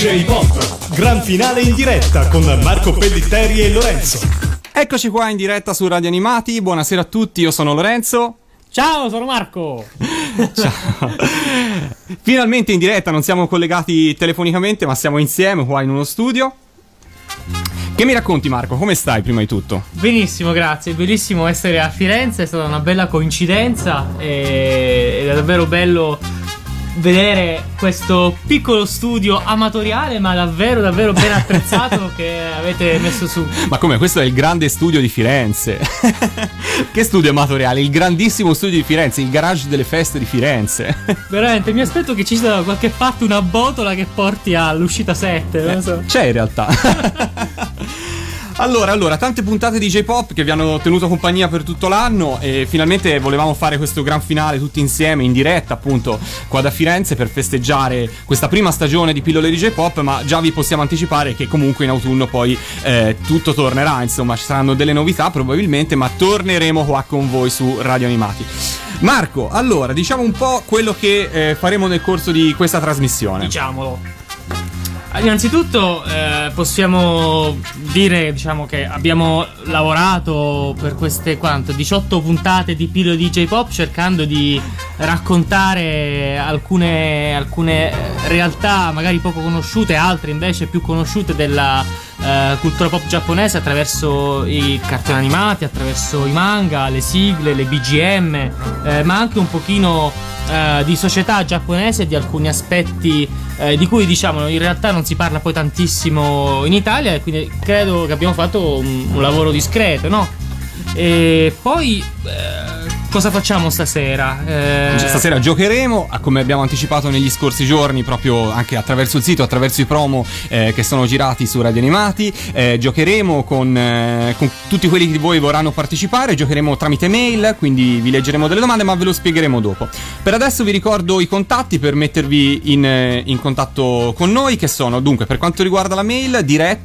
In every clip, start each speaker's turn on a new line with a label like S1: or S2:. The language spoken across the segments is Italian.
S1: J-Pop, gran finale in diretta con Marco Pellitteri e Lorenzo.
S2: Eccoci qua in diretta su Radio Animati, buonasera a tutti, io sono Lorenzo.
S3: Ciao, sono Marco.
S2: Ciao. Finalmente in diretta, non siamo collegati telefonicamente ma siamo insieme qua in uno studio. Che mi racconti, Marco? Come stai prima di tutto?
S3: Benissimo, grazie, bellissimo essere a Firenze, è stata una bella coincidenza ed è davvero bello vedere questo piccolo studio amatoriale ma davvero davvero ben attrezzato che avete messo su.
S2: Ma come? Questo è il grande studio di Firenze. Che studio amatoriale? Il grandissimo studio di Firenze, il garage delle feste di Firenze.
S3: Veramente, mi aspetto che ci sia da qualche parte una botola che porti all'uscita 7, non so.
S2: C'è in realtà. Allora, tante puntate di J-Pop che vi hanno tenuto compagnia per tutto l'anno e finalmente volevamo fare questo gran finale tutti insieme in diretta appunto qua da Firenze per festeggiare questa prima stagione di Pillole di J-Pop, ma già vi possiamo anticipare che comunque in autunno poi tutto tornerà, insomma ci saranno delle novità probabilmente, ma torneremo qua con voi su Radio Animati. Marco, allora diciamo un po' quello che faremo nel corso di questa trasmissione.
S3: Diciamolo. Innanzitutto possiamo dire, diciamo, che abbiamo lavorato per queste 18 puntate di Pillole di J-Pop cercando di raccontare alcune realtà magari poco conosciute, altre invece più conosciute della cultura pop giapponese attraverso i cartoni animati, attraverso i manga, le sigle, le BGM, ma anche un pochino di società giapponese e di alcuni aspetti di cui diciamo in realtà non si parla poi tantissimo in Italia, e quindi credo che abbiamo fatto un lavoro discreto, no? E poi cosa facciamo stasera?
S2: Stasera giocheremo, come abbiamo anticipato negli scorsi giorni, proprio anche attraverso il sito, attraverso i promo che sono girati su Radio Animati. Giocheremo con tutti quelli che di voi vorranno partecipare, giocheremo tramite mail, quindi vi leggeremo delle domande ma ve lo spiegheremo dopo. Per adesso vi ricordo i contatti per mettervi in contatto con noi, che sono dunque, per quanto riguarda la mail,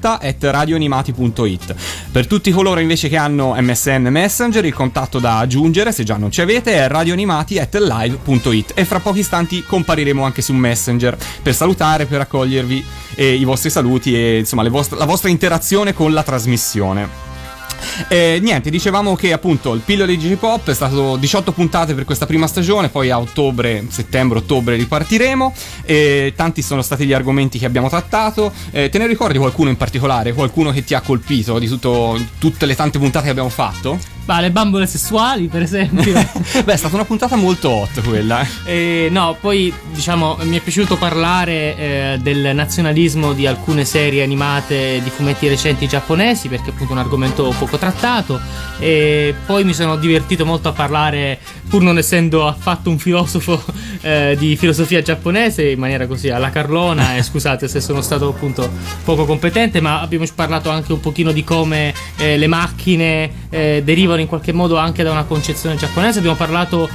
S2: diretta@radioanimati.it. Per tutti coloro invece che hanno MSN Messenger, il contatto da aggiungere, se già non ci avete, è radioanimati@live.it, e fra pochi istanti compariremo anche su Messenger per salutare, per accogliervi i vostri saluti e insomma la vostra interazione con la trasmissione. Niente, dicevamo che appunto il Pillole di J-Pop è stato 18 puntate per questa prima stagione, poi a settembre-ottobre ripartiremo, e tanti sono stati gli argomenti che abbiamo trattato. Te ne ricordi qualcuno in particolare, qualcuno che ti ha colpito di tutte le tante puntate che abbiamo fatto?
S3: Bah, le bambole sessuali per esempio.
S2: Beh, è stata una puntata molto hot quella.
S3: No, poi diciamo mi è piaciuto parlare del nazionalismo di alcune serie animate di fumetti recenti giapponesi, perché appunto è un argomento poco trattato, e poi mi sono divertito molto a parlare, pur non essendo affatto un filosofo di filosofia giapponese, in maniera così alla Carlona, e scusate se sono stato appunto poco competente, ma abbiamo parlato anche un pochino di come le macchine derivano in qualche modo anche da una concezione giapponese. Abbiamo parlato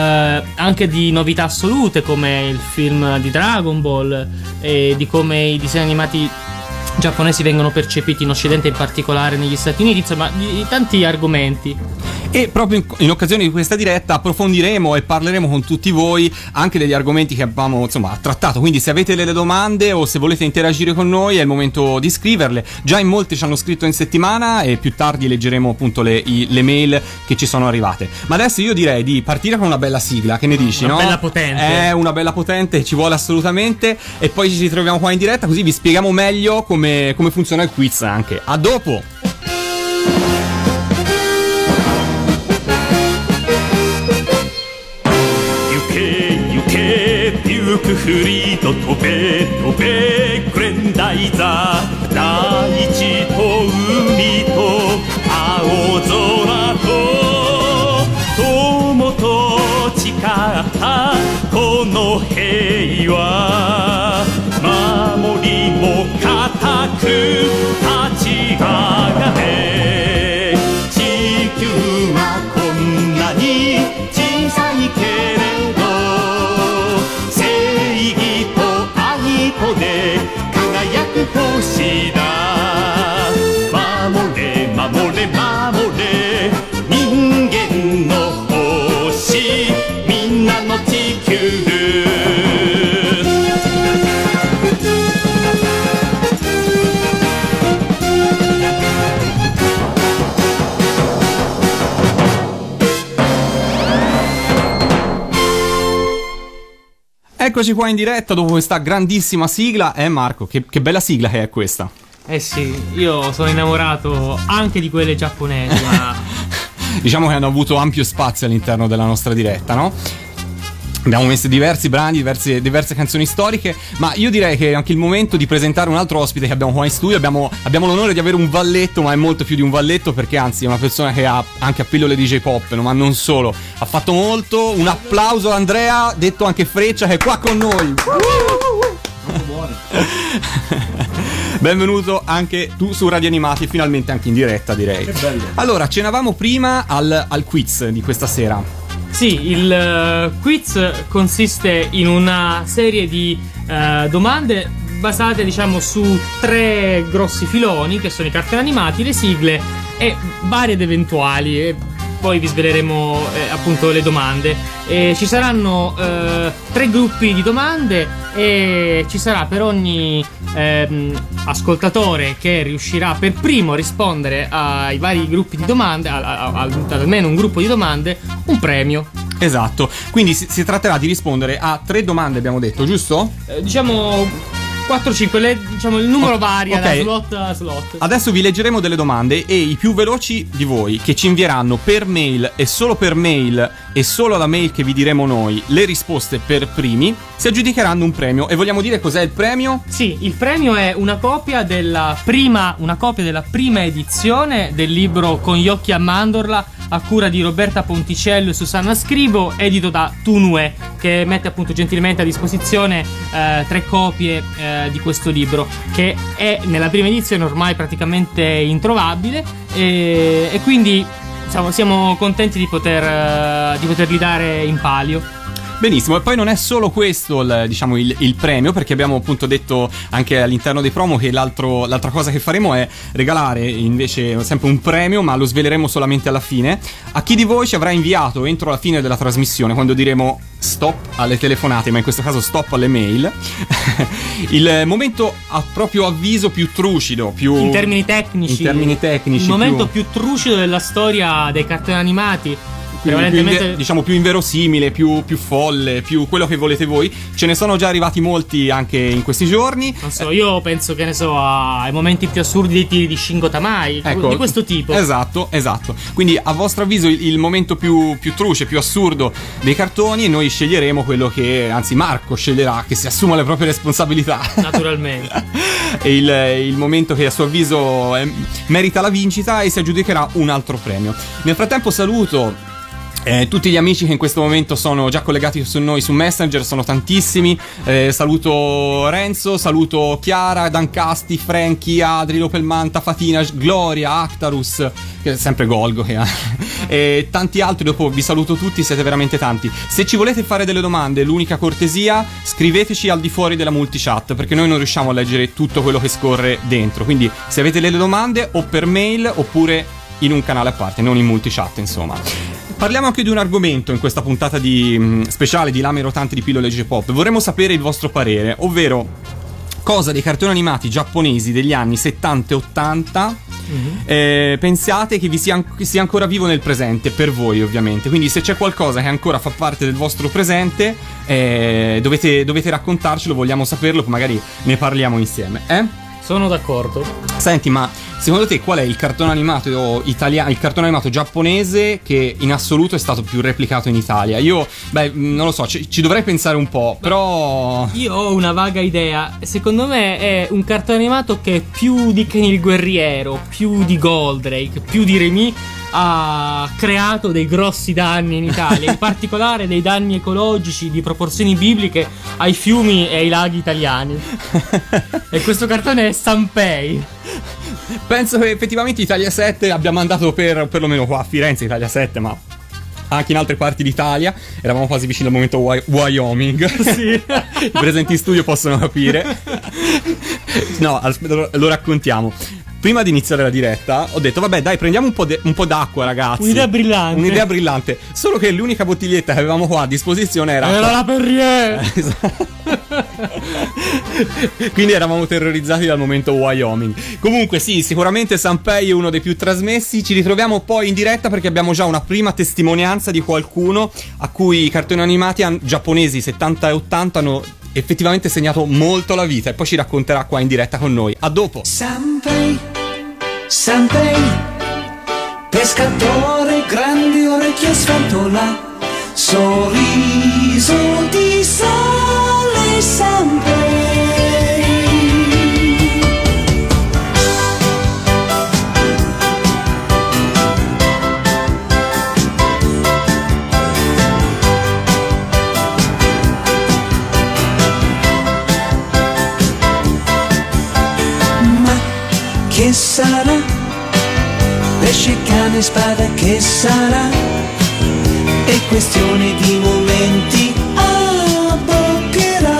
S3: anche di novità assolute come il film di Dragon Ball e di come i disegni animati giapponesi vengono percepiti in Occidente, in particolare negli Stati Uniti, insomma di tanti argomenti.
S2: E proprio in occasione di questa diretta approfondiremo e parleremo con tutti voi anche degli argomenti che abbiamo insomma trattato, quindi se avete delle domande o se volete interagire con noi è il momento di scriverle. Già in molti ci hanno scritto in settimana e più tardi leggeremo appunto le mail che ci sono arrivate. Ma adesso io direi di partire con una bella sigla, che ne dici?
S3: Una
S2: no?
S3: bella potente.
S2: È una bella potente, ci vuole assolutamente, e poi ci ritroviamo qua in diretta così vi spieghiamo meglio come funziona il quiz anche. A dopo!
S4: ゆくフリード飛べ飛べグレンダイザー大地と海と青空と友と誓ったこの平和守りも固く立ち上がれ地球はこんなに小さいけれどで輝く星だ守れ守れ守れ人間の星みんなの地球
S2: Eccoci qua in diretta dopo questa grandissima sigla. Marco, che bella sigla che è questa.
S3: Eh sì, io sono innamorato anche di quelle giapponesi, ma
S2: Diciamo che hanno avuto ampio spazio all'interno della nostra diretta, no? Abbiamo messo diversi brani, diverse canzoni storiche, ma io direi che è anche il momento di presentare un altro ospite che abbiamo qua in studio. Abbiamo l'onore di avere un valletto, ma è molto più di un valletto, perché anzi è una persona che ha anche a pillole DJ Pop, ma non solo. Ha fatto molto. Un applauso a Andrea, detto anche Freccia, che è qua con noi. Benvenuto anche tu su Radio Animati, finalmente anche in diretta, direi. Che bello. Allora, cenavamo prima al quiz di questa sera.
S3: sì, il quiz consiste in una serie di domande basate, diciamo, su 3 grossi filoni, che sono i cartoni animati, le sigle e varie ed eventuali. E poi vi sveleremo appunto le domande. Ci saranno 3 gruppi di domande e ci sarà per ogni ascoltatore che riuscirà per primo a rispondere ai vari gruppi di domande, almeno un gruppo di domande, un premio.
S2: Esatto, quindi si tratterà di rispondere a 3 domande, abbiamo detto, giusto?
S3: Diciamo 4-5, diciamo il numero varia da
S2: ok.
S3: slot a slot.
S2: Adesso vi leggeremo delle domande e i più veloci di voi, che ci invieranno per mail e solo alla mail che vi diremo noi le risposte per primi, si aggiudicheranno un premio. E vogliamo dire cos'è il premio?
S3: Sì, il premio è una copia della prima edizione del libro Con gli occhi a mandorla, a cura di Roberta Ponticello e Susanna Scribo, edito da Tunue, che mette appunto gentilmente a disposizione 3 copie di questo libro, che è nella prima edizione ormai praticamente introvabile, e quindi siamo contenti di poterli dare in palio.
S2: Benissimo, e poi non è solo questo il premio, perché abbiamo appunto detto anche all'interno dei promo che l'altra cosa che faremo è regalare invece sempre un premio, ma lo sveleremo solamente alla fine, a chi di voi ci avrà inviato entro la fine della trasmissione, quando diremo stop alle telefonate, ma in questo caso stop alle mail, il momento a proprio avviso più trucido, più
S3: in termini tecnici, il momento più trucido della storia dei cartoni animati.
S2: Prevalentemente più inverosimile, più folle, più quello che volete voi. Ce ne sono già arrivati molti anche in questi giorni.
S3: Non so, io penso, che ne so, ai momenti più assurdi dei tiri di Shingo Tamai, ecco, di questo tipo.
S2: Esatto. Quindi a vostro avviso il momento più truce, più assurdo dei cartoni, e noi sceglieremo quello che, anzi Marco sceglierà, che si assuma le proprie responsabilità.
S3: Naturalmente.
S2: E il momento che a suo avviso merita la vincita, e si aggiudicherà un altro premio. Nel frattempo saluto tutti gli amici che in questo momento sono già collegati su noi su Messenger, sono tantissimi. Saluto Renzo, saluto Chiara, Dancasti, Frankie, Adri, Lopelmanta, Fatina, Gloria, Actarus, che è sempre Golgo che ha, e tanti altri. Dopo vi saluto tutti, siete veramente tanti. Se ci volete fare delle domande, l'unica cortesia, scriveteci al di fuori della multichat, perché noi non riusciamo a leggere tutto quello che scorre dentro. Quindi se avete delle domande, o per mail oppure in un canale a parte, non in multichat, insomma. Parliamo anche di un argomento in questa puntata speciale di Lame Rotanti di Pillole J-Pop. Vorremmo sapere il vostro parere, ovvero cosa dei cartoni animati giapponesi degli anni 70 e 80 pensate che sia ancora vivo nel presente, per voi ovviamente. Quindi se c'è qualcosa che ancora fa parte del vostro presente, dovete raccontarcelo, vogliamo saperlo, poi magari ne parliamo insieme.
S3: Sono d'accordo.
S2: Senti, ma secondo te qual è il cartone animato italiano, il cartone animato giapponese che in assoluto è stato più replicato in Italia? Io, non lo so, ci dovrei pensare un po', però
S3: io ho una vaga idea. Secondo me è un cartone animato che più di Kenny il Guerriero, più di Goldrake, più di Remy ha creato dei grossi danni in Italia, in particolare dei danni ecologici di proporzioni bibliche ai fiumi e ai laghi italiani. E questo cartone è Sanpei.
S2: Penso che effettivamente Italia 7 abbia mandato perlomeno qua a Firenze Italia 7, ma anche in altre parti d'Italia. Eravamo quasi vicino al momento Wyoming. Sì. I presenti in studio possono capire. No, lo raccontiamo. Prima di iniziare la diretta ho detto vabbè dai, prendiamo un po' d'acqua, ragazzi.
S3: Un'idea
S2: brillante. Solo che l'unica bottiglietta che avevamo qua a disposizione era
S3: la Perrier.
S2: Quindi eravamo terrorizzati dal momento Wyoming. Comunque sì, sicuramente Sanpei è uno dei più trasmessi. Ci ritroviamo poi in diretta perché abbiamo già una prima testimonianza di qualcuno a cui i cartoni animati giapponesi 70 e 80 hanno effettivamente segnato molto la vita, e poi ci racconterà qua in diretta con noi. A dopo.
S5: Sanpei, Sanpei, pescatore, grandi orecchie a sfantola, sorriso di sole, Sanpei. Ma che sarà? Pesce, cane, spada, che sarà? È questione di momenti, abboccherà.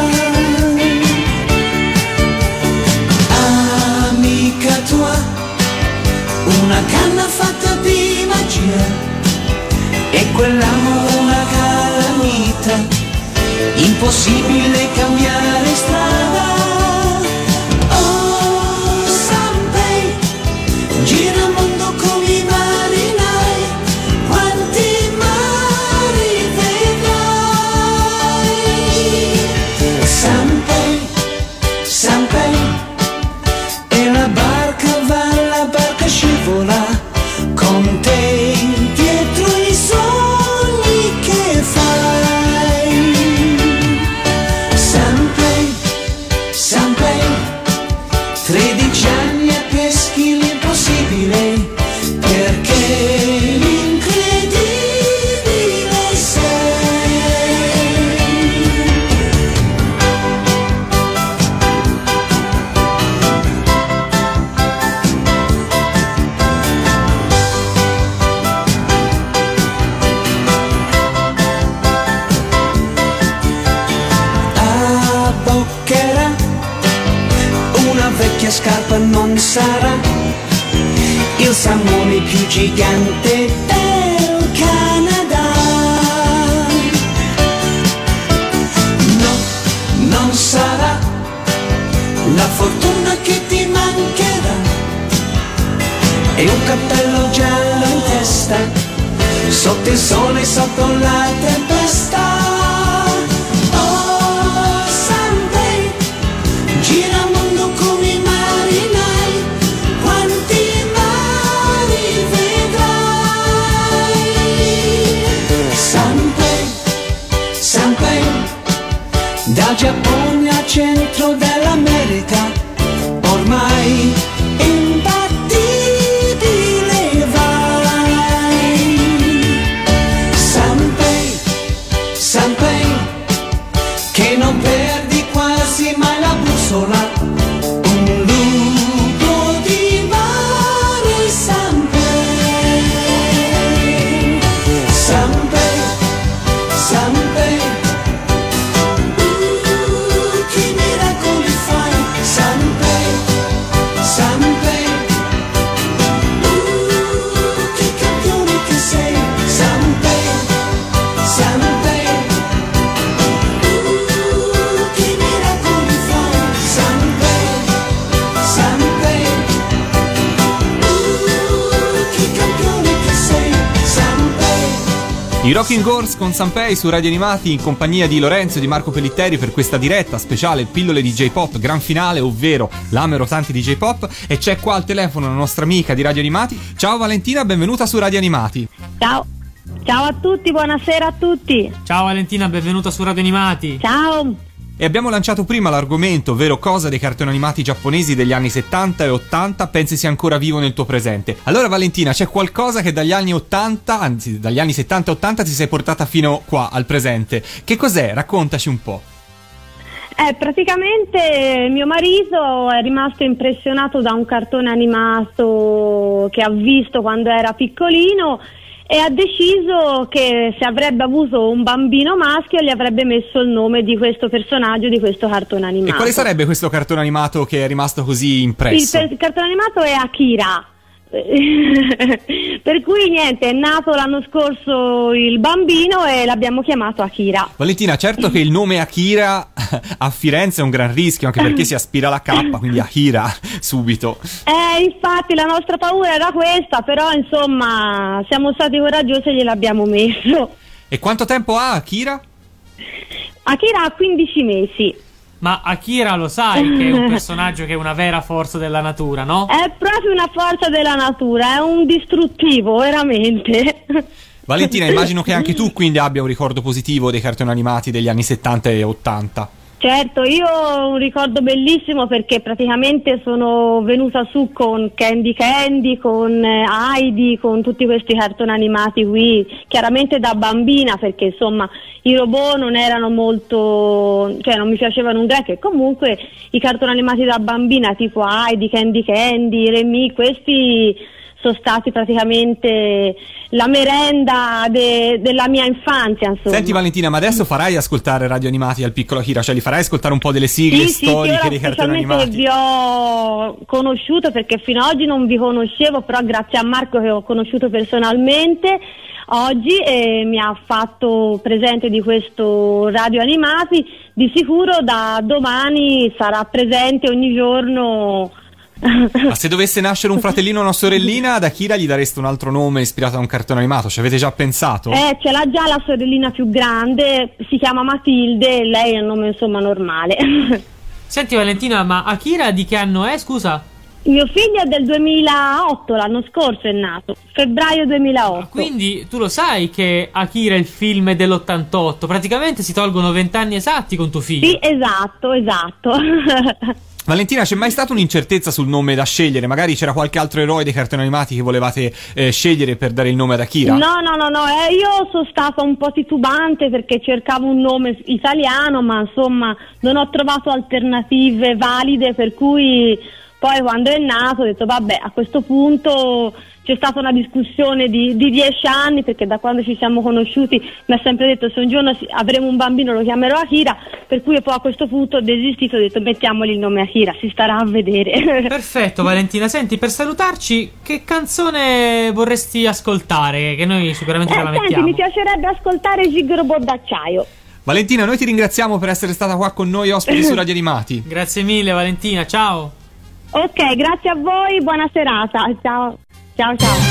S5: Amica tua, una canna fatta di magia, e quell'amore una calamita, impossibile cambiare strada. Oh, Sanpei, gira il mondo come i marinai, quanti mari vedrai. Sanpei, Sanpei, e la barca va, la barca scivola, con te dietro i sogni che fai. Sanpei, Sanpei, 13 anni e peschi l'impossibile, perché l'incredibile sei. Abboccherà, una vecchia scarpa non sarà, il salmone più gigante del Canada. No, non sarà la fortuna che ti mancherà, e un cappello giallo in testa, sotto il sole, sotto la tempesta. Oh, Sanpei, gira il mondo come i marinai, quanti mari vedrai. Sanpei, Sanpei, dal Giappone al centro dell'America, ormai imbattibile vai. Sanpei, Sanpei, che non perdi quasi mai la bussola, un lupo di mare. Sanpei, Sanpei, Sanpei, che miracoli fai. Sanpei, Sanpei, che campione che sei. Sanpei, Sanpei, che miracoli fai. Sanpei, Sanpei, che campione che sei. Sanpei.
S2: I Rocking Horse con Sanpei su Radio Animati, in compagnia di Lorenzo e di Marco Pellitteri, per questa diretta speciale Pillole di J-Pop Gran Finale, ovvero l'amero tanti di J-Pop. E c'è qua al telefono la nostra amica di Radio Animati. Ciao Valentina, benvenuta su Radio Animati.
S6: Ciao, ciao a tutti, buonasera a tutti.
S3: Ciao Valentina, benvenuta su Radio Animati.
S6: Ciao.
S2: E abbiamo lanciato prima l'argomento, ovvero cosa dei cartoni animati giapponesi degli anni 70 e 80 pensi sia ancora vivo nel tuo presente. Allora Valentina, c'è qualcosa che dagli anni 80, anzi dagli anni 70 e 80 ti sei portata fino qua al presente. Che cos'è? Raccontaci un po'.
S6: Praticamente mio marito è rimasto impressionato da un cartone animato che ha visto quando era piccolino e ha deciso che se avrebbe avuto un bambino maschio gli avrebbe messo il nome di questo personaggio, di questo cartone animato.
S2: E quale sarebbe questo cartone animato che è rimasto così impresso?
S6: Il cartone animato è Akira. Per cui niente, è nato l'anno scorso il bambino e l'abbiamo chiamato Akira.
S2: Valentina, certo che il nome Akira a Firenze è un gran rischio, anche perché si aspira la K, quindi Akira subito.
S6: Infatti la nostra paura era questa, però insomma siamo stati coraggiosi e gliel'abbiamo messo.
S2: E quanto tempo ha Akira?
S6: Akira ha 15 mesi.
S3: Ma Akira lo sai che è un personaggio che è una vera forza della natura, no?
S6: È proprio una forza della natura, è un distruttivo, veramente.
S2: Valentina, immagino che anche tu quindi abbia un ricordo positivo dei cartoni animati degli anni 70 e 80.
S6: Certo, io ho un ricordo bellissimo perché praticamente sono venuta su con Candy Candy, con Heidi, con tutti questi cartoni animati qui, chiaramente da bambina, perché insomma i robot non erano molto, cioè non mi piacevano un granché, comunque i cartoni animati da bambina tipo Heidi, Candy Candy, Remy, questi sono stati praticamente la merenda della mia infanzia, insomma.
S2: Senti Valentina, ma adesso farai ascoltare radio animati al piccolo Akira, cioè li farai ascoltare un po' delle sigle storiche dei cartoni animati?
S6: Vi ho conosciuto perché fino ad oggi non vi conoscevo, però grazie a Marco che ho conosciuto personalmente oggi mi ha fatto presente di questo radio animati. Di sicuro da domani sarà presente ogni giorno.
S2: Ma se dovesse nascere un fratellino o una sorellina, ad Akira gli dareste un altro nome ispirato a un cartone animato? Ci avete già pensato?
S6: Ce l'ha già la sorellina più grande, si chiama Matilde, lei è un nome insomma normale.
S3: Senti Valentina, ma Akira di che anno è, scusa?
S6: Mio figlio è del 2008, l'anno scorso è nato, febbraio 2008.
S3: Quindi tu lo sai che Akira il film è dell'88, praticamente si tolgono 20 anni esatti con tuo figlio.
S6: Sì, esatto.
S2: Valentina, c'è mai stata un'incertezza sul nome da scegliere? Magari c'era qualche altro eroe dei cartoni animati che volevate scegliere per dare il nome ad Akira?
S6: No, io sono stata un po' titubante perché cercavo un nome italiano, ma insomma non ho trovato alternative valide, per cui poi quando è nato ho detto vabbè, a questo punto c'è stata una discussione di 10 anni, perché da quando ci siamo conosciuti mi ha sempre detto se un giorno avremo un bambino lo chiamerò Akira, per cui poi a questo punto ho desistito, ho detto mettiamogli il nome Akira, si starà a vedere.
S3: Perfetto Valentina, senti, per salutarci che canzone vorresti ascoltare, che noi sicuramente te la mettiamo?
S6: Senti, mi piacerebbe ascoltare Gig Robot d'acciaio.
S2: Valentina, noi ti ringraziamo per essere stata qua con noi ospiti su Radio Animati.
S3: Grazie mille Valentina, ciao.
S6: Ok, grazie a voi, buona serata, ciao. Ciao.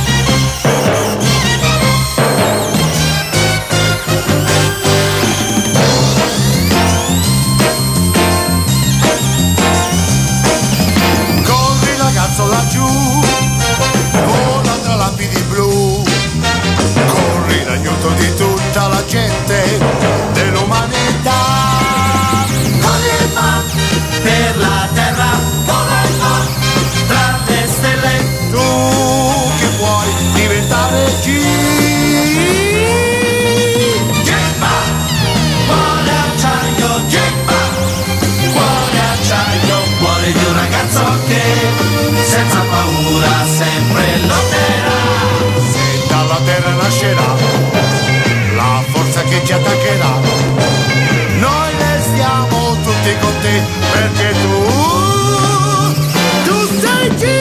S5: Corri ragazzo laggiù, vola tra lampidi blu, corri l'aiuto di tutta la gente dell'umanità. Corri e va per la terra, vola e va tra le stelle, tu che vuoi diventare Gimba, cuore acciaio, Gimba, cuore acciaio, cuore di un ragazzo che senza paura sempre lotterà. Se dalla terra nascerà la forza che ci attaccherà, noi restiamo tutti con te perché tu sei G.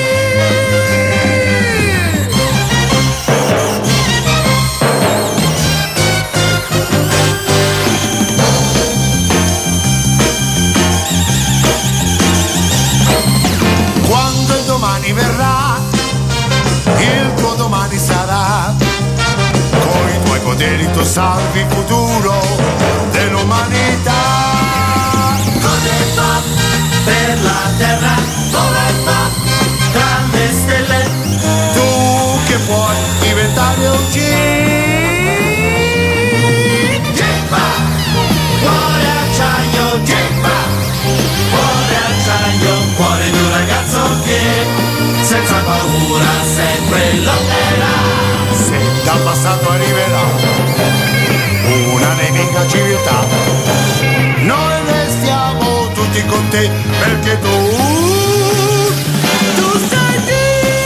S5: Quando il domani verrà, il tuo domani sarà, con i tuoi poteri tu salvi il futuro dell'umanità. Corre e va per la terra, vola e va tra le stelle, tu che puoi diventare un Gimba, cuore acciaio, Gimba, cuore acciaio, cuore di un ragazzo che senza paura sempre lotterà. Se dal passato arriverà una nemica civiltà, noi restiamo tutti con te perché tu sei Dio.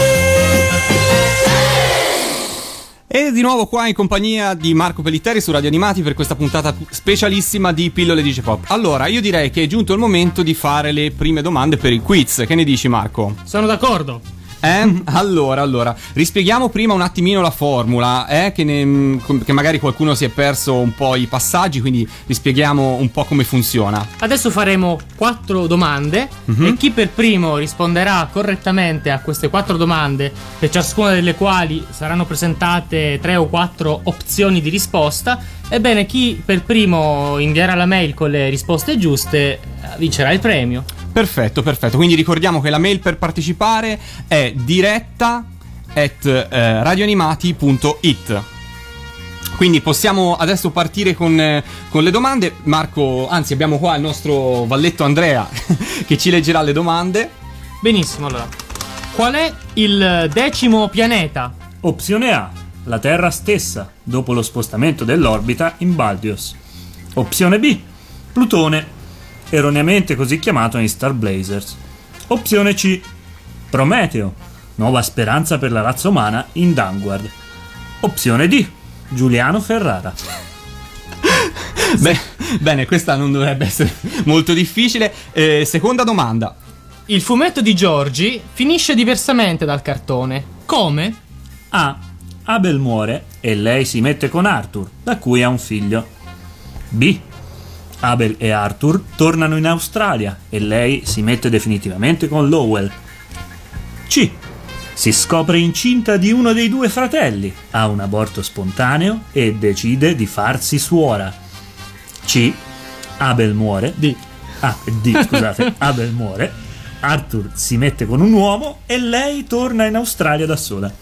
S2: E di nuovo qua in compagnia di Marco Pellitteri su Radio Animati per questa puntata specialissima di Pillole di J-Pop. Allora, io direi che è giunto il momento di fare le prime domande per il quiz. Che ne dici, Marco?
S3: Sono d'accordo.
S2: Allora, rispieghiamo prima un attimino la formula, che magari qualcuno si è perso un po' i passaggi, quindi rispieghiamo un po' come funziona.
S3: Adesso faremo 4 domande e chi per primo risponderà correttamente a queste 4 domande, per ciascuna delle quali saranno presentate 3 o 4 opzioni di risposta, ebbene chi per primo invierà la mail con le risposte giuste vincerà il premio.
S2: Perfetto, quindi ricordiamo che la mail per partecipare è diretta@radioanimati.it. Quindi possiamo adesso partire con le domande. Marco, anzi abbiamo qua il nostro valletto Andrea che ci leggerà le domande.
S3: Benissimo, allora. Qual è il 10° pianeta?
S4: Opzione A, la Terra stessa, dopo lo spostamento dell'orbita in Baldios. Opzione B, Plutone, erroneamente così chiamato in Star Blazers. Opzione C, Prometeo, nuova speranza per la razza umana in Vanguard. Opzione D, Giuliano Ferrara.
S2: Bene, questa non dovrebbe essere molto difficile. Seconda domanda.
S3: Il fumetto di Giorgi finisce diversamente dal cartone. Come?
S4: A, Abel muore e lei si mette con Arthur, da cui ha un figlio. B, Abel e Arthur tornano in Australia e lei si mette definitivamente con Lowell. C, si scopre incinta di uno dei 2 fratelli, ha un aborto spontaneo e decide di farsi suora. C, Abel muore. D, scusate, Abel muore, Arthur si mette con un uomo e lei torna in Australia da sola.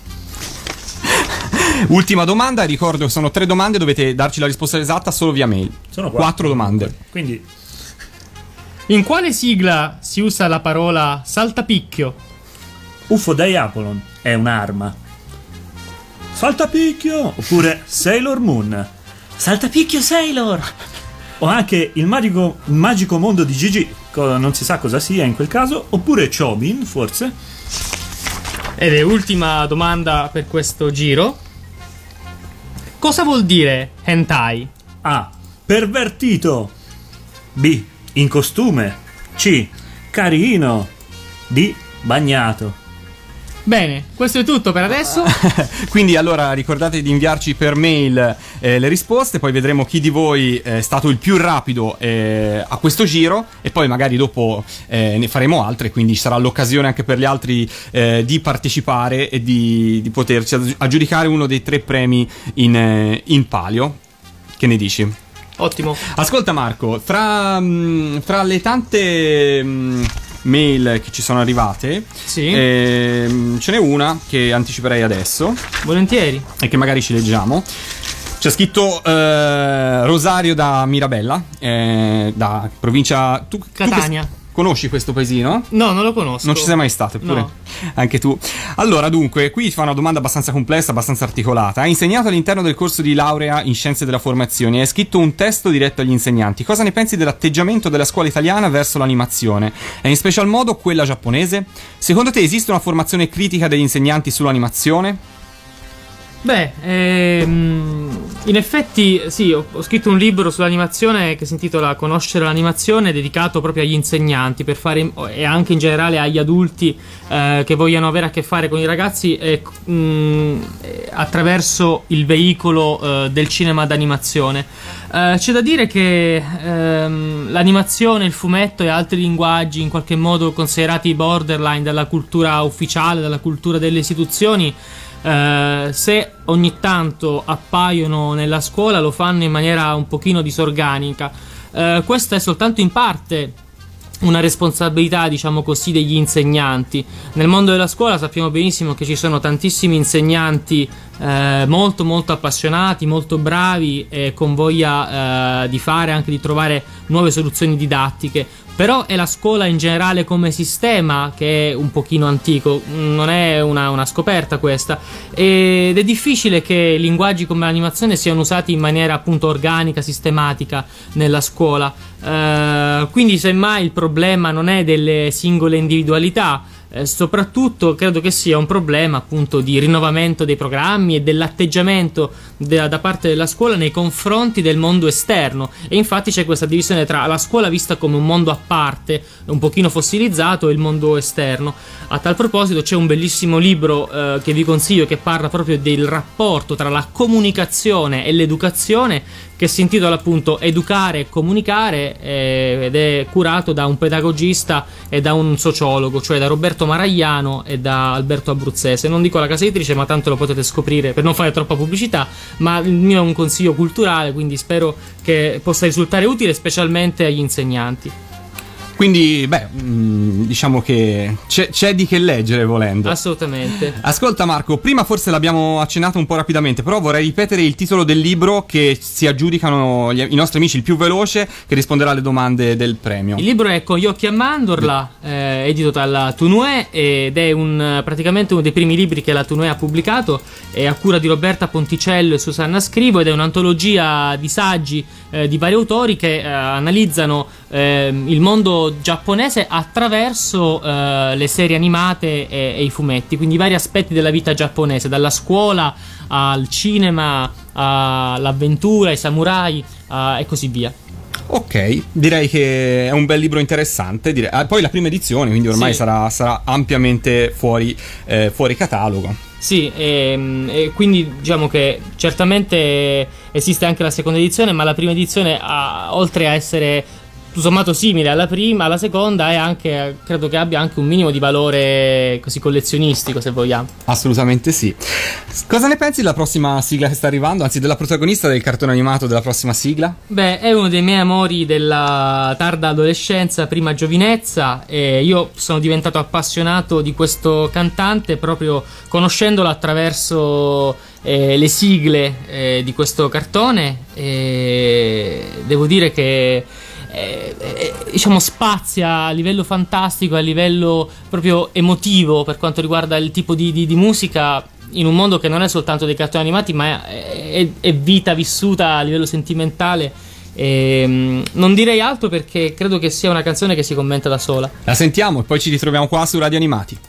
S2: Ultima domanda, ricordo che sono 3 domande, dovete darci la risposta esatta solo via mail.
S4: Sono
S2: 4 domande.
S4: Quindi
S3: in quale sigla si usa la parola saltapicchio?
S4: UFO Diapolon è un'arma. Saltapicchio! Oppure Sailor Moon. Saltapicchio Sailor! O anche il magico mondo di Gigi, non si sa cosa sia in quel caso. Oppure Chobin, forse.
S3: Ed è ultima domanda per questo giro. Cosa vuol dire hentai?
S4: A, pervertito. B, in costume. C, carino. D, bagnato.
S3: Bene, questo è tutto per adesso.
S2: Quindi allora ricordate di inviarci per mail le risposte, poi vedremo chi di voi è stato il più rapido a questo giro e poi magari dopo ne faremo altre, quindi ci sarà l'occasione anche per gli altri di partecipare e di poterci aggiudicare uno dei 3 premi in palio. Che ne dici?
S3: Ottimo.
S2: Ascolta Marco, tra le tante mail che ci sono arrivate,
S3: sì,
S2: ce n'è una che anticiperei adesso.
S3: Volentieri.
S2: E che magari ci leggiamo. C'è scritto Rosario da Mirabella, da provincia
S3: Catania.
S2: Conosci questo paesino?
S3: No, non lo conosco.
S2: Non ci sei mai stato, eppure?
S3: No.
S2: Anche tu. Allora, dunque, qui fa una domanda abbastanza complessa, abbastanza articolata. Ha insegnato all'interno del corso di laurea in scienze della formazione e ha scritto un testo diretto agli insegnanti. Cosa ne pensi dell'atteggiamento della scuola italiana verso l'animazione? E in special modo quella giapponese? Secondo te esiste una formazione critica degli insegnanti sull'animazione?
S3: Beh, in effetti sì, ho scritto un libro sull'animazione che si intitola Conoscere l'animazione, dedicato proprio agli insegnanti per fare, e anche in generale agli adulti che vogliano avere a che fare con i ragazzi attraverso il veicolo del cinema d'animazione. C'è da dire che l'animazione, il fumetto e altri linguaggi in qualche modo considerati borderline dalla cultura ufficiale, dalla cultura delle istituzioni, se ogni tanto appaiono nella scuola lo fanno in maniera un pochino disorganica. Questa è soltanto in parte una responsabilità, diciamo così, degli insegnanti. Nel mondo della scuola sappiamo benissimo che ci sono tantissimi insegnanti molto molto appassionati, molto bravi e con voglia di fare, anche di trovare nuove soluzioni didattiche. Però è la scuola in generale come sistema che è un pochino antico, non è una scoperta questa, ed è difficile che linguaggi come l'animazione siano usati in maniera appunto organica, sistematica nella scuola. Quindi semmai il problema non è delle singole individualità, soprattutto credo che sia un problema appunto di rinnovamento dei programmi e dell'atteggiamento da parte della scuola nei confronti del mondo esterno, e infatti c'è questa divisione tra la scuola vista come un mondo a parte, un pochino fossilizzato, e il mondo esterno. A tal proposito c'è un bellissimo libro che vi consiglio, che parla proprio del rapporto tra la comunicazione e l'educazione, che si intitola appunto Educare e Comunicare, ed è curato da un pedagogista e da un sociologo, cioè da Roberto Maragliano e da Alberto Abruzzese. Non dico la casa editrice, ma tanto lo potete scoprire per non fare troppa pubblicità, ma il mio è un consiglio culturale, quindi spero che possa risultare utile specialmente agli insegnanti.
S2: Quindi, diciamo che c'è di che leggere volendo.
S3: Assolutamente.
S2: Ascolta Marco, prima forse l'abbiamo accennato un po' rapidamente, però vorrei ripetere il titolo del libro che si aggiudicano i nostri amici, il più veloce, che risponderà alle domande del premio.
S3: Il libro è Con gli occhi a mandorla, edito dalla Tunue, ed è praticamente uno dei primi libri che la Tunue ha pubblicato, è a cura di Roberta Ponticello e Susanna Scrivo, ed è un'antologia di saggi di vari autori che analizzano il mondo giapponese attraverso le serie animate e i fumetti, quindi vari aspetti della vita giapponese, dalla scuola al cinema, all'avventura, ai samurai e così via.
S2: Ok, direi che è un bel libro interessante. Poi la prima edizione, quindi ormai
S3: sì,
S2: sarà ampiamente fuori catalogo.
S3: Sì, e quindi diciamo che certamente esiste anche la seconda edizione, ma la prima edizione, oltre a essere tutto sommato simile alla prima, alla seconda, è anche, credo che abbia anche un minimo di valore così collezionistico, se vogliamo.
S2: Assolutamente sì. Cosa ne pensi della prossima sigla che sta arrivando? Anzi, della protagonista del cartone animato della prossima sigla?
S3: Beh, è uno dei miei amori della tarda adolescenza, prima giovinezza, e io sono diventato appassionato di questo cantante proprio conoscendolo attraverso le sigle di questo cartone, e devo dire che diciamo spazia a livello fantastico, a livello proprio emotivo per quanto riguarda il tipo di musica, in un mondo che non è soltanto dei cartoni animati, ma è vita vissuta a livello sentimentale. Non direi altro, perché credo che sia una canzone che si commenta da sola.
S2: La sentiamo e poi ci ritroviamo qua su Radio Animati.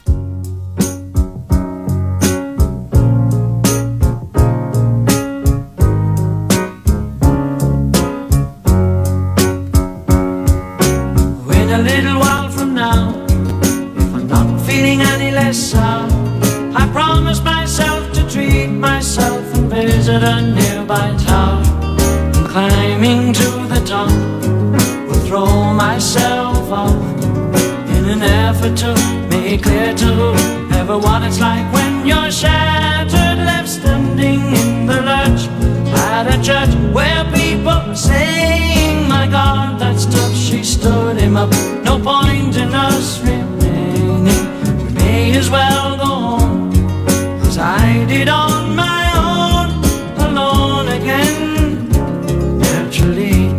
S7: I promise myself to treat myself and visit a nearby tower. And climbing to the top, will throw myself off in an effort to make clear to everyone it's like when you're shattered, left standing in the lurch at a church where people are saying, my God, that's tough. She stood him up. No point in us remaining. We may as well go home, 'cause I did on my own, alone again, naturally.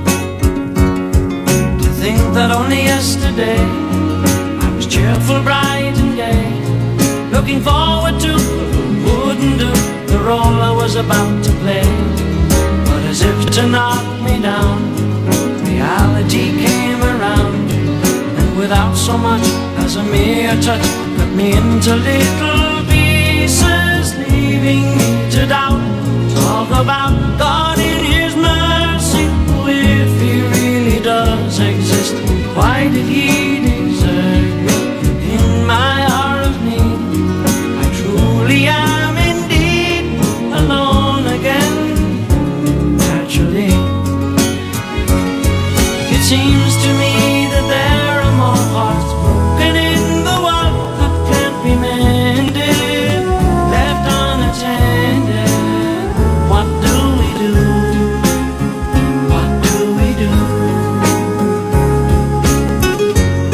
S7: To think that only yesterday I was cheerful, bright and gay, looking forward to what wouldn't do the role I was about to play. But as if to knock me down, reality came around, and without so much as a mere touch, cut me into little pieces, leaving me to doubt. Talk about God in His mercy, if He really does exist, why did He desert me in my hour of need? I truly am indeed alone again, naturally. It seems to me that there are more hearts broken in the world that can't be mended, left unattended. What do we do? What do we do?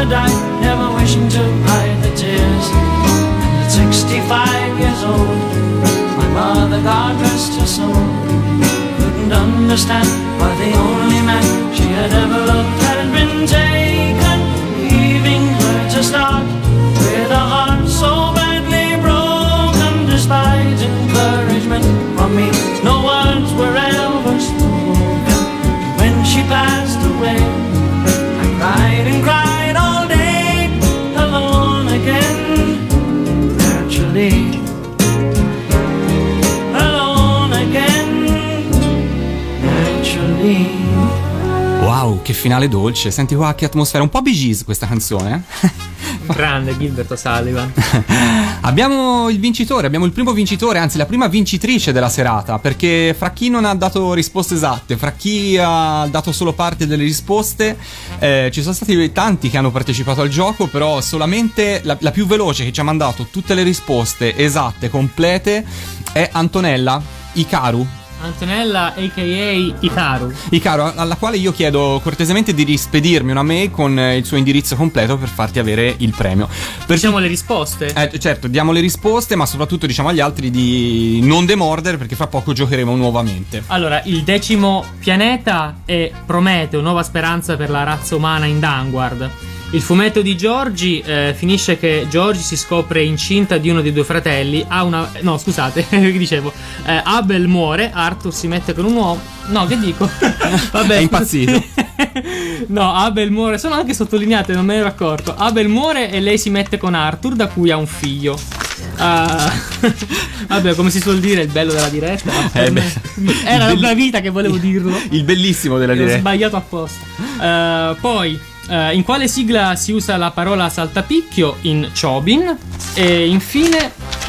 S7: to die, never wishing to hide the tears. And at 65 years old, my mother, God rest her soul, couldn't understand why the only man she had ever loved had been taken, leaving her to start with a heart so badly broken. Despite encouragement from me, no words were ever spoken. When she passed away, I cried and cried all day, alone again, naturally. Alone again, naturally.
S2: Wow, che finale dolce. Senti qua che atmosfera. Un po' Bee Gees questa canzone.
S3: Grande Gilbert O'Sullivan.
S2: Abbiamo il vincitore, abbiamo il primo vincitore, anzi la prima vincitrice della serata, perché fra chi non ha dato risposte esatte, fra chi ha dato solo parte delle risposte, ci sono stati tanti che hanno partecipato al gioco, però solamente la più veloce che ci ha mandato tutte le risposte esatte, complete, è Antonella Icaru.
S3: Antonella a.k.a. Ikaru,
S2: alla quale io chiedo cortesemente di rispedirmi una mail con il suo indirizzo completo per farti avere il premio.
S3: Diciamo le risposte?
S2: Certo, diamo le risposte, ma soprattutto diciamo agli altri di non demordere, perché fra poco giocheremo nuovamente.
S3: Allora, il 10° pianeta è Prometeo, nuova speranza per la razza umana in Danguard. Il fumetto di Giorgi finisce che Giorgi si scopre incinta di uno dei due fratelli. No, scusate, che dicevo. Abel muore, Arthur si mette con un uomo. No, che dico? Vabbè,
S2: è impazzito.
S3: No, Abel muore, sono anche sottolineate, non me ne ero accorto. Abel muore e lei si mette con Arthur, da cui ha un figlio. Vabbè, come si suol dire, il bello della diretta. Era una vita che volevo dirlo.
S2: Il bellissimo della diretta.
S3: Ho sbagliato apposta. Poi in quale sigla si usa la parola saltapicchio? In Chobin. E infine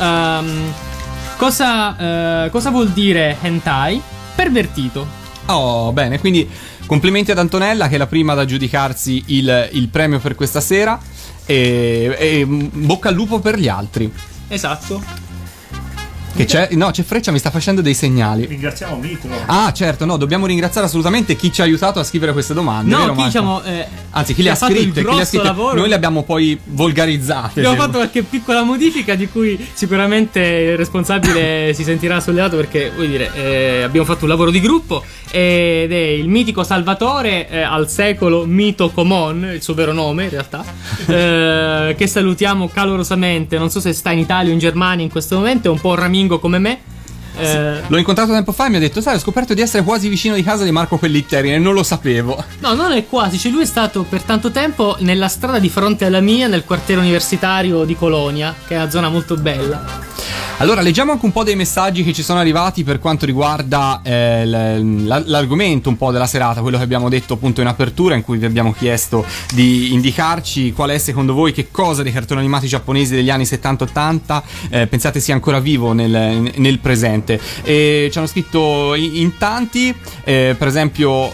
S3: cosa vuol dire hentai? Pervertito.
S2: Oh, bene, quindi complimenti ad Antonella, che è la prima ad aggiudicarsi il premio per questa sera, e bocca al lupo per gli altri.
S3: Esatto.
S2: Che c'è? No, c'è Freccia, mi sta facendo dei segnali.
S1: Ringraziamo Mito.
S2: Ah, certo, no, dobbiamo ringraziare assolutamente chi ci ha aiutato a scrivere queste domande.
S3: No,
S2: vero,
S3: chi
S2: Marco?
S3: diciamo
S2: anzi, chi le ha scritte,
S3: lavoro.
S2: Noi le abbiamo poi volgarizzate.
S3: Abbiamo fatto qualche piccola modifica di cui sicuramente il responsabile si sentirà sollevato, perché vuol dire abbiamo fatto un lavoro di gruppo, ed è il mitico Salvatore, al secolo Mito Comon, il suo vero nome in realtà, che salutiamo calorosamente. Non so se sta in Italia o in Germania in questo momento, è un po' ramingo come me.
S2: Sì. L'ho incontrato tempo fa e mi ha detto: sai, ho scoperto di essere quasi vicino di casa di Marco Pellitteri, e non lo sapevo.
S3: No, non è quasi, cioè lui è stato per tanto tempo nella strada di fronte alla mia, nel quartiere universitario di Colonia, che è una zona molto bella.
S2: Allora, leggiamo anche un po' dei messaggi che ci sono arrivati per quanto riguarda l'argomento un po' della serata, quello che abbiamo detto appunto in apertura, in cui vi abbiamo chiesto di indicarci qual è secondo voi, che cosa dei cartoni animati giapponesi degli anni 70-80 pensate sia ancora vivo nel presente. E ci hanno scritto in tanti, per esempio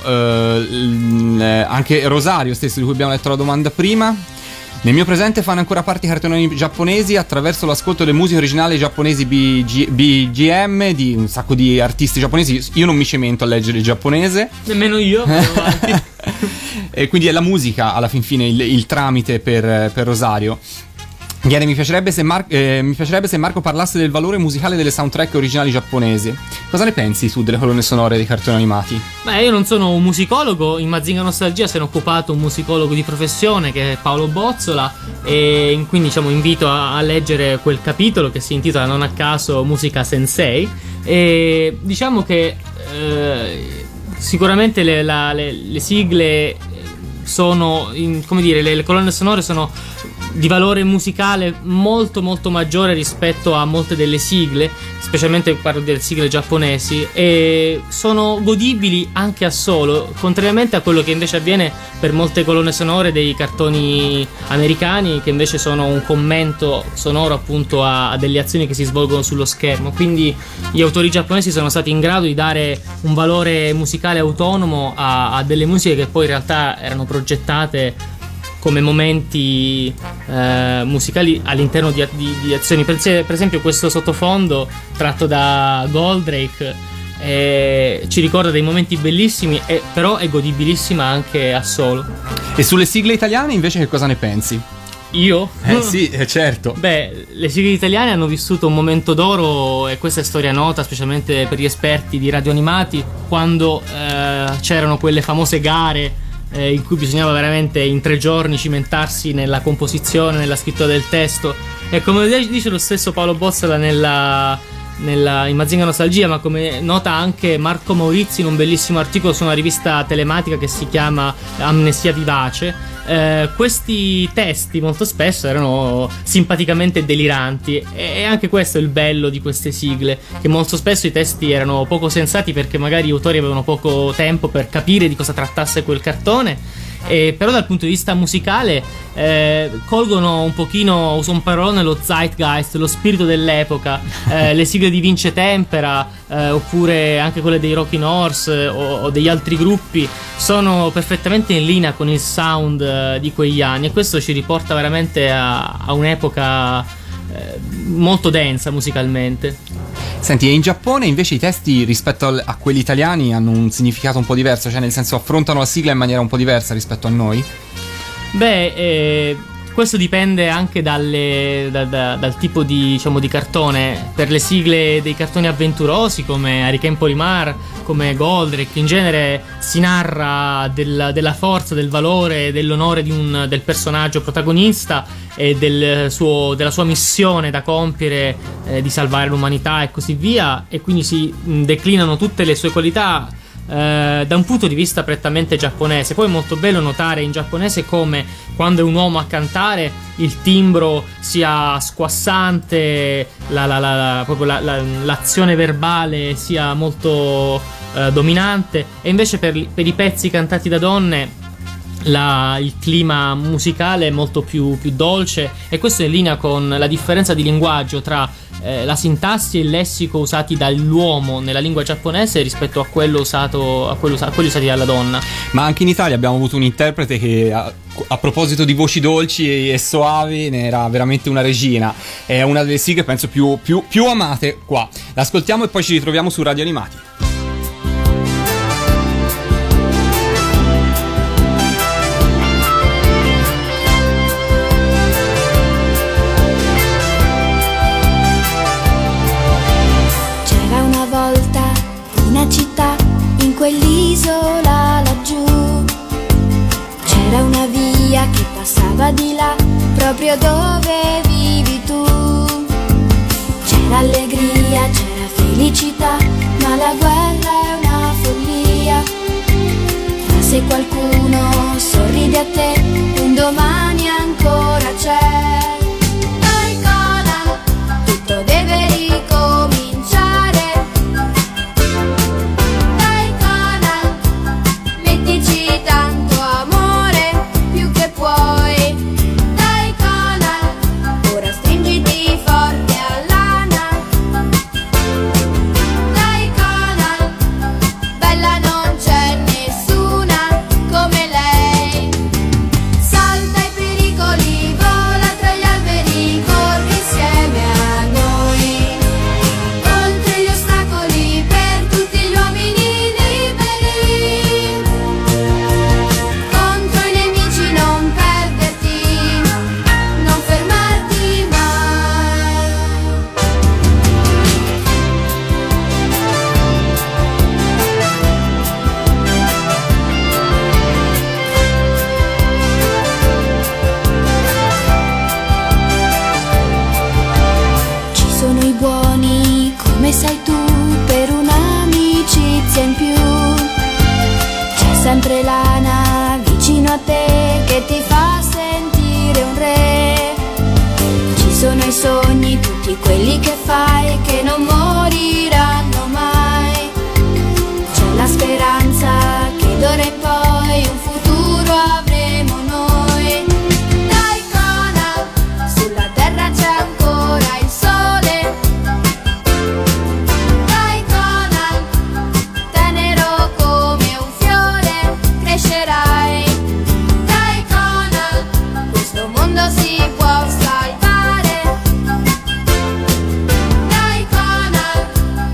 S2: anche Rosario stesso, di cui abbiamo letto la domanda prima. Nel mio presente fanno ancora parte i cartoni giapponesi attraverso l'ascolto delle musiche originali giapponesi BGM di un sacco di artisti giapponesi. Io non mi cimento a leggere il giapponese.
S3: Nemmeno io.
S2: E quindi è la musica alla fin fine il tramite per Rosario. Chiede: mi piacerebbe se Marco parlasse del valore musicale delle soundtrack originali giapponesi. Cosa ne pensi tu delle colonne sonore dei cartoni animati?
S3: Beh, io non sono un musicologo. In Mazinga Nostalgia se ne è occupato un musicologo di professione, che è Paolo Bozzola, e quindi diciamo invito a leggere quel capitolo che si intitola non a caso Musica Sensei. E diciamo che sicuramente le sigle sono come dire, le colonne sonore sono di valore musicale molto molto maggiore rispetto a molte delle sigle, specialmente parlo delle sigle giapponesi, e sono godibili anche a solo, contrariamente a quello che invece avviene per molte colonne sonore dei cartoni americani, che invece sono un commento sonoro appunto a delle azioni che si svolgono sullo schermo. Quindi gli autori giapponesi sono stati in grado di dare un valore musicale autonomo a delle musiche che poi in realtà erano progettate come momenti musicali all'interno di azioni. Per esempio questo sottofondo tratto da Goldrake ci ricorda dei momenti bellissimi, però è godibilissima anche a solo.
S2: E sulle sigle italiane invece che cosa ne pensi?
S3: Io?
S2: Sì, certo.
S3: Beh, le sigle italiane hanno vissuto un momento d'oro, e questa è storia nota specialmente per gli esperti di radioanimati, quando c'erano quelle famose gare in cui bisognava veramente in 3 giorni cimentarsi nella composizione, nella scrittura del testo. E come dice lo stesso Paolo Bozzola in Mazinga Nostalgia, ma come nota anche Marco Maurizi in un bellissimo articolo su una rivista telematica che si chiama Amnesia Vivace, questi testi molto spesso erano simpaticamente deliranti, e anche questo è il bello di queste sigle, che molto spesso i testi erano poco sensati perché magari gli autori avevano poco tempo per capire di cosa trattasse quel cartone. Però dal punto di vista musicale colgono un pochino, uso un parolone, lo zeitgeist, lo spirito dell'epoca. Le sigle di Vince Tempera, oppure anche quelle dei Rocking Horse o degli altri gruppi, sono perfettamente in linea con il sound di quegli anni, e questo ci riporta veramente a un'epoca molto densa musicalmente.
S2: Senti, e in Giappone invece i testi rispetto a quelli italiani hanno un significato un po' diverso, cioè nel senso affrontano la sigla in maniera un po' diversa rispetto a noi?
S3: Beh, questo dipende anche dal tipo di, diciamo, di cartone. Per le sigle dei cartoni avventurosi come Hurricane Polimar, come Goldrake, in genere si narra della forza, del valore, dell'onore del personaggio protagonista e della sua missione da compiere, di salvare l'umanità e così via, e quindi si declinano tutte le sue qualità da un punto di vista prettamente giapponese. Poi è molto bello notare in giapponese come quando è un uomo a cantare il timbro sia squassante, proprio l'azione verbale sia molto dominante, e invece per i pezzi cantati da donne il clima musicale è molto più dolce, e questo è in linea con la differenza di linguaggio tra la sintassi e il lessico usati dall'uomo nella lingua giapponese rispetto a quelli usati dalla donna.
S2: Ma anche in Italia abbiamo avuto un interprete che a proposito di voci dolci e soavi ne era veramente una regina. È una delle sigle penso più amate qua. L'ascoltiamo e poi ci ritroviamo su Radio Animati.
S8: Quell'isola laggiù c'era una via che passava di là, proprio dove vivi tu. C'era allegria, c'era felicità, ma la guerra è una follia. Ma se qualcuno sorride a te, un domani ancora c'è. Dai Conan, tutto deve ricominciare. Sempre Lana vicino a te che ti fa sentire un re. Ci sono i sogni, tutti quelli che fai, che non moriranno mai. C'è la speranza che d'ora in poi un futuro avremo noi. Dai Conan, sulla terra c'è ancora il sole. Dai Conan, tenero come un fiore crescerai. Dai Conan, questo mondo si può salvare. Dai Conan,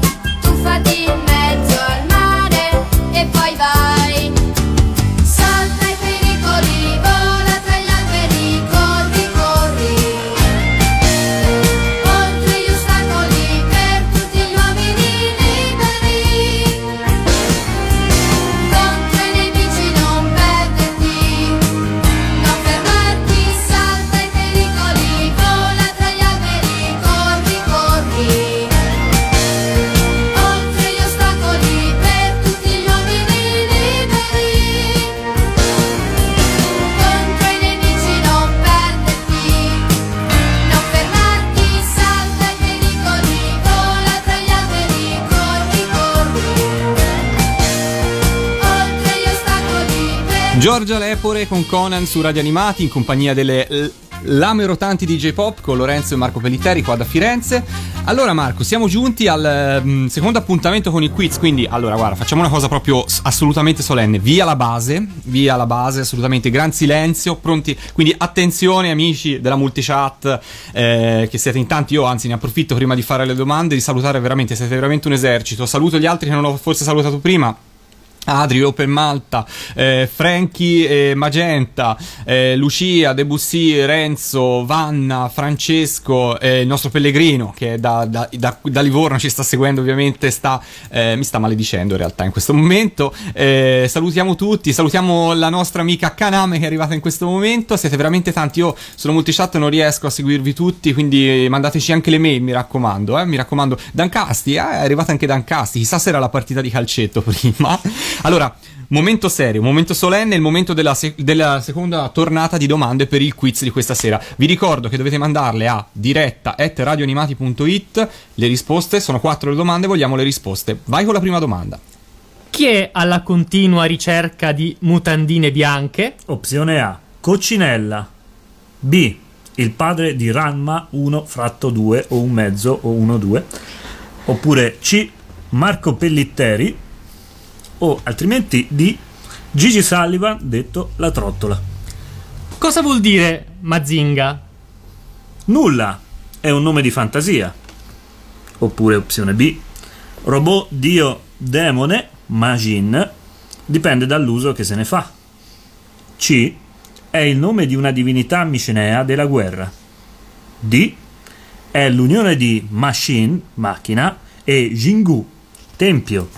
S2: Giorgia Lepore con Conan su Radio Animati in compagnia delle lame rotanti di J-Pop con Lorenzo e Marco Pellitteri qua da Firenze. Allora Marco, siamo giunti al secondo appuntamento con i quiz, quindi allora guarda, facciamo una cosa proprio assolutamente solenne, via la base, assolutamente, gran silenzio, pronti, quindi attenzione amici della multichat che siete in tanti, io anzi ne approfitto prima di fare le domande di salutare veramente, siete veramente un esercito, saluto gli altri che non ho forse salutato prima. Adri, Open Malta, Franchi Magenta, Lucia, Debussy, Renzo, Vanna, Francesco, il nostro Pellegrino che è da Livorno ci sta seguendo ovviamente, mi sta maledicendo in realtà in questo momento. Salutiamo tutti, salutiamo la nostra amica Kaname che è arrivata in questo momento, siete veramente tanti, io sono multichat e non riesco a seguirvi tutti, quindi mandateci anche le mail, mi raccomando. Dancasti, è arrivata anche Dancasti, chissà se era la partita di calcetto prima. Allora, momento serio, momento solenne, il momento della seconda tornata di domande per il quiz di questa sera. Vi ricordo che dovete mandarle a diretta@radioanimati.it. Le risposte sono 4 le domande, vogliamo le risposte. Vai con la prima domanda.
S3: Chi è alla continua ricerca di mutandine bianche?
S9: Opzione A, Coccinella. B, il padre di Ranma 1/2 o 1 mezzo o 1/2. Oppure C, Marco Pellitteri. O altrimenti D, Gigi Sullivan, detto la trottola.
S3: Cosa vuol dire Mazinga?
S9: Nulla, è un nome di fantasia. Oppure opzione B, robot, dio, demone, Majin, dipende dall'uso che se ne fa. C, è il nome di una divinità micenea della guerra. D, è l'unione di Machine, macchina, e Jingu, tempio.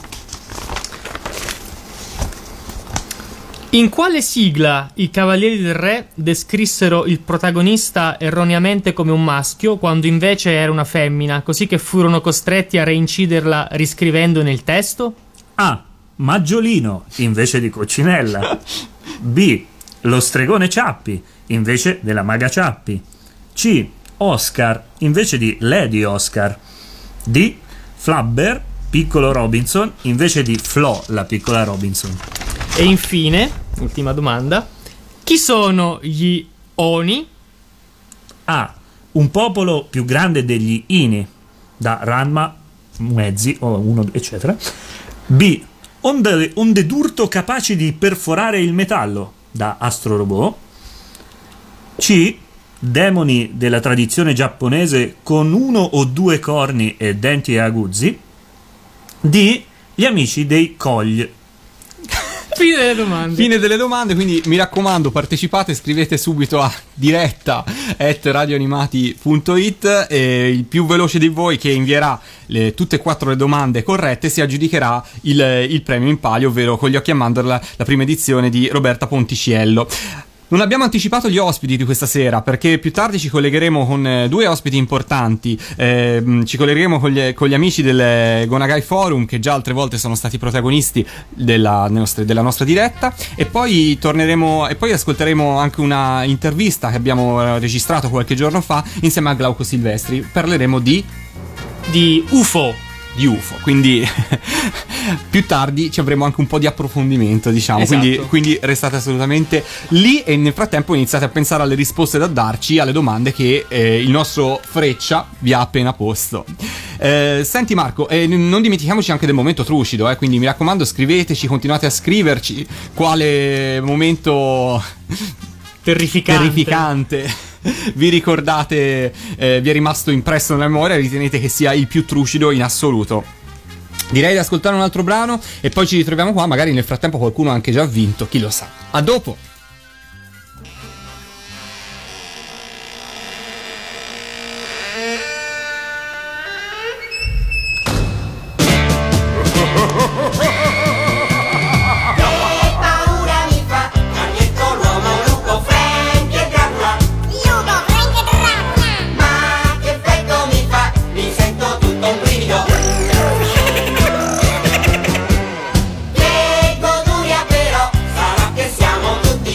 S3: In quale sigla i Cavalieri del Re descrissero il protagonista erroneamente come un maschio quando invece era una femmina, così che furono costretti a reinciderla riscrivendone il testo?
S9: A, Maggiolino invece di Coccinella. B, lo stregone Ciappi invece della maga Ciappi. C, Oscar invece di Lady Oscar. D, Flabber, piccolo Robinson invece di Flo, la piccola Robinson.
S3: E infine, ultima domanda, chi sono gli Oni?
S9: A, un popolo più grande degli Ini, da Ranma mezzi o 1 eccetera. B, onde d'urto capaci di perforare il metallo, da Astro Robot. C, demoni della tradizione giapponese con 1 o 2 corni e denti aguzzi. D, gli amici dei Cogli.
S3: Fine delle domande,
S2: quindi mi raccomando, partecipate, scrivete subito a diretta@radioanimati.it e il più veloce di voi che invierà tutte e 4 le domande corrette si aggiudicherà il premio in palio, ovvero Con gli occhi a mandorla, la prima edizione di Roberta Ponticiello. Non abbiamo anticipato gli ospiti di questa sera perché più tardi ci collegheremo con 2 ospiti importanti, ci collegheremo con gli amici del Gonagai Forum che già altre volte sono stati protagonisti della nostra diretta e poi torneremo e poi ascolteremo anche una intervista che abbiamo registrato qualche giorno fa insieme a Glauco Silvestri. Parleremo di
S3: UFO.
S2: Quindi più tardi ci avremo anche un po' di approfondimento, diciamo.
S3: Esatto.
S2: Quindi restate assolutamente lì e nel frattempo iniziate a pensare alle risposte da darci alle domande che il nostro Freccia vi ha appena posto. Senti Marco, non dimentichiamoci anche del momento truscido, quindi mi raccomando scriveteci, continuate a scriverci quale momento terrificante vi ricordate, vi è rimasto impresso nella memoria e ritenete che sia il più trucido in assoluto. Direi di ascoltare un altro brano e poi ci ritroviamo qua, magari nel frattempo qualcuno ha anche già vinto, chi lo sa. A dopo!
S10: Che goduria però sarà che siamo tutti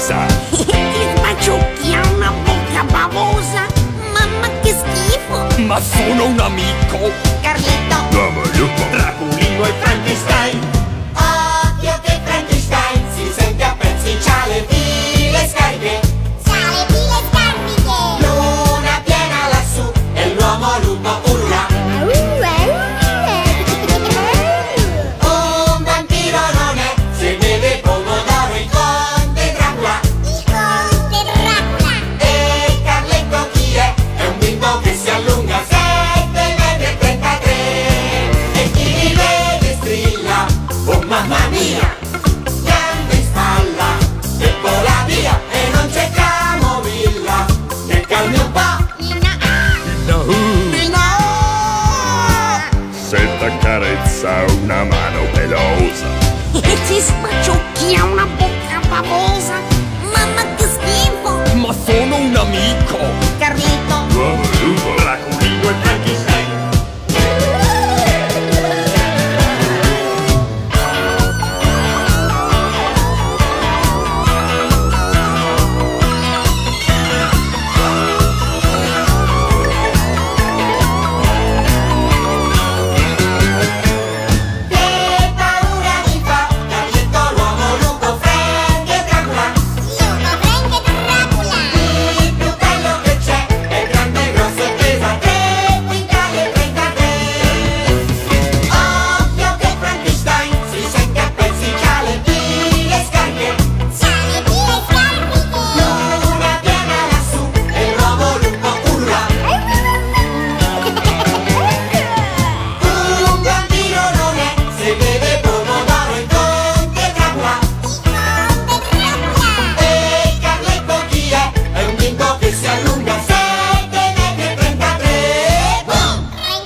S4: carezza.
S10: Che sbaciucchi, ha una bocca bavosa. Mamma che schifo.
S4: Ma sono un amico.
S10: Carlito.
S4: Draculino e Frankenstein.
S10: Occhio che Frankenstein si sente a pezzi, c'ha le pile scariche. C'ha le pile scariche. Luna piena lassù e l'uomo lupo urla. Un vampiro non è, se beve pomodoro il conte Dracula. Il conte Dracula. E Carletto chi è? È un bimbo che si allunga 7,33 m. E chi li vede strilla, oh mamma mia, grande in spalla, e vola via, e non c'è camomilla, che calmi un po'.
S4: Se t'accarezza una mano pelosa.
S10: E ti sbaciucchi, ha una bocca bavosa. Mamma che schifo.
S4: Ma sono un amico.
S10: Carlito.
S4: Draculino e Frankenstein.
S10: Che paura mi fa, Carletto l'uomo lupo, Frank e Dracula. Lupo, Frank e Dracula. Il più bello che c'è è grande, grosso e pesa 3 quintali e 33. Occhio che Frankenstein si sente a pezzi, c'ha le pile scariche. C'ha le pile scariche. Luna piena lassù e l'uomo lupo urla. Un vampiro non è, se beve pomodoro il conte Dracula. Il conte Dracula. E Carletto chi è? È un bimbo che si allunga 7,33 m.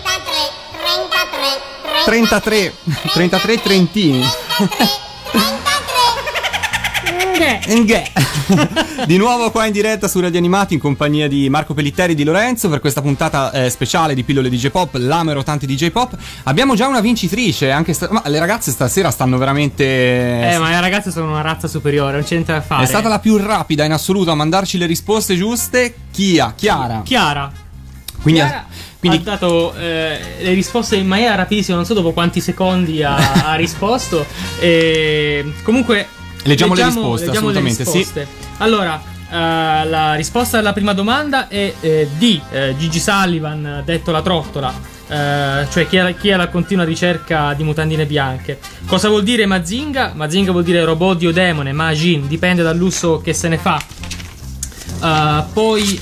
S2: 33 trentini. Di nuovo qua in diretta su Radio Animati in compagnia di Marco Pellitteri e di Lorenzo per questa puntata speciale di Pillole DJ Pop, l'amero tanti DJ Pop. Abbiamo già una vincitrice, anche ma le ragazze stasera stanno veramente...
S3: Ma le ragazze sono una razza superiore, non c'è niente da fare.
S2: È stata la più rapida in assoluto a mandarci le risposte giuste. Chiara. Quindi
S3: ha dato le risposte in maniera rapidissima, non so dopo quanti secondi ha risposto. Comunque
S2: leggiamo le risposte, assolutamente,
S3: le risposte. Sì. Allora, la risposta alla prima domanda è di Gigi Sullivan, detto la trottola, cioè chi è la continua ricerca di mutandine bianche. Cosa vuol dire Mazinga? Mazinga vuol dire robot dio demone, Majin, dipende dall'uso che se ne fa. Poi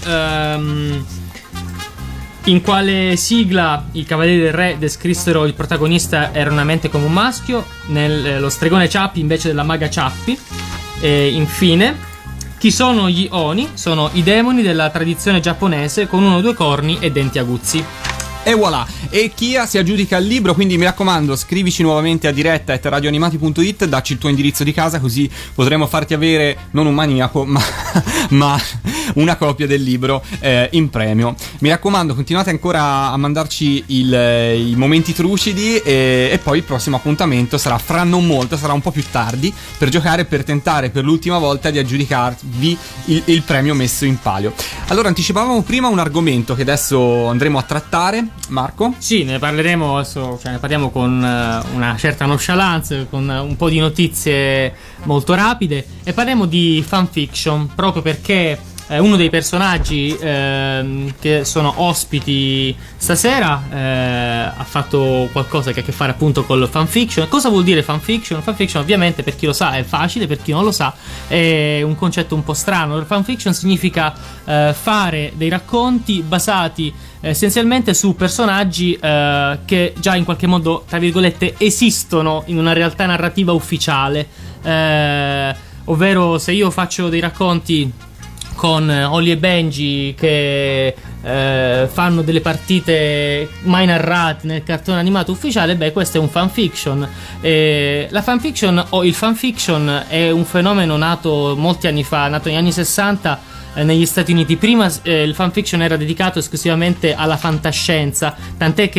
S3: in quale sigla i Cavalieri del Re descrissero il protagonista erroneamente come un maschio? Lo stregone Ciappi invece della maga Ciappi. E infine, chi sono gli Oni? Sono i demoni della tradizione giapponese con 1 o 2 corni e denti aguzzi.
S2: E voilà, e Kia si aggiudica il libro, quindi mi raccomando scrivici nuovamente a diretta @radioanimati.it, dacci il tuo indirizzo di casa così potremo farti avere non un maniaco ma una copia del libro in premio. Mi raccomando, continuate ancora a mandarci i momenti trucidi e poi il prossimo appuntamento sarà fra non molto, sarà un po' più tardi, per giocare, per tentare per l'ultima volta di aggiudicarvi il premio messo in palio. Allora, anticipavamo prima un argomento che adesso andremo a trattare. Marco?
S3: Sì, ne parleremo adesso, cioè ne parliamo con una certa nonchalance, con un po' di notizie molto rapide, e parliamo di fanfiction, proprio perché uno dei personaggi che sono ospiti stasera ha fatto qualcosa che ha a che fare appunto con il fanfiction. Cosa vuol dire fanfiction? Fanfiction ovviamente, per chi lo sa è facile, per chi non lo sa è un concetto un po' strano. Il fanfiction significa fare dei racconti basati essenzialmente su personaggi che già in qualche modo, tra virgolette, esistono in una realtà narrativa ufficiale, ovvero se io faccio dei racconti con Holly e Benji che fanno delle partite mai narrate nel cartone animato ufficiale, beh, questo è un fanfiction. La fanfiction o il fanfiction è un fenomeno nato molti anni fa, nato negli anni 60 negli Stati Uniti. Prima il fanfiction era dedicato esclusivamente alla fantascienza, tant'è che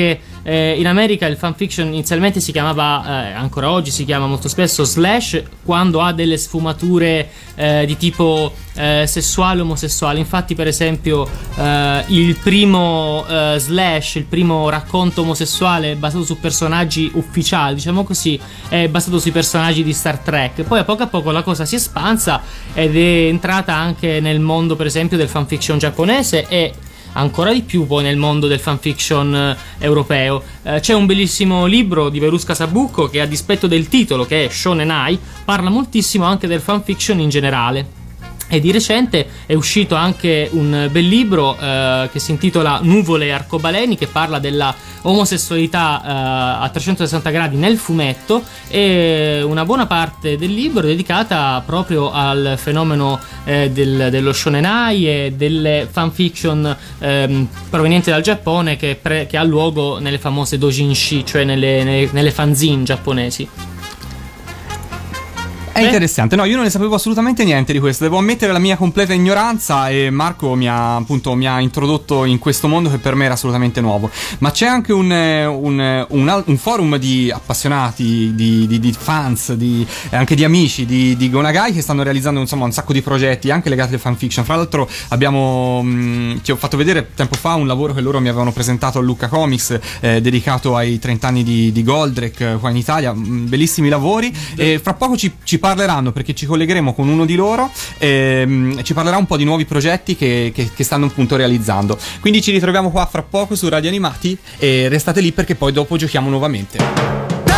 S3: in America il fanfiction inizialmente si chiamava, ancora oggi si chiama molto spesso slash, quando ha delle sfumature di tipo sessuale o omosessuale. Infatti, per esempio, il primo slash, il primo racconto omosessuale basato su personaggi ufficiali, diciamo così, è basato sui personaggi di Star Trek. Poi a poco la cosa si è espansa ed è entrata anche nel mondo, per esempio, del fanfiction giapponese e ancora di più poi nel mondo del fanfiction europeo. C'è un bellissimo libro di Veruska Sabucco che, a dispetto del titolo, che è Shonen Ai, parla moltissimo anche del fanfiction in generale. E di recente è uscito anche un bel libro che si intitola Nuvole e arcobaleni, che parla della omosessualità a 360 gradi nel fumetto, e una buona parte del libro è dedicata proprio al fenomeno dello shonenai e delle fanfiction provenienti dal Giappone che ha luogo nelle famose doujinshi, cioè nelle fanzine giapponesi.
S2: È interessante, no, io non ne sapevo assolutamente niente di questo, devo ammettere la mia completa ignoranza, e Marco mi ha introdotto in questo mondo che per me era assolutamente nuovo. Ma c'è anche un forum di appassionati, di fans, anche di amici di Go Nagai, che stanno realizzando, insomma, un sacco di progetti anche legati alle fanfiction. Fra l'altro ti ho fatto vedere tempo fa un lavoro che loro mi avevano presentato a Lucca Comics, dedicato ai 30 anni di Goldrake qua in Italia. Bellissimi lavori, e fra poco ci parleranno, perché ci collegheremo con uno di loro, ci parlerà un po' di nuovi progetti che stanno appunto realizzando. Quindi ci ritroviamo qua fra poco su Radio Animati, e restate lì perché poi dopo giochiamo nuovamente.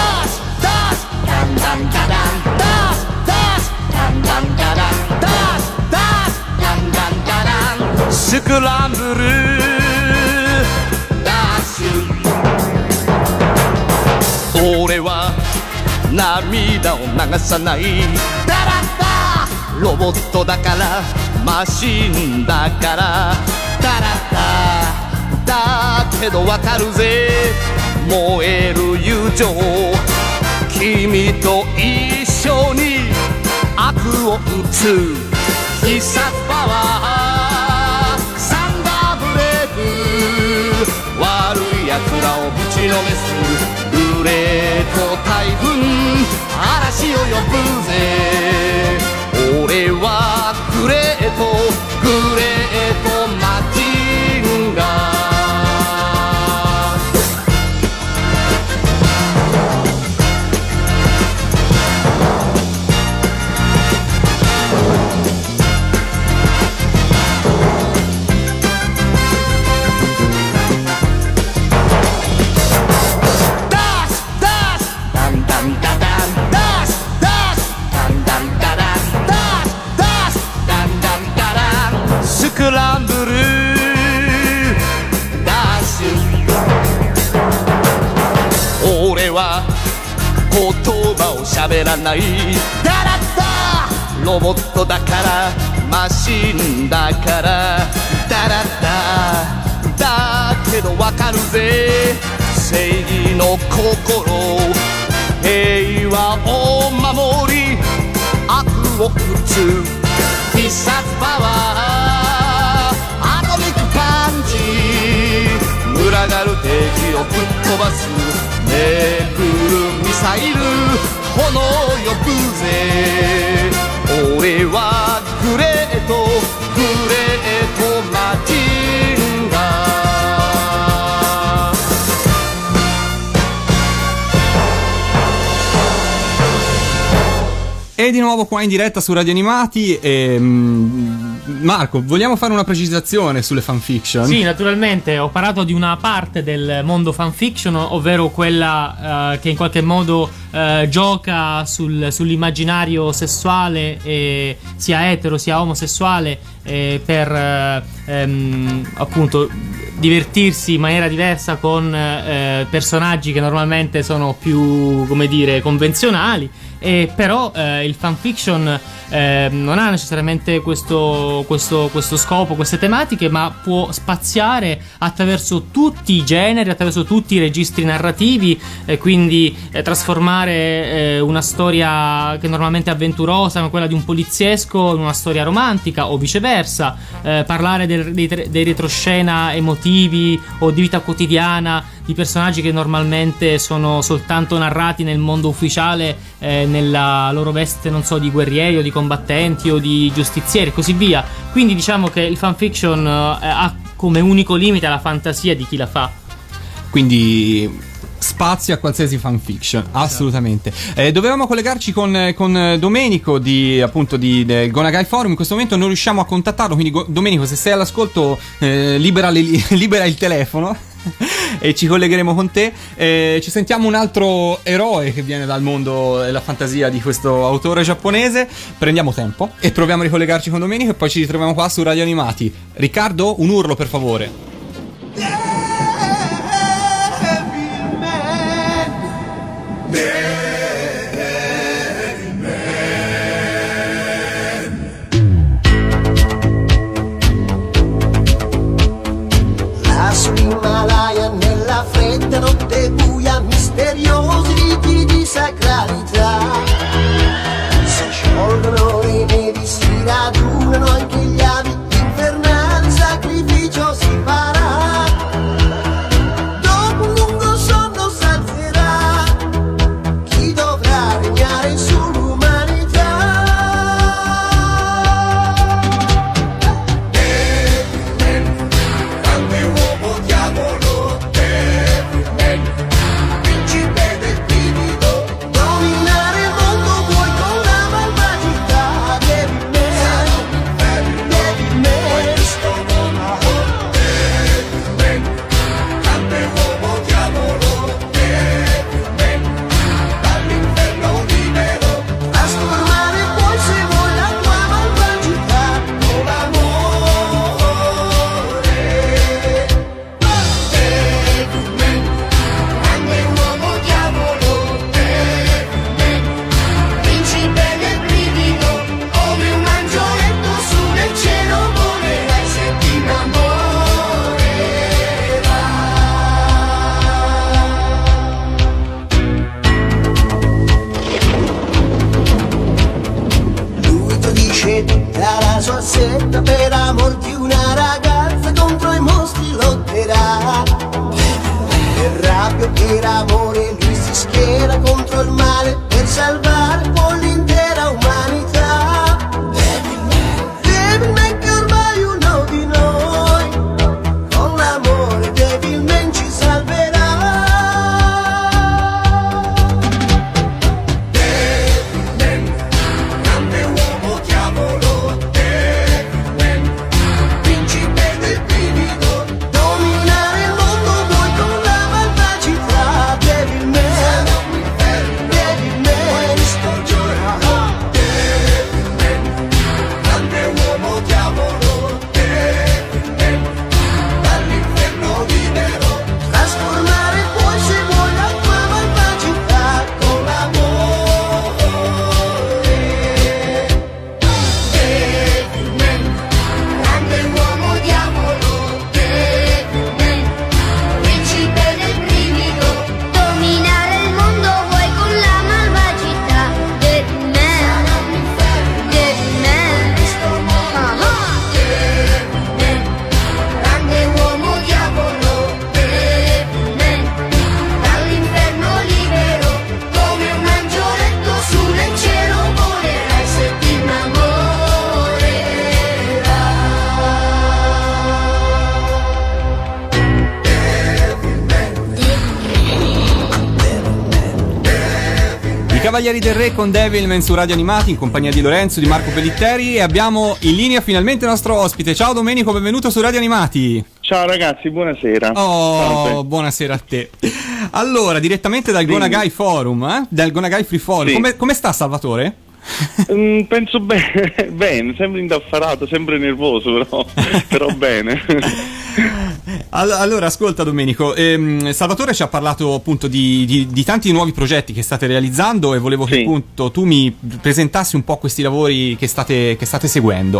S4: Ore 涙を流さないだらだロボットだからマシンだからだらだだけどわかるぜ燃える友情君と一緒に悪を打つ必殺パワーサンダーブレイブ悪い奴らをぶちのめすグレート台風嵐を呼ぶぜ俺はグレートマジンガースクランブルダッシュ俺は言葉を喋らないだらだロボットだからマシンだからだらだだけどわかるぜ正義の心平和を守り悪を打つ必殺パワーアトミックパンチ群がる敵をぶっ飛ばすめくるミサイル炎呼ぶぜ俺はグレートマジンガー
S2: E di nuovo qua in diretta su Radio Animati. Marco, vogliamo fare una precisazione sulle fanfiction?
S3: Sì, naturalmente. Ho parlato di una parte del mondo fanfiction, ovvero quella che in qualche modo gioca sull'immaginario sessuale, sia etero sia omosessuale, per appunto divertirsi in maniera diversa con personaggi che normalmente sono più, come dire, convenzionali. Però il fanfiction non ha necessariamente questo scopo, queste tematiche, ma può spaziare attraverso tutti i generi, attraverso tutti i registri narrativi, quindi trasformare una storia che normalmente è avventurosa, come quella di un poliziesco, in una storia romantica, o viceversa. diversa, parlare dei retroscena emotivi o di vita quotidiana di personaggi che normalmente sono soltanto narrati nel mondo ufficiale, nella loro veste, non so, di guerrieri o di combattenti o di giustizieri e così via. Quindi diciamo che il fanfiction ha come unico limite la fantasia di chi la fa.
S2: Quindi spazio a qualsiasi fanfiction, assolutamente. Dovevamo collegarci con Domenico del Gonagai Forum. In questo momento non riusciamo a contattarlo, quindi Domenico, se sei all'ascolto, libera il telefono e ci collegheremo con te. Ci sentiamo un altro eroe che viene dal mondo della fantasia di questo autore giapponese. Prendiamo tempo e proviamo a ricollegarci con Domenico e poi ci ritroviamo qua su Radio Animati. Riccardo, un urlo per favore.
S11: L'Himalaya nella fredda notte buia, misteriosi riti di sacralità. Si sciolgono le nevi, si radunano anche gli avi, infernali sacrificio si farà. Dopo un lungo sonno s'alzerà chi dovrà regnare sull'umanità. Grande uomo diavolo, Devilman, principe del brivido, dominare il mondo vuoi con la malvagità. Devilman, Devilman, questo mondo. Devilman, grande uomo diavolo, Devilman, dall'inferno libero, trasformare poi se vuoi la tua malvagità con l'amore. Devilman, grande uomo diavolo, Devilman, principe del brivido, come un angioletto su nel cielo volerai se ti Lui ti dice tutta la sua setta per amor di una ragazza, contro i mostri lotterà. Per rabbia, per amore lui si schiera contro il male per salvare poi l'intera umanità. Devilman che ormai è uno di noi, con l'amore Devilman ci salverà. Devilman, grande uomo diavolo, Devilman, principe del brivido, dominare il mondo vuoi con la malvagità. Devilman, Devilman, sto giorno. Devilman, grande uomo diavolo, Devilman, dall'inferno libero, trasformare poi se vuoi la tua malvagità con l'amore. Devilman, grande uomo diavolo, Devilman, principe del brivido,
S8: Dominare il mondo vuoi con la malvagità. Devilman, Devilman,
S11: grande uomo diavolo, Devilman, dall'inferno libero, come un angioletto su nel cielo volerai se ti
S2: I Cavalieri del Re con Devilman su Radio Animati in compagnia di Lorenzo, di Marco Pellitteri, e abbiamo in linea finalmente il nostro ospite. Ciao Domenico, benvenuto su Radio Animati.
S12: Ciao ragazzi, buonasera.
S2: Oh,
S12: Salve.
S2: buonasera a te. Allora, direttamente dal Gonagai Forum, dal Gonagai Free Forum,
S12: Sì.
S2: come sta Salvatore?
S12: Penso bene, sempre indaffarato, sempre nervoso, però bene.
S2: Allora, ascolta Domenico, Salvatore ci ha parlato appunto di tanti nuovi progetti che state realizzando e volevo che appunto tu mi presentassi un po' questi lavori che state seguendo.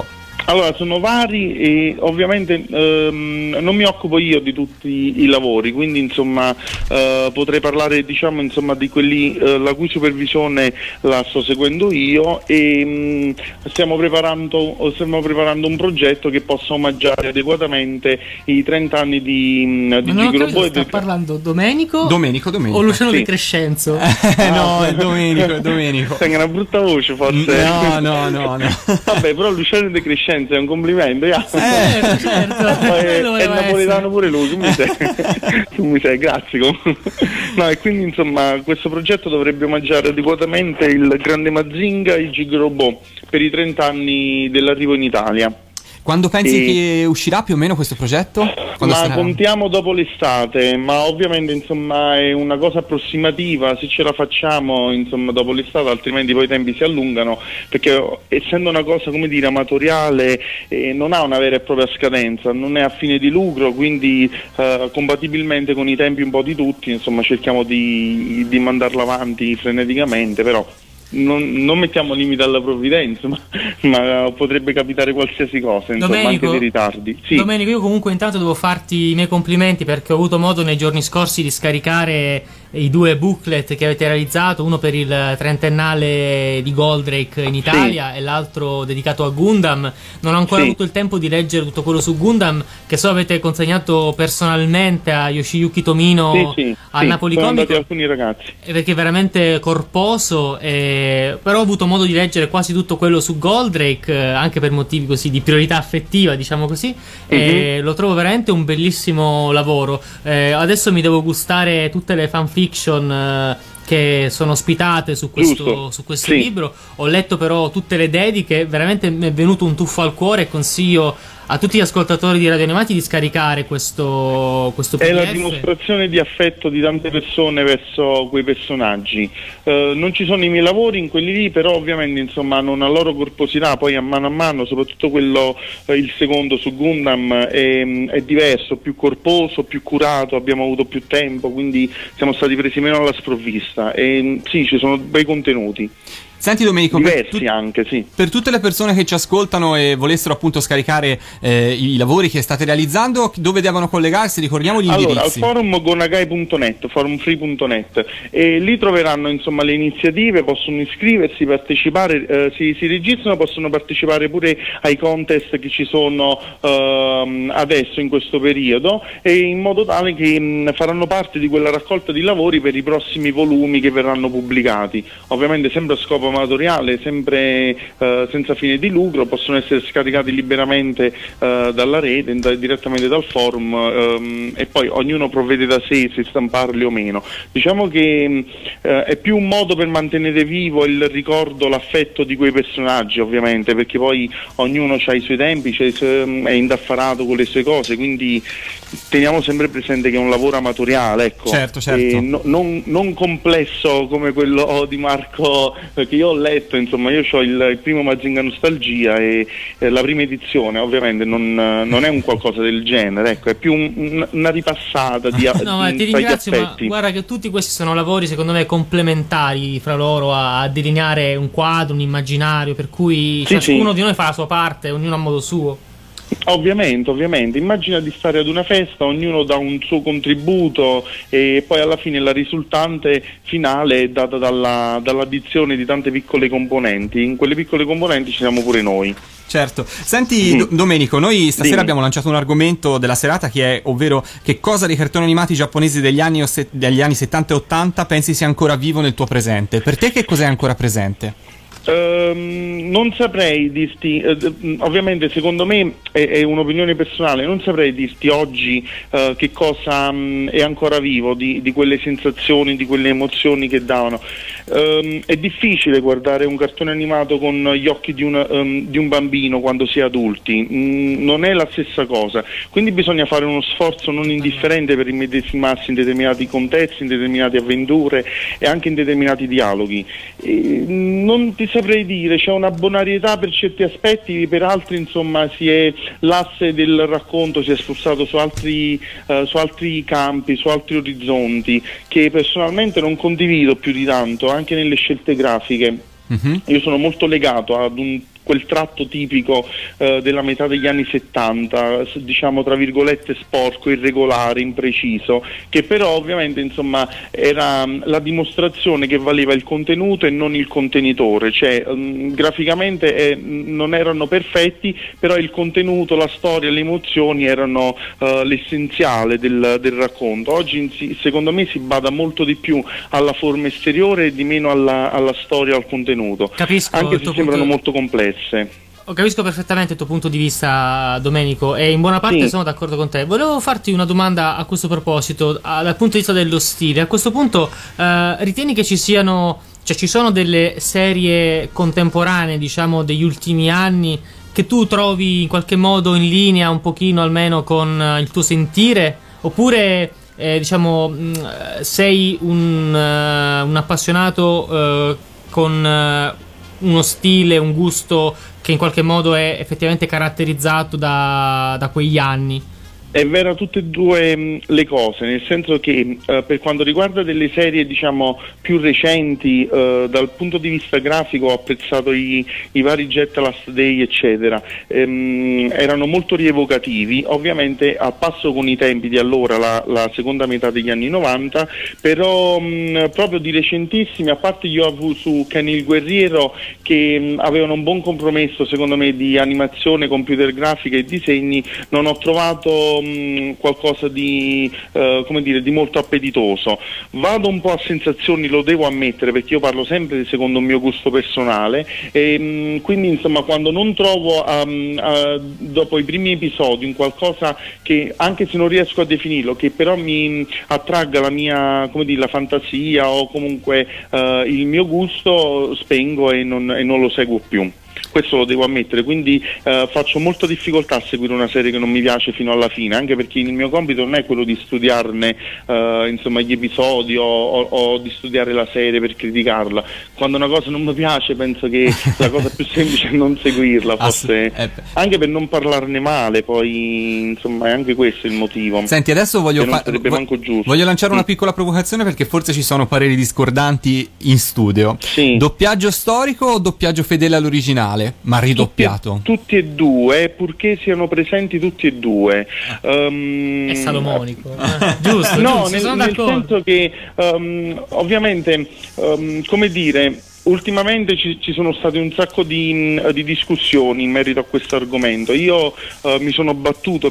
S12: Allora, sono vari e ovviamente non mi occupo io di tutti i lavori, quindi insomma potrei parlare insomma di quelli la cui supervisione la sto seguendo io e stiamo preparando un progetto che possa omaggiare adeguatamente i 30 anni di Gigrobò.
S3: Sta parlando Domenico?
S2: Domenico.
S3: O Luciano
S2: sì.
S3: De Crescenzo?
S2: No, è Domenico.
S12: Sembra una brutta voce forse.
S2: No.
S12: Vabbè, però Luciano De Crescenzo è un complimento,
S3: certo.
S12: È napoletano pure lui, tu mi sei, grazie comunque. No, e quindi insomma questo progetto dovrebbe omaggiare adeguatamente il grande Mazinga e il Gigrobò per i 30 anni dell'arrivo in Italia.
S2: Quando pensi che uscirà più o meno questo progetto?
S12: Contiamo dopo l'estate, ma ovviamente insomma è una cosa approssimativa, se ce la facciamo insomma dopo l'estate, altrimenti poi i tempi si allungano, perché essendo una cosa come dire amatoriale non ha una vera e propria scadenza, non è a fine di lucro, quindi compatibilmente con i tempi un po' di tutti insomma cerchiamo di mandarla avanti freneticamente, però non mettiamo limite alla provvidenza, ma potrebbe capitare qualsiasi cosa, insomma,
S3: Domenico,
S12: anche dei ritardi. Sì.
S3: Domenico, io comunque intanto devo farti i miei complimenti perché ho avuto modo nei giorni scorsi di scaricare i 2 booklet che avete realizzato, uno per il 30ennale di Goldrake in Italia e l'altro dedicato a Gundam. Non ho ancora avuto il tempo di leggere tutto quello su Gundam, che so avete consegnato personalmente a Yoshiyuki Tomino al Napoli Comic,
S12: alcuni ragazzi,
S3: perché è veramente corposo, però ho avuto modo di leggere quasi tutto quello su Goldrake, anche per motivi così di priorità affettiva, diciamo così, e lo trovo veramente un bellissimo lavoro. Adesso mi devo gustare tutte le fanfiction che sono ospitate su questo libro. Ho letto però tutte le dediche, veramente mi è venuto un tuffo al cuore e consiglio a tutti gli ascoltatori di Radio Animati di scaricare questo PDF.
S12: È la dimostrazione di affetto di tante persone verso quei personaggi. Non ci sono i miei lavori in quelli lì, però ovviamente insomma hanno una loro corposità, poi a mano, soprattutto quello il secondo su Gundam è diverso, più corposo, più curato, abbiamo avuto più tempo, quindi siamo stati presi meno alla sprovvista e sì, ci sono bei contenuti.
S2: Senti Domenico,
S12: per
S2: tutte le persone che ci ascoltano e volessero appunto scaricare i lavori che state realizzando, dove devono collegarsi? Ricordiamo gli indirizzi.
S12: Allora, al forum gonagai.net, forumfree.net, e lì troveranno insomma le iniziative, possono iscriversi, partecipare, si registrano, possono partecipare pure ai contest che ci sono adesso in questo periodo, e in modo tale che faranno parte di quella raccolta di lavori per i prossimi volumi che verranno pubblicati, ovviamente sempre a scopo amatoriale, sempre senza fine di lucro, possono essere scaricati liberamente dalla rete, direttamente dal forum, e poi ognuno provvede da sé se stamparli o meno. Diciamo che è più un modo per mantenere vivo il ricordo, l'affetto di quei personaggi, ovviamente, perché poi ognuno ha i suoi tempi, è indaffarato con le sue cose, quindi teniamo sempre presente che è un lavoro amatoriale, ecco.
S2: Certo.
S12: E non complesso come quello di Marco che io ho letto, insomma. Io ho il primo Mazinga Nostalgia e la prima edizione, ovviamente non è un qualcosa del genere, ecco, è più una ripassata di
S3: no, ma ti ringrazio, ma guarda che tutti questi sono lavori secondo me complementari fra loro a delineare un quadro, un immaginario, per cui ciascuno di noi fa la sua parte, ognuno a modo suo.
S12: Ovviamente, immagina di stare ad una festa, ognuno dà un suo contributo e poi alla fine la risultante finale è data dall'addizione di tante piccole componenti. In quelle piccole componenti ci siamo pure noi.
S2: Certo. Senti Domenico, noi stasera abbiamo lanciato un argomento della serata che è, ovvero, che cosa dei cartoni animati giapponesi degli anni 70 e 80 pensi sia ancora vivo nel tuo presente? Per te che cos'è ancora presente?
S12: Non saprei dirti, ovviamente secondo me è un'opinione personale, non saprei dirti oggi che cosa è ancora vivo di quelle sensazioni, di quelle emozioni che davano. È difficile guardare un cartone animato con gli occhi di un bambino quando si è adulti, non è la stessa cosa, quindi bisogna fare uno sforzo non indifferente per immedesimarsi in determinati contesti, in determinate avventure e anche in determinati dialoghi. Non ti saprei dire, c'è una bonarietà per certi aspetti, per altri insomma l'asse del racconto si è spostato su altri campi, su altri orizzonti che personalmente non condivido più di tanto, anche nelle scelte grafiche. Io sono molto legato ad un quel tratto tipico della metà degli anni 70, diciamo tra virgolette sporco, irregolare, impreciso, che però ovviamente insomma era la dimostrazione che valeva il contenuto e non il contenitore, cioè graficamente non erano perfetti, però il contenuto, la storia, le emozioni erano l'essenziale del racconto. Oggi secondo me si bada molto di più alla forma esteriore e di meno alla storia, al contenuto.
S3: Capisco,
S12: anche se sembrano molto complesse.
S3: Capisco perfettamente il tuo punto di vista, Domenico, e in buona parte sono d'accordo con te. Volevo farti una domanda a questo proposito, dal punto di vista dello stile. A questo punto ritieni che ci sono delle serie contemporanee, diciamo degli ultimi anni, che tu trovi in qualche modo in linea un pochino almeno con il tuo sentire, oppure sei un appassionato con uno stile, un gusto che in qualche modo è effettivamente caratterizzato da quegli anni?
S12: È vera tutte e due le cose, nel senso che per quanto riguarda delle serie diciamo più recenti, dal punto di vista grafico ho apprezzato i vari Jet Last Day eccetera, erano molto rievocativi, ovviamente al passo con i tempi di allora, la seconda metà degli anni 90, però proprio di recentissimi, a parte gli OAV su Ken il Guerriero, che avevano un buon compromesso secondo me di animazione, computer grafica e disegni, non ho trovato qualcosa di di molto appetitoso. Vado un po' a sensazioni, lo devo ammettere, perché io parlo sempre secondo il mio gusto personale, e quindi insomma quando non trovo dopo i primi episodi un qualcosa che, anche se non riesco a definirlo, che però mi attragga la mia la fantasia o comunque il mio gusto, spengo e non lo seguo più. Questo lo devo ammettere, quindi faccio molta difficoltà a seguire una serie che non mi piace fino alla fine, anche perché il mio compito non è quello di studiarne gli episodi o di studiare la serie per criticarla. Quando una cosa non mi piace penso che la cosa più semplice è non seguirla, forse anche per non parlarne male, poi insomma è anche questo il motivo.
S2: Senti, adesso voglio lanciare una piccola provocazione, perché forse ci sono pareri discordanti in studio. Doppiaggio storico o doppiaggio fedele all'originale, ma ridoppiato?
S12: Tutti e due, purché siano presenti tutti e due.
S3: È salomonico. Giusto,
S12: no,
S3: giusto,
S12: nel senso che ovviamente ultimamente ci sono state un sacco di discussioni in merito a questo argomento. Io mi sono battuto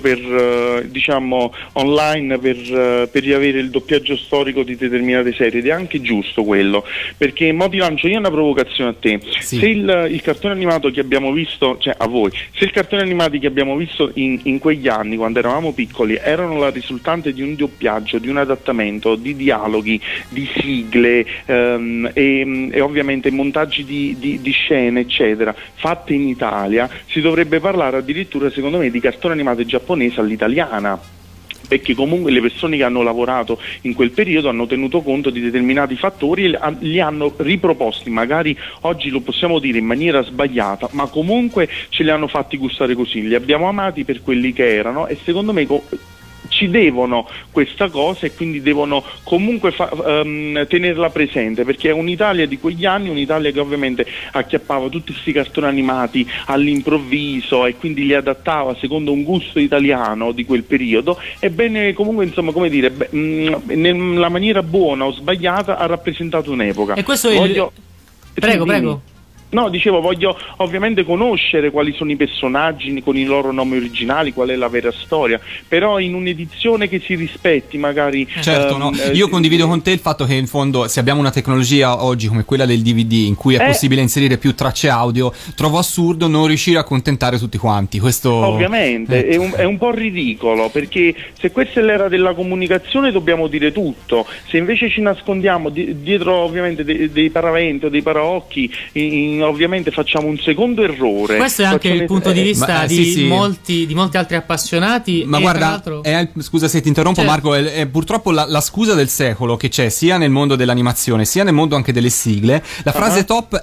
S12: online per riavere il doppiaggio storico di determinate serie, ed è anche giusto quello, perché ti lancio io una provocazione a te. Se il cartone animato che abbiamo visto, cioè a voi, se il cartone animati che abbiamo visto in quegli anni quando eravamo piccoli erano la risultante di un doppiaggio, di un adattamento, di dialoghi, di sigle e ovviamente montaggi di scene eccetera fatte in Italia, si dovrebbe parlare addirittura secondo me di cartone animato giapponese all'italiana, perché comunque le persone che hanno lavorato in quel periodo hanno tenuto conto di determinati fattori e li hanno riproposti, magari oggi lo possiamo dire in maniera sbagliata, ma comunque ce li hanno fatti gustare così, li abbiamo amati per quelli che erano, e secondo me ci devono questa cosa, e quindi devono comunque tenerla presente, perché è un'Italia di quegli anni, un'Italia che ovviamente acchiappava tutti questi cartoni animati all'improvviso e quindi li adattava secondo un gusto italiano di quel periodo. Ebbene, comunque nella maniera buona o sbagliata ha rappresentato un'epoca.
S3: E questo Prego.
S12: No, dicevo, voglio ovviamente conoscere quali sono i personaggi con i loro nomi originali, qual è la vera storia, però in un'edizione che si rispetti magari...
S2: Certo, no. Io condivido con te il fatto che in fondo, se abbiamo una tecnologia oggi come quella del DVD in cui è possibile inserire più tracce audio, trovo assurdo non riuscire a accontentare tutti quanti. Questo
S12: ovviamente è un po' ridicolo, perché se questa è l'era della comunicazione dobbiamo dire tutto, se invece ci nascondiamo dietro ovviamente dei paraventi o dei paraocchi, ovviamente facciamo un secondo errore.
S3: Questo è anche il punto di vista di molti altri appassionati.
S2: Ma guarda, scusa se ti interrompo, Marco, è purtroppo la scusa del secolo che c'è sia nel mondo dell'animazione sia nel mondo anche delle sigle. La frase top è: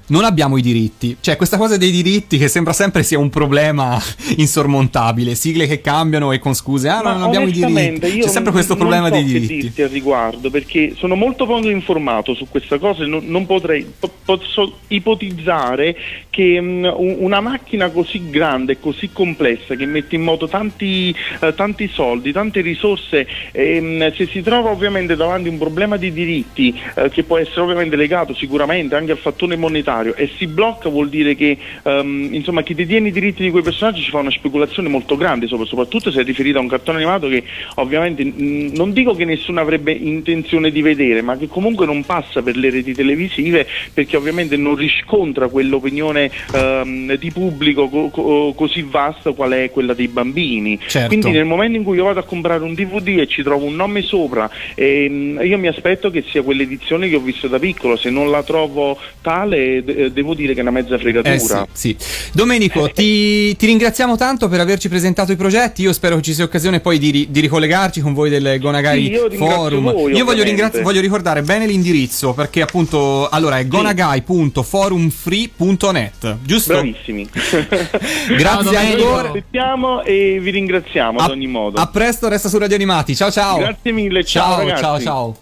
S2: non abbiamo i diritti. Cioè, questa cosa dei diritti che sembra sempre sia un problema insormontabile, sigle che cambiano e con scuse, non abbiamo i diritti. C'è sempre questo problema dei diritti.
S12: Non so che dirti al riguardo, perché sono molto poco informato su questa cosa e non potrei, posso ipotizzare che una macchina così grande e così complessa, che mette in moto tanti soldi, tante risorse, se si trova ovviamente davanti un problema di diritti che può essere ovviamente legato sicuramente anche al fattore monetario, e si blocca, vuol dire che insomma chi detiene i diritti di quei personaggi ci fa una speculazione molto grande, soprattutto se è riferito a un cartone animato che ovviamente non dico che nessuno avrebbe intenzione di vedere, ma che comunque non passa per le reti televisive, perché ovviamente non riscontra quell'opinione di pubblico così vasta qual è quella dei bambini.
S2: Certo.
S12: Quindi nel momento in cui io vado a comprare un DVD e ci trovo un nome sopra, io mi aspetto che sia quell'edizione che ho visto da piccolo. Se non la trovo tale, devo dire che è una mezza fregatura.
S2: Sì. Domenico, ti ringraziamo tanto per averci presentato i progetti. Io spero che ci sia occasione poi di ricollegarci con voi del Gonagai Forum. Io voglio ricordare bene l'indirizzo, perché appunto allora è gonagai.forumfree.net, giusto?
S12: Bravissimi.
S2: Grazie ancora.
S12: Aspettiamo e vi ringraziamo ad ogni modo.
S2: A presto, resta su Radio Animati. Ciao.
S12: Grazie mille, ciao ragazzi.
S2: Ciao.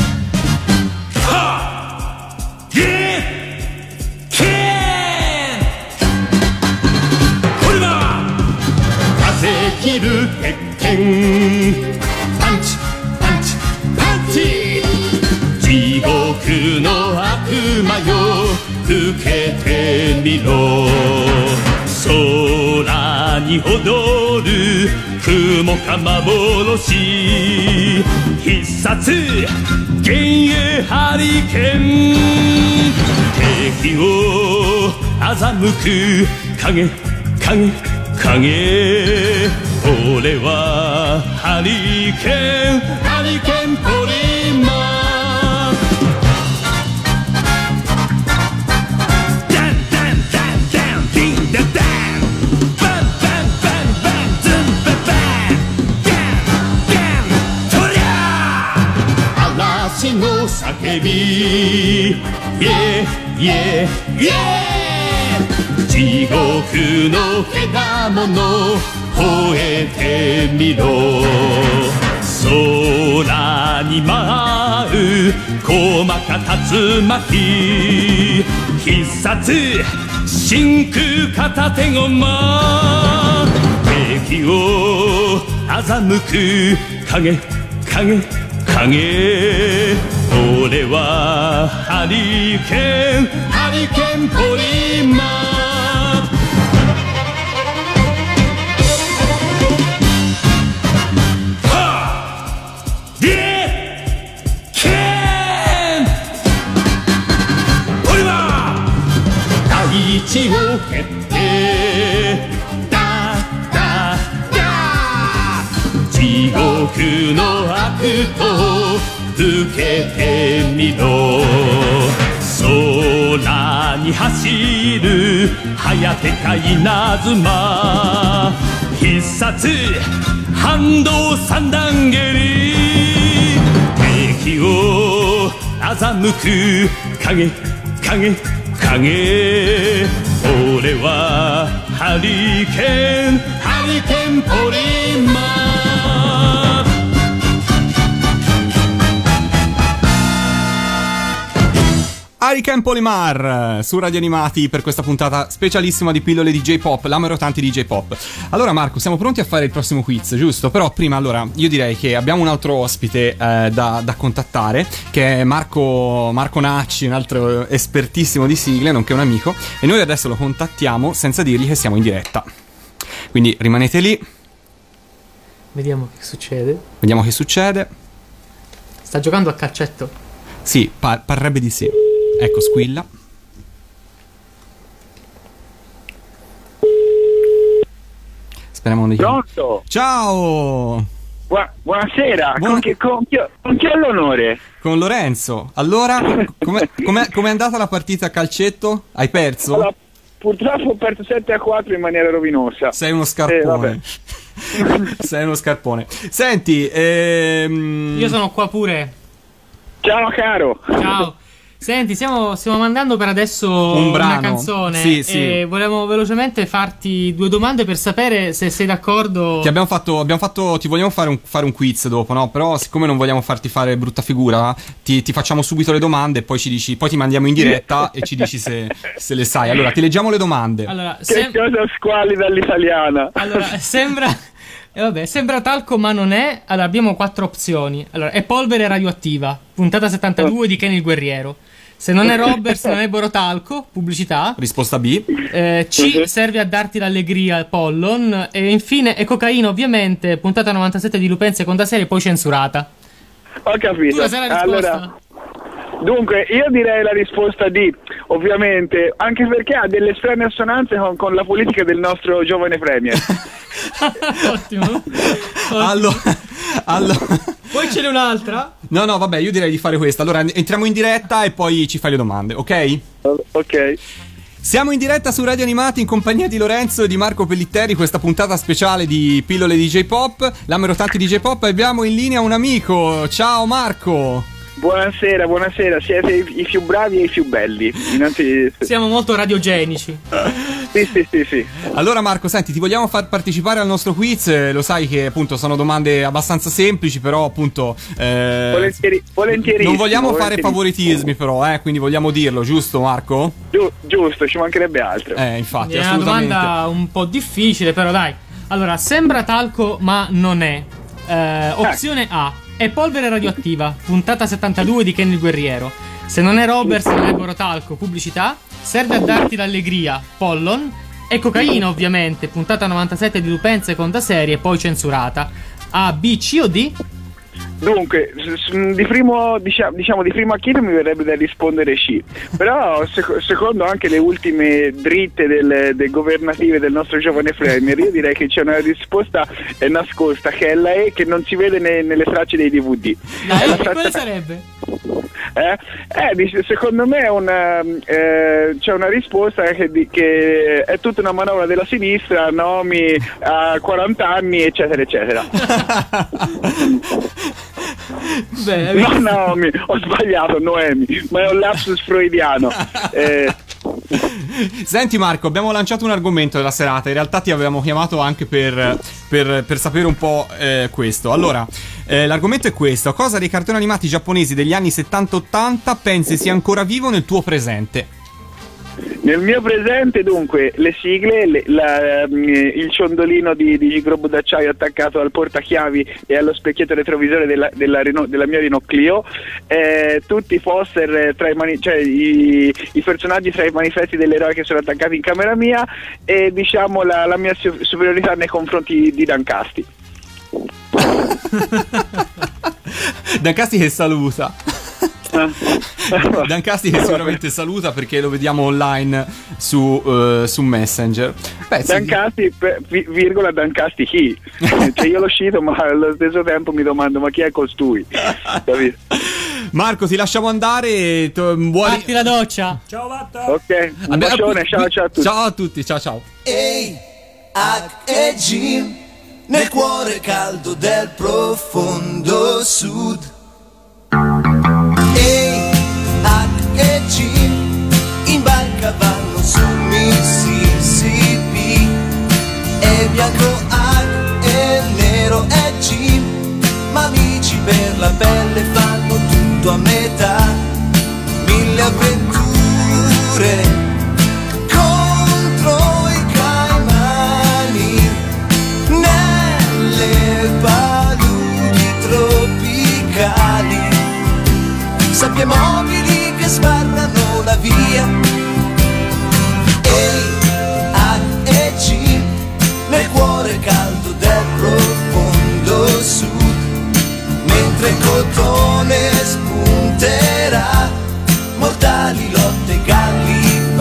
S4: 切る鉄拳パンチパンチパンチ地獄の悪魔よ受けてみろ空に踊る雲か幻必殺幻影ハリケーン敵を欺く影俺はハリケーンポリマンダンダンダンダンディンダダンバンバンバンバンズンババンガンガントリャー嵐の叫びイエイエイエイ地獄の獣吠えてみろ空に舞う細か竜巻必殺真空片手駒敵を欺く影俺はハリケーンポリマン地を蹴って地獄の悪と受けてみろ空に走る早手か稲妻必殺反動三段蹴り敵を欺く影俺はハリケーンポリマン
S2: Hurricane Polymar su Radio Animati per questa puntata specialissima di pillole di J-Pop, l'amero tanti di J-Pop. Allora Marco, siamo pronti a fare il prossimo quiz, giusto? Però prima allora io direi che abbiamo un altro ospite da contattare, che è Marco Nacci, un altro espertissimo di sigle, nonché un amico, e noi adesso lo contattiamo senza dirgli che siamo in diretta. Quindi rimanete lì.
S3: Vediamo che succede. Sta giocando a calcetto?
S2: Sì, parrebbe di sì. Ecco, squilla. Speriamo di...
S13: Pronto?
S2: Ciao!
S13: Buonasera, con chi ho l'onore?
S2: Con Lorenzo. Allora, com'è andata la partita a calcetto? Hai perso?
S13: Allora, purtroppo ho perso 7-4 in maniera rovinosa.
S2: Sei uno scarpone. Sei uno scarpone. Senti,
S3: io sono qua pure.
S13: Ciao caro.
S3: Ciao. Senti, stiamo mandando per adesso
S2: un brano,
S3: una canzone.
S2: Sì, sì.
S3: E volevamo velocemente farti 2 domande per sapere se sei d'accordo.
S2: Ti ti vogliamo fare un quiz dopo, no? Però siccome non vogliamo farti fare brutta figura, ti facciamo subito le domande e poi poi ti mandiamo in diretta e ci dici se le sai. Allora, ti leggiamo le domande.
S3: Allora,
S13: Che cosa squalida all'italiana?
S3: Allora, sembra talco ma non è. Allora, abbiamo 4 opzioni. Allora, è polvere radioattiva, puntata 72 di Kenny il Guerriero. Se non è Roberts, non è Borotalco, pubblicità.
S2: Risposta B.
S3: C, serve a darti l'allegria, Pollon. E infine è cocaina, ovviamente, puntata 97 di Lupin seconda serie, poi censurata.
S13: Ho capito.
S3: Tu la sai la risposta?
S13: Allora, dunque, io direi la risposta D, ovviamente, anche perché ha delle strane assonanze con la politica del nostro giovane premier.
S3: Ottimo.
S2: Allora.
S3: Poi ce n'è un'altra?
S2: No, vabbè, io direi di fare questa. Allora, entriamo in diretta e poi ci fai le domande, ok?
S13: Ok.
S2: Siamo in diretta su Radio Animati in compagnia di Lorenzo e di Marco Pellitteri, questa puntata speciale di Pillole DJ Pop, l'Amero Tanti DJ Pop, e abbiamo in linea un amico. Ciao Marco!
S13: Buonasera, siete i più bravi e i più belli.
S3: Siamo molto radiogenici.
S13: Sì.
S2: Allora Marco, senti, ti vogliamo far partecipare al nostro quiz, lo sai che appunto sono domande abbastanza semplici, però appunto
S13: volentieri.
S2: Non vogliamo fare favoritismi però, quindi vogliamo dirlo, giusto Marco?
S13: Giusto, ci mancherebbe altro.
S2: Infatti,
S3: è
S2: assolutamente.
S3: Una domanda un po' difficile, però dai. Allora, sembra talco ma non è. Opzione A, è polvere radioattiva, puntata 72 di Kenny il Guerriero. Se non è Roberts, non è Borotalco, pubblicità. Serve a darti l'allegria, Pollon. E cocaina, ovviamente, puntata 97 di Lupin seconda serie, poi censurata. A, B, C o D?
S13: Dunque, di primo acchito mi verrebbe da rispondere C, però secondo anche le ultime dritte del governative del nostro giovane premier, io direi che c'è una risposta nascosta, che è la E, che non si vede nelle tracce dei DVD.
S3: Quale sarebbe?
S13: Secondo me c'è una risposta che è tutta una manovra della sinistra, nomi a 40 anni, eccetera eccetera.
S3: Beh,
S13: no, Naomi, ho sbagliato, Noemi, ma è un lapsus freudiano.
S2: Senti Marco, abbiamo lanciato un argomento della serata. In realtà ti avevamo chiamato anche per sapere un po' questo. Allora, l'argomento è questo: cosa dei cartoni animati giapponesi degli anni 70-80 pensi sia ancora vivo nel tuo presente?
S13: Nel mio presente, dunque, le sigle, il ciondolino di Gigrobo d'acciaio attaccato al portachiavi e allo specchietto retrovisore della mia Renault Clio, tutti i poster i personaggi tra i manifesti dell'eroe che sono attaccati in camera mia, e diciamo la mia superiorità nei confronti di Dan Casti.
S2: Dan Casti che saluta. Dan Casti che sicuramente saluta, perché lo vediamo online su Messenger.
S13: Dan Casti, virgola, Dan Casti chi? Cioè io l'ho scito, ma allo stesso tempo mi domando, ma chi è costui?
S2: Marco, ti lasciamo andare.
S3: Fatti la doccia.
S9: Ciao Vatta.
S13: Ok, un bacione, ciao a tutti.
S2: Ciao a tutti, ciao.
S11: E-H-E-G, nel cuore caldo del profondo sud. E-H-E-G, in barca vanno su Mississippi. E bianco H e nero è G, ma amici per la pelle fanno tutto a metà. 1000 avventure contro i caimani nelle paludi tropicali. Sabbie mobili che sbarrano la via. E-H-E-G, nel cuore caldo del profondo sud. Mentre il cotone spunterà, mortali lotte, galli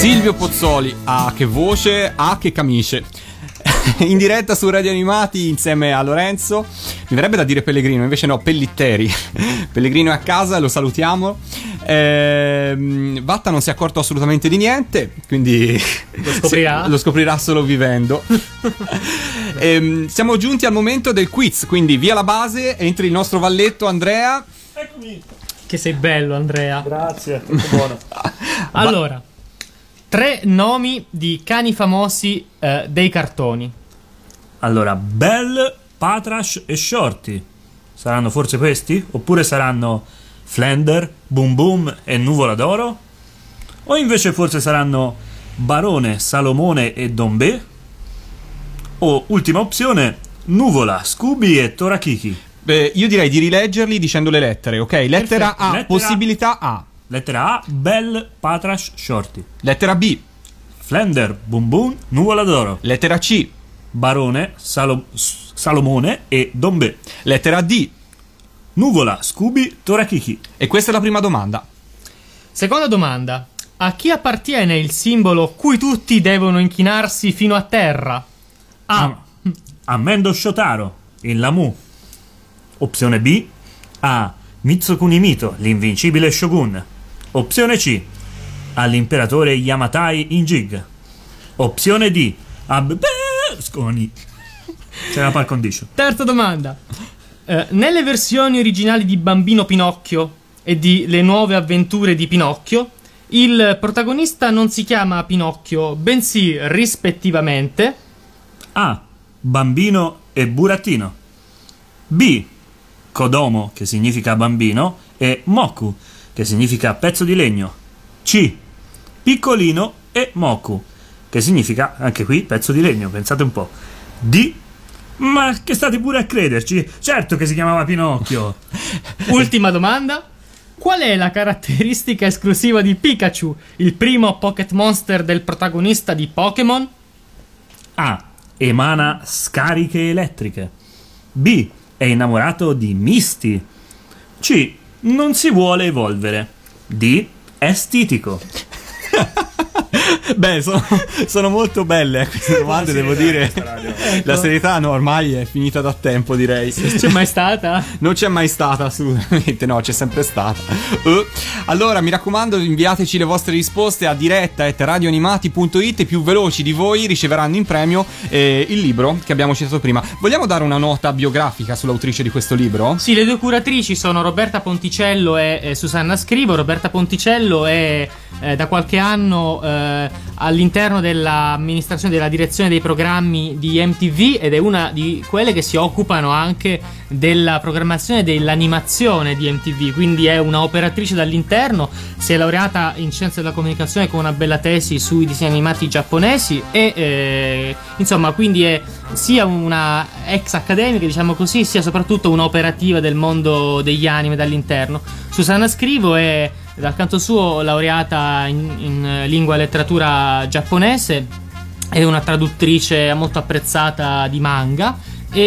S2: Silvio Pozzoli, che voce, che camicie. In diretta su Radio Animati insieme a Lorenzo. Mi verrebbe da dire Pellegrino, invece no, Pellitteri. Pellegrino è a casa, lo salutiamo. Vatta non si è accorto assolutamente di niente, quindi lo scoprirà solo vivendo. Siamo giunti al momento del quiz, quindi via la base, entri il nostro valletto Andrea.
S3: Eccomi. Che sei bello, Andrea.
S9: Grazie, tutto buono.
S3: Allora, 3 nomi di cani famosi dei cartoni.
S9: Allora, Bell, Patrash e Shorty. Saranno forse questi? Oppure saranno Flender, Boom Boom e Nuvola d'Oro? O invece forse saranno Barone, Salomone e Dombè? O, ultima opzione, Nuvola, Scooby e Torakiki?
S2: Io direi di rileggerli dicendo le lettere, ok? Lettera
S9: Perfetto.
S2: A,
S9: Lettera
S2: possibilità A.
S9: Lettera A, Bell, Patrash, Shorty.
S2: Lettera B,
S9: Flender, Boom Boom, Nuvola d'Oro.
S2: Lettera C,
S9: Barone, Salomone e Dombè.
S2: Lettera D,
S9: Nuvola, Scooby, Torakiki.
S2: E questa è la prima domanda.
S3: Seconda domanda. A chi appartiene il simbolo cui tutti devono inchinarsi fino a terra? A.
S9: A Mendo Shotaro, il Lamu. Opzione B. A. Mitsukuni Mito, l'invincibile Shogun. Opzione C. All'imperatore Yamatai in Jig. Opzione D. A Berlusconi. C'è la par condicio.
S3: Terza domanda. Nelle versioni originali di Bambino Pinocchio e di Le nuove avventure di Pinocchio, il protagonista non si chiama Pinocchio, bensì rispettivamente
S9: A. Bambino e Burattino. B. Kodomo, che significa bambino, e Moku, che significa pezzo di legno. C. Piccolino e Moku, che significa, anche qui, pezzo di legno, pensate un po'. D. Ma che state pure a crederci, certo che si chiamava Pinocchio.
S3: Ultima domanda. Qual è la caratteristica esclusiva di Pikachu, il primo Pocket Monster del protagonista di Pokémon?
S9: A. Emana scariche elettriche. B. È innamorato di Misty. C. Non si vuole evolvere. D. È stitico.
S2: Beh, sono molto belle queste domande, devo dire. La serietà no, ormai è finita da tempo, direi.
S3: C'è mai stata?
S2: Non c'è mai stata, assolutamente no, c'è sempre stata. Allora, mi raccomando, inviateci le vostre risposte a diretta@radioanimati.it. I più veloci di voi riceveranno in premio il libro che abbiamo citato prima. Vogliamo dare una nota biografica sull'autrice di questo libro?
S3: Sì, le due curatrici sono Roberta Ponticello e Susanna Scrivo. Roberta Ponticello è da qualche anno all'interno dell'amministrazione, della direzione dei programmi di MTV, ed è una di quelle che si occupano anche della programmazione dell'animazione di MTV, quindi è una operatrice dall'interno. Si è laureata in scienze della comunicazione con una bella tesi sui disegni animati giapponesi e insomma, quindi è sia una ex accademica, diciamo così, sia soprattutto un'operativa del mondo degli anime dall'interno. Susanna Scrivo è dal canto suo laureata in lingua e letteratura giapponese, è una traduttrice molto apprezzata di manga,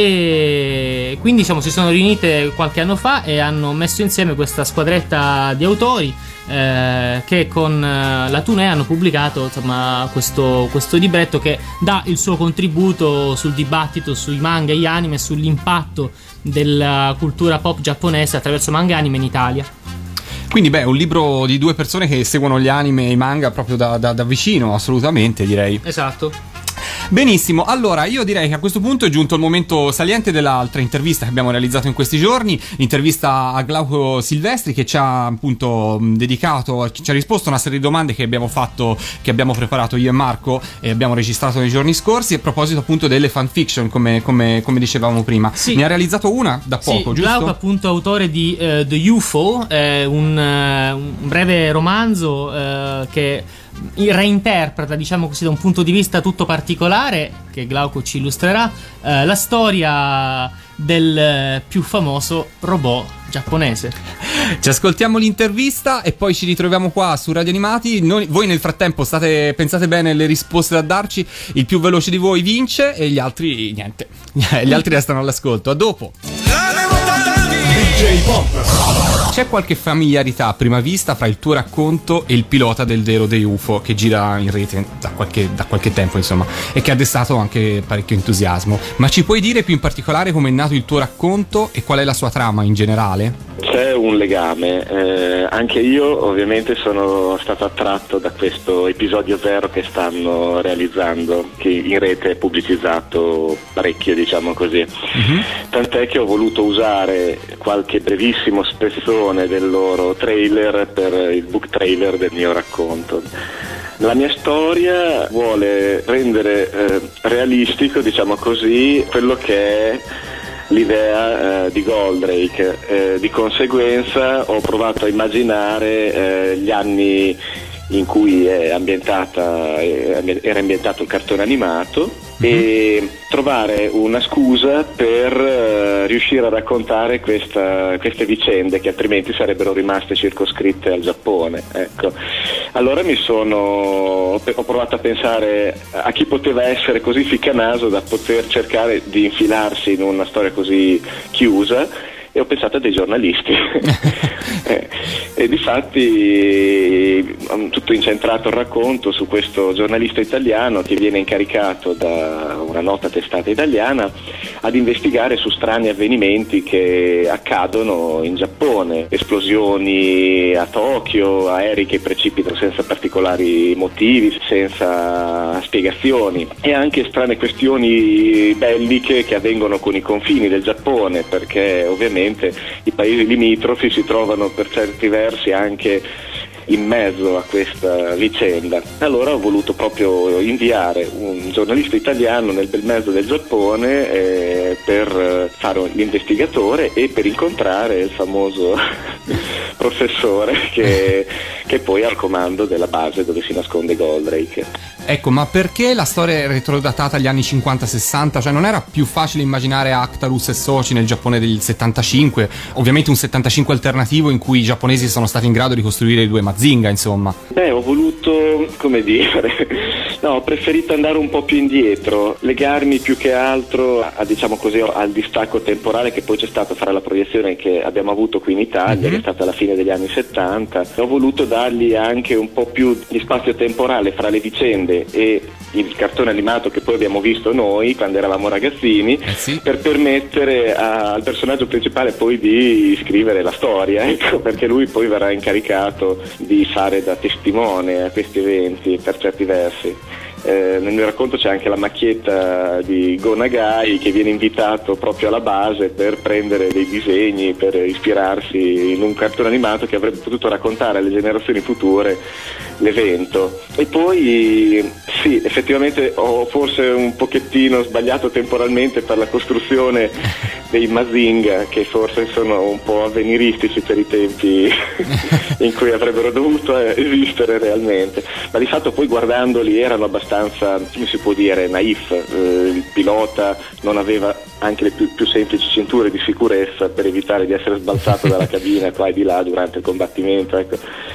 S3: e quindi diciamo si sono riunite qualche anno fa e hanno messo insieme questa squadretta di autori che con la Toonei hanno pubblicato, insomma, questo libretto che dà il suo contributo sul dibattito sui manga e gli anime, sull'impatto della cultura pop giapponese attraverso manga e anime in Italia.
S2: Quindi un libro di due persone che seguono gli anime e i manga proprio da vicino, assolutamente, direi.
S3: Esatto.
S2: Benissimo, allora io direi che a questo punto è giunto il momento saliente dell'altra intervista che abbiamo realizzato in questi giorni, l'intervista a Glauco Silvestri, che ci ha appunto dedicato, ci ha risposto a una serie di domande che abbiamo fatto, che abbiamo preparato io e Marco e abbiamo registrato nei giorni scorsi, a proposito appunto delle fanfiction, come dicevamo prima.
S3: Sì.
S2: Ne ha realizzato una da poco, giusto?
S3: Glauco, appunto, autore di The UFO, un breve romanzo che reinterpreta, diciamo così, da un punto di vista tutto particolare, che Glauco ci illustrerà, la storia del più famoso robot giapponese.
S2: Ci ascoltiamo l'intervista e poi ci ritroviamo qua su Radio Animati. Voi nel frattempo pensate bene alle risposte da darci. Il più veloce di voi vince e gli altri niente. Gli altri restano all'ascolto. A dopo.
S1: J-Pop.
S2: C'è qualche familiarità a prima vista fra il tuo racconto e il pilota del Dero dei UFO che gira in rete da qualche tempo, insomma, e che ha destato anche parecchio entusiasmo. Ma ci puoi dire più in particolare come è nato il tuo racconto e qual è la sua trama in generale?
S14: C'è un legame, anche io ovviamente sono stato attratto da questo episodio zero che stanno realizzando, che in rete è pubblicizzato parecchio, diciamo così. Tant'è che ho voluto usare qualche brevissimo spezzone del loro trailer per il book trailer del mio racconto. La mia storia vuole rendere realistico, diciamo così, quello che è l'idea di Goldrake, di conseguenza ho provato a immaginare gli anni in cui era ambientato il cartone animato e trovare una scusa per riuscire a raccontare queste vicende che altrimenti sarebbero rimaste circoscritte al Giappone, ecco. Allora ho provato a pensare a chi poteva essere così ficcanaso da poter cercare di infilarsi in una storia così chiusa, e ho pensato a dei giornalisti. E difatti tutto incentrato il racconto su questo giornalista italiano che viene incaricato da una nota testata italiana ad investigare su strani avvenimenti che accadono in Giappone, esplosioni a Tokyo, aerei che precipitano senza particolari motivi, senza spiegazioni, e anche strane questioni belliche che avvengono con i confini del Giappone, perché ovviamente i paesi limitrofi si trovano per certi versi anche in mezzo a questa vicenda. Allora ho voluto proprio inviare un giornalista italiano nel bel mezzo del Giappone per fare l'investigatore e per incontrare il famoso professore che poi è al comando della base dove si nasconde Goldrake.
S2: Ecco, ma perché la storia è retrodatata agli anni 50-60? Cioè non era più facile immaginare Actarus e Soci nel Giappone del 75? Ovviamente un 75 alternativo in cui i giapponesi sono stati in grado di costruire i due Mazinga, insomma.
S14: Ho voluto, ho preferito andare un po' più indietro, legarmi più che altro diciamo così, al distacco temporale che poi c'è stato fra la proiezione che abbiamo avuto qui in Italia, che è stata alla fine degli anni 70. Ho voluto dargli anche un po' più di spazio temporale fra le vicende e il cartone animato che poi abbiamo visto noi quando eravamo ragazzini, per permettere al personaggio principale poi di scrivere la storia, ecco, perché lui poi verrà incaricato di fare da testimone a questi eventi per certi versi. Nel mio racconto c'è anche la macchietta di Go Nagai che viene invitato proprio alla base per prendere dei disegni, per ispirarsi in un cartone animato che avrebbe potuto raccontare alle generazioni future l'evento. E poi sì, effettivamente ho forse un pochettino sbagliato temporalmente per la costruzione dei Mazinga, che forse sono un po' avveniristici per i tempi in cui avrebbero dovuto esistere realmente, ma di fatto poi guardandoli erano abbastanza, come si può dire, naif. Il pilota non aveva anche le più semplici cinture di sicurezza per evitare di essere sbalzato dalla cabina qua e di là durante il combattimento, ecco.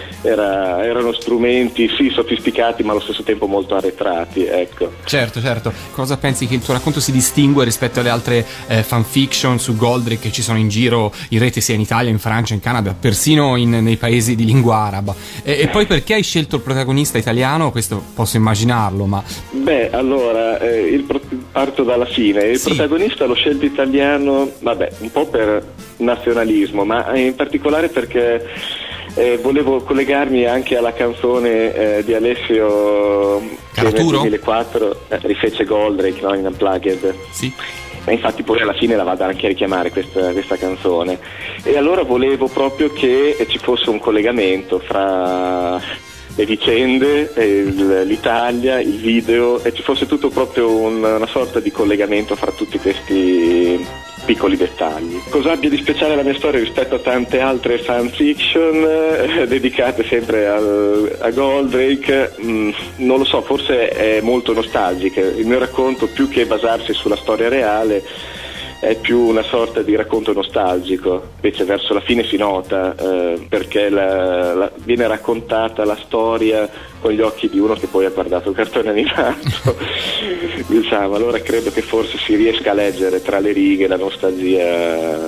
S14: Erano strumenti sì sofisticati ma allo stesso tempo molto arretrati, ecco.
S2: Certo. Cosa pensi che il tuo racconto si distingue rispetto alle altre fanfiction su Goldrake che ci sono in giro in rete sia in Italia, in Francia, in Canada, persino nei paesi di lingua araba? E poi perché hai scelto il protagonista italiano? Questo posso immaginarlo, ma...
S14: Allora, parto dalla fine. Il protagonista l'ho scelto italiano, un po' per nazionalismo, ma in particolare perché volevo collegarmi anche alla canzone di Alessio che nel 2004 rifece Goldrake, no, in Unplugged.
S2: Sì.
S14: E infatti poi alla fine la vado anche a richiamare questa canzone, e allora volevo proprio che ci fosse un collegamento fra le vicende, l'Italia, il video, e ci fosse tutto proprio una sorta di collegamento fra tutti questi piccoli dettagli. Cosa abbia di speciale la mia storia rispetto a tante altre fanfiction dedicate sempre a Goldrake? Non lo so, forse è molto nostalgica. Il mio racconto, più che basarsi sulla storia reale, è più una sorta di racconto nostalgico. Invece verso la fine si nota perché viene raccontata la storia con gli occhi di uno che poi ha guardato il cartone animato. Diciamo, allora credo che forse si riesca a leggere tra le righe la nostalgia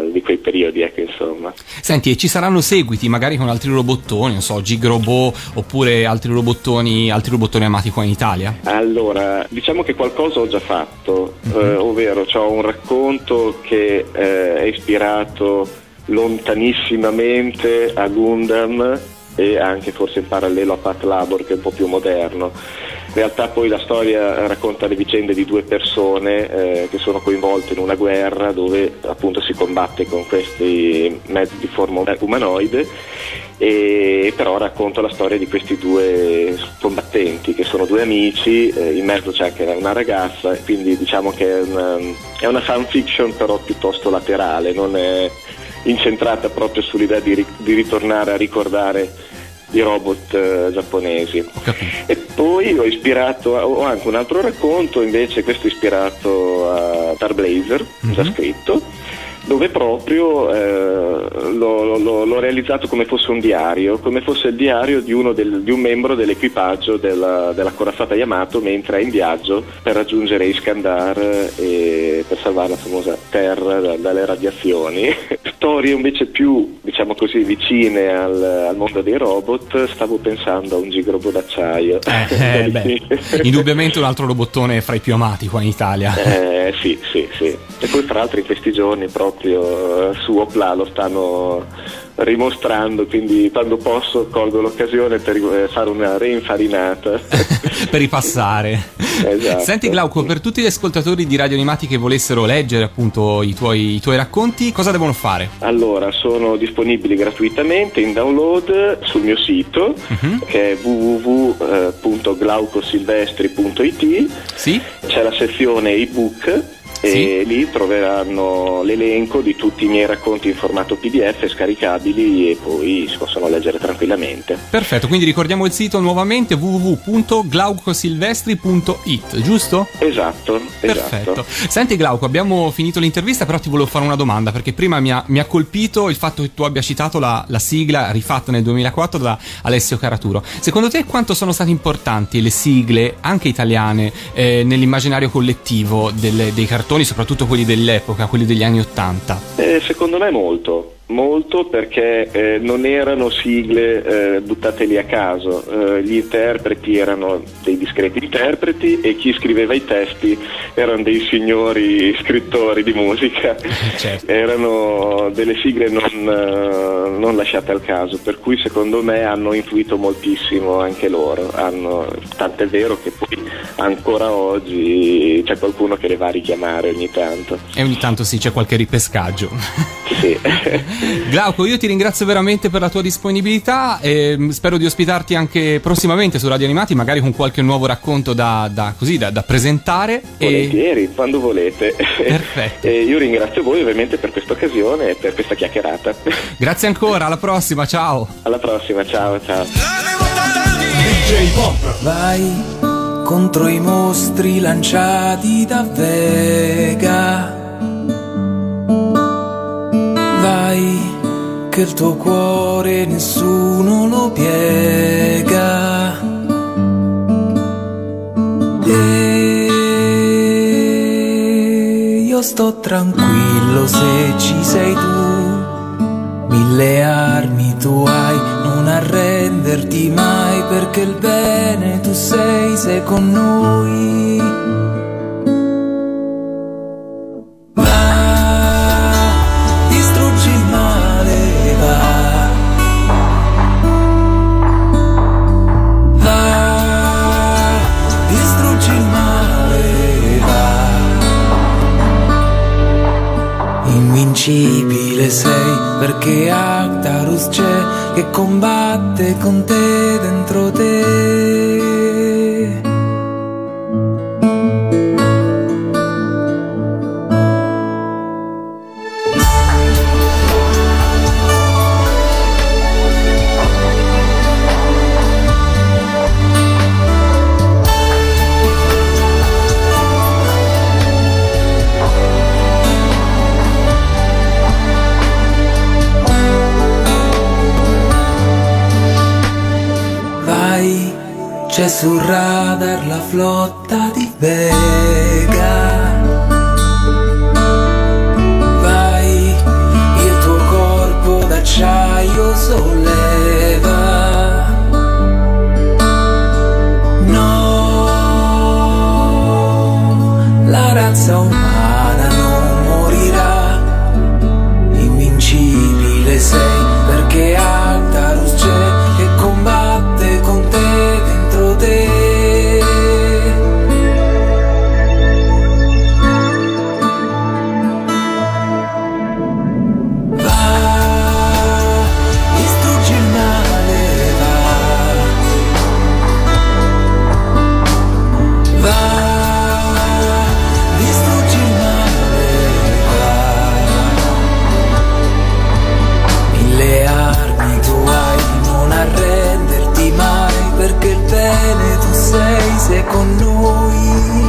S14: di quei periodi, ecco, insomma.
S2: Senti, e ci saranno seguiti magari con altri robottoni, non so, Gig Robot oppure altri robottoni amati qua in Italia?
S14: Allora, diciamo che qualcosa ho già fatto, ovvero c'ho un racconto che è ispirato lontanissimamente a Gundam e anche forse in parallelo a Pat Labor, che è un po' più moderno. In realtà poi la storia racconta le vicende di due persone che sono coinvolte in una guerra dove appunto si combatte con questi mezzi di forma umanoide, e però racconta la storia di questi due combattenti che sono due amici, in mezzo c'è anche una ragazza, quindi diciamo che è una fan fiction però piuttosto laterale, non è incentrata proprio sull'idea di ritornare a ricordare i robot giapponesi. E poi ho anche un altro racconto invece, questo ispirato a Star Blazer, già scritto, dove proprio l'ho realizzato come fosse un diario, come fosse il diario di un membro dell'equipaggio della corazzata Yamato mentre è in viaggio per raggiungere Iskandar e per salvare la famosa Terra dalle radiazioni. Storie invece più, diciamo così, vicine al mondo dei robot. Stavo pensando a un Gig Robot d'acciaio.
S2: Indubbiamente un altro robottone fra i più amati qua in Italia.
S14: Sì. E poi tra l'altro in questi giorni proprio su Opla lo stanno rimostrando, quindi quando posso colgo l'occasione per fare una reinfarinata
S2: per ripassare.
S14: Esatto.
S2: Senti Glauco, per tutti gli ascoltatori di Radio Animati che volessero leggere appunto i tuoi racconti, cosa devono fare?
S14: Allora, sono disponibili gratuitamente in download sul mio sito, che è www.glaucosilvestri.it.
S2: Sì?
S14: C'è la sezione ebook e lì troveranno l'elenco di tutti i miei racconti in formato PDF scaricabili e poi si possono leggere tranquillamente.
S2: Perfetto, quindi ricordiamo il sito nuovamente, www.glaucosilvestri.it, giusto?
S14: Esatto.
S2: Perfetto. Senti Glauco, abbiamo finito l'intervista, però ti volevo fare una domanda, perché prima mi ha colpito il fatto che tu abbia citato la sigla rifatta nel 2004 da Alessio Caraturo. Secondo te quanto sono state importanti le sigle, anche italiane, nell'immaginario collettivo dei cartoni, soprattutto quelli dell'epoca, quelli degli anni '80?
S14: Secondo me molto, perché non erano sigle buttate lì a caso, gli interpreti erano dei discreti interpreti e chi scriveva i testi erano dei signori scrittori di musica.
S2: Certo.
S14: Erano delle sigle non lasciate al caso, per cui secondo me hanno influito moltissimo anche loro, tant'è vero che poi ancora oggi c'è qualcuno che le va a richiamare ogni tanto.
S2: E ogni tanto sì, c'è qualche ripescaggio.
S14: Sì.
S2: Glauco, io ti ringrazio veramente per la tua disponibilità e spero di ospitarti anche prossimamente su Radio Animati, magari con qualche nuovo racconto da presentare.
S14: Volentieri, quando volete.
S2: Perfetto.
S14: E io ringrazio voi ovviamente per questa occasione e per questa chiacchierata.
S2: Grazie ancora, alla prossima, ciao.
S14: Alla prossima, ciao.
S1: DJ Pop.
S15: Vai contro i mostri lanciati da Vega. Vai, che il tuo cuore nessuno lo piega. E io sto tranquillo se ci sei tu. 1000 armi tu hai, non arrenderti mai, perché il bene tu sei con noi. Invincibile sei, perché Actarus c'è che combatte con te dentro te. C'è sul radar la flotta di Vega. Vai, bellezza umana non morirà. Invincibile sei perché alta luce che combatte con te dentro te. Sei con noi.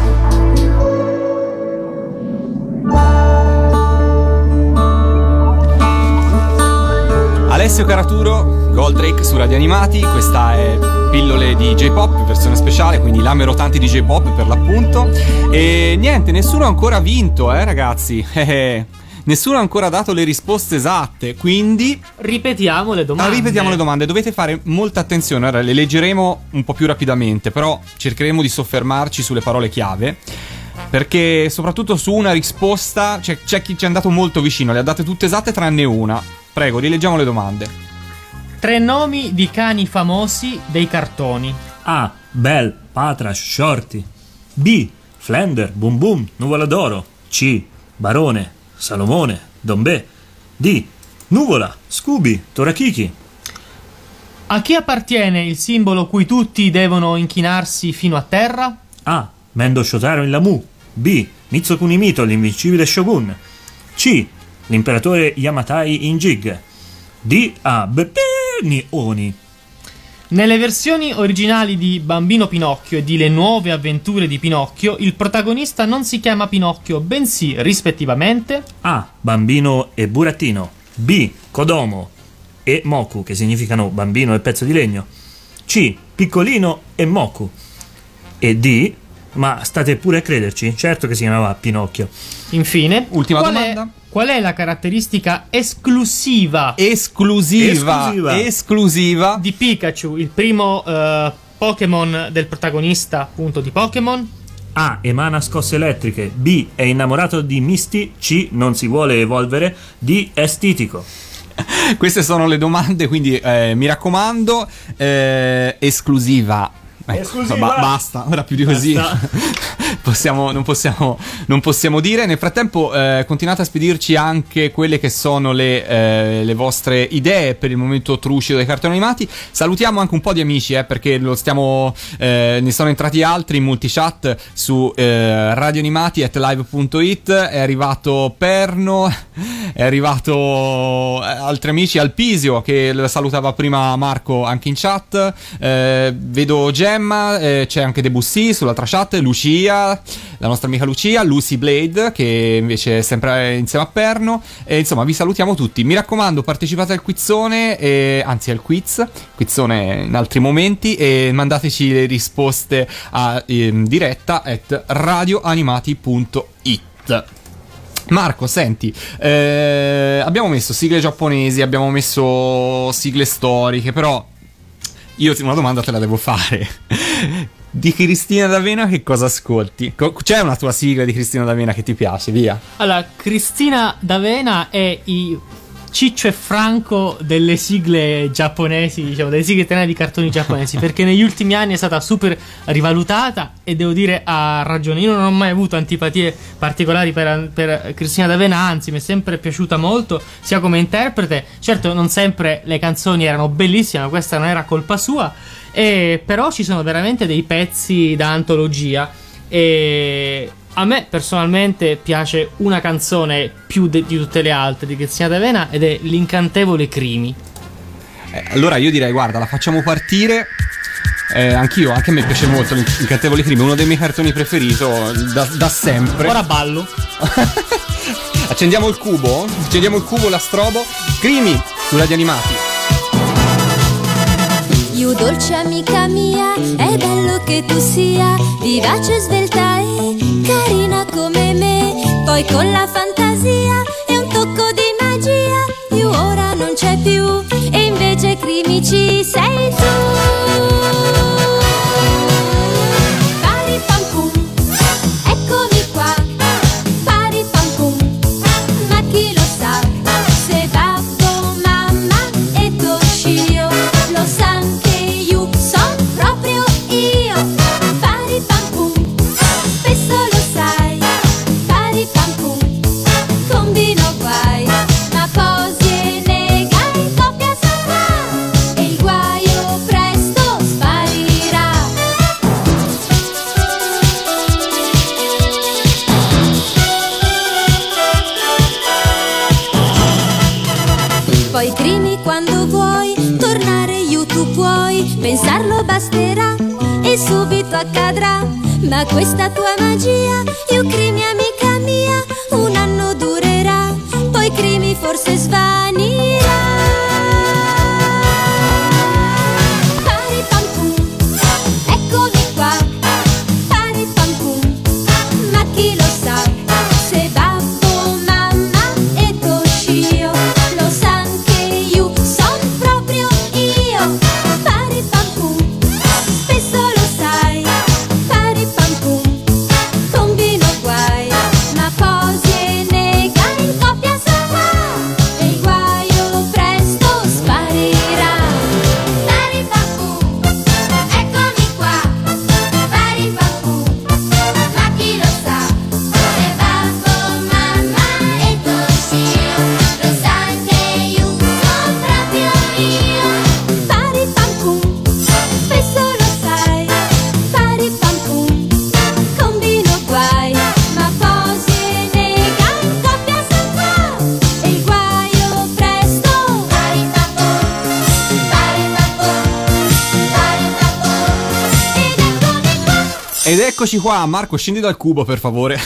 S2: Alessio Caraturo, Goldrake su Radio Animati. Questa è Pillole di J-Pop, versione speciale, quindi lame rotanti di J-Pop per l'appunto. E niente, nessuno ha ancora vinto, ragazzi. Nessuno ha ancora dato le risposte esatte, quindi
S3: ripetiamo le domande.
S2: Ripetiamo le domande, dovete fare molta attenzione. Ora le leggeremo un po' più rapidamente, però cercheremo di soffermarci sulle parole chiave, perché soprattutto su una risposta c'è chi ci è andato molto vicino. Le ha date tutte esatte tranne una. Prego, rileggiamo le domande.
S3: 3 nomi di cani famosi dei cartoni.
S9: A. Bell, Patrash, Shorty. B. Flender, Boom Boom, Nuvola d'Oro. C. Barone, Salomone, Dombè. D. Nuvola, Scooby, Torakiki.
S3: A chi appartiene il simbolo cui tutti devono inchinarsi fino a terra?
S9: A. Mendo Shotaro in Lamu. B. Mitsu Kunimito, l'invincibile Shogun. C. L'imperatore Yamatai in Jig. D. A. Beppini Oni.
S3: Nelle versioni originali di Bambino Pinocchio e di Le nuove avventure di Pinocchio, il protagonista non si chiama Pinocchio, bensì, rispettivamente,
S9: A. Bambino e burattino. B. Kodomo e Moku, che significano bambino e pezzo di legno. C. Piccolino e Moku. E D. Ma state pure a crederci, certo che si chiamava Pinocchio.
S3: Infine,
S2: ultima domanda.
S3: Qual è la caratteristica esclusiva di Pikachu, il primo Pokémon del protagonista appunto di Pokémon?
S9: A. Emana scosse elettriche. B. È innamorato di Misty. C. Non si vuole evolvere. D. È stitico.
S2: Queste sono le domande, quindi mi raccomando, esclusiva. Basta, ora più di così non possiamo dire. Nel frattempo continuate a spedirci anche quelle che sono le vostre idee per il momento truscido dei cartoni animati. Salutiamo anche un po' di amici, perché ne sono entrati altri in multichat su radioanimati@live.it. È arrivato Perno, è arrivato altri amici, Alpisio che salutava prima Marco anche in chat, vedo Gemma, c'è anche Debussy sull'altra chat, Lucia, la nostra amica Lucia, Lucy Blade che invece è sempre insieme a Perno, e insomma vi salutiamo tutti. Mi raccomando, partecipate al quizzone, anzi al quizzone in altri momenti, e mandateci le risposte a diretta @radioanimati.it. Marco, senti, abbiamo messo sigle giapponesi, abbiamo messo sigle storiche, però io una domanda te la devo fare. Di Cristina D'Avena che cosa ascolti? C'è una tua sigla di Cristina D'Avena che ti piace? Via.
S3: Allora, Cristina D'Avena è i Ciccio e Franco delle sigle giapponesi, diciamo, delle sigle italiane di cartoni giapponesi, perché negli ultimi anni è stata super rivalutata e devo dire ha ragione. Io non ho mai avuto antipatie particolari per Cristina D'Avena, anzi mi è sempre piaciuta molto sia come interprete. Certo, non sempre le canzoni erano bellissime, ma questa non era colpa sua, però ci sono veramente dei pezzi da antologia. E a me personalmente piace una canzone più di tutte le altre di Cristina D'Avena, ed è L'incantevole Crimi.
S2: Allora io direi, guarda, la facciamo partire. Anche a me piace molto L'incantevole Crimi, uno dei miei cartoni preferiti da sempre.
S3: Ora ballo.
S2: Accendiamo il cubo, la strobo. Crimi su Radio Animati.
S8: You dolce amica mia, è bello che tu sia vivace, svelta e carina come me. Poi con la fantasia e un tocco di magia, You ora non c'è più e invece Crimi ci sei tu. Pari pam pum, eccomi qua, basterà e subito accadrà. Ma questa tua magia, io crimi amica mia, un anno durerà, poi crimi forse svanirà. Pari pam pum, eccomi qua, pari pam pum, ma chi lo sa, se babbo, mamma e Toshio lo san che io son proprio io. Pari pam pum, spesso lo sai, pari pam pum, combino guai, ma posi e nega in coppia sarà, e il guaio presto sparirà. Pari pam pum, eccomi qua, pari pam pum, ma chi lo sa, se babbo, mamma e Toshio lo san che io son proprio io. Pari pam pum, spesso lo sai, pari pam pum, combino guai, ma posi e nega in coppia sarà, e il guaio presto. Pari pam pum, pari pam pum, pari pam pum,
S2: Ed eccoci qua, Marco, scendi dal cubo per favore.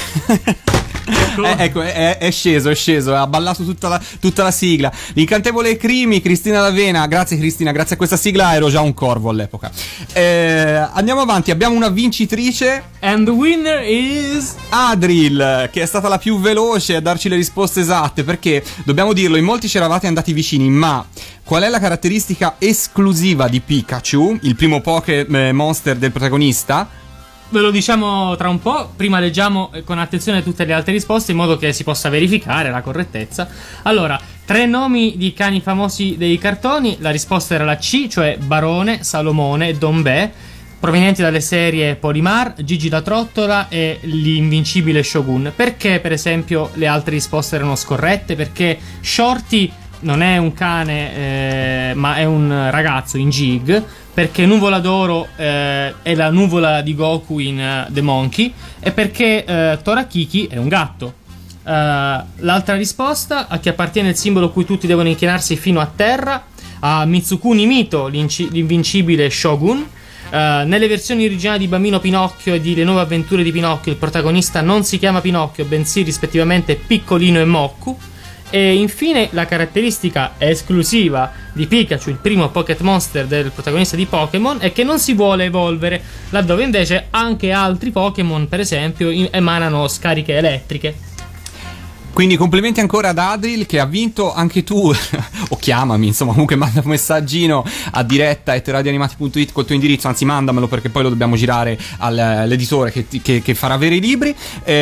S2: Ecco, è sceso, ha ballato tutta la sigla. L'incantevole Crimi, Cristina D'Avena. Grazie Cristina, grazie a questa sigla ero già un corvo all'epoca. Andiamo avanti, abbiamo una vincitrice.
S3: And the winner is
S2: Adril, che è stata la più veloce a darci le risposte esatte, perché, dobbiamo dirlo, in molti ci eravate andati vicini, ma qual è la caratteristica esclusiva di Pikachu, il primo Monster del protagonista?
S3: Ve lo diciamo tra un po', prima leggiamo con attenzione tutte le altre risposte in modo che si possa verificare la correttezza. Allora, 3 nomi di cani famosi dei cartoni, la risposta era la C, cioè Barone, Salomone e Dombè, provenienti dalle serie Polimar, Gigi la Trottola e l'Invincibile Shogun. Perché per esempio le altre risposte erano scorrette? Perché Shorty non è un cane ma è un ragazzo in Jig, perché Nuvola d'Oro è la nuvola di Goku in The Monkey, e perché Torakiki è un gatto. L'altra risposta, a chi appartiene il simbolo a cui tutti devono inchinarsi fino a terra, a Mitsukuni Mito, l'invincibile Shogun. Nelle versioni originali di Bambino Pinocchio e di Le nuove avventure di Pinocchio il protagonista non si chiama Pinocchio, bensì rispettivamente Piccolino e Mokku. E infine la caratteristica esclusiva di Pikachu, il primo Pocket Monster del protagonista di Pokémon, è che non si vuole evolvere, laddove invece anche altri Pokémon, per esempio, emanano scariche elettriche.
S2: Quindi complimenti ancora ad Adril, che ha vinto anche tu, o chiamami, insomma, comunque manda un messaggino a diretta@radioanimati.it col tuo indirizzo, anzi mandamelo perché poi lo dobbiamo girare all'editore che farà avere i libri.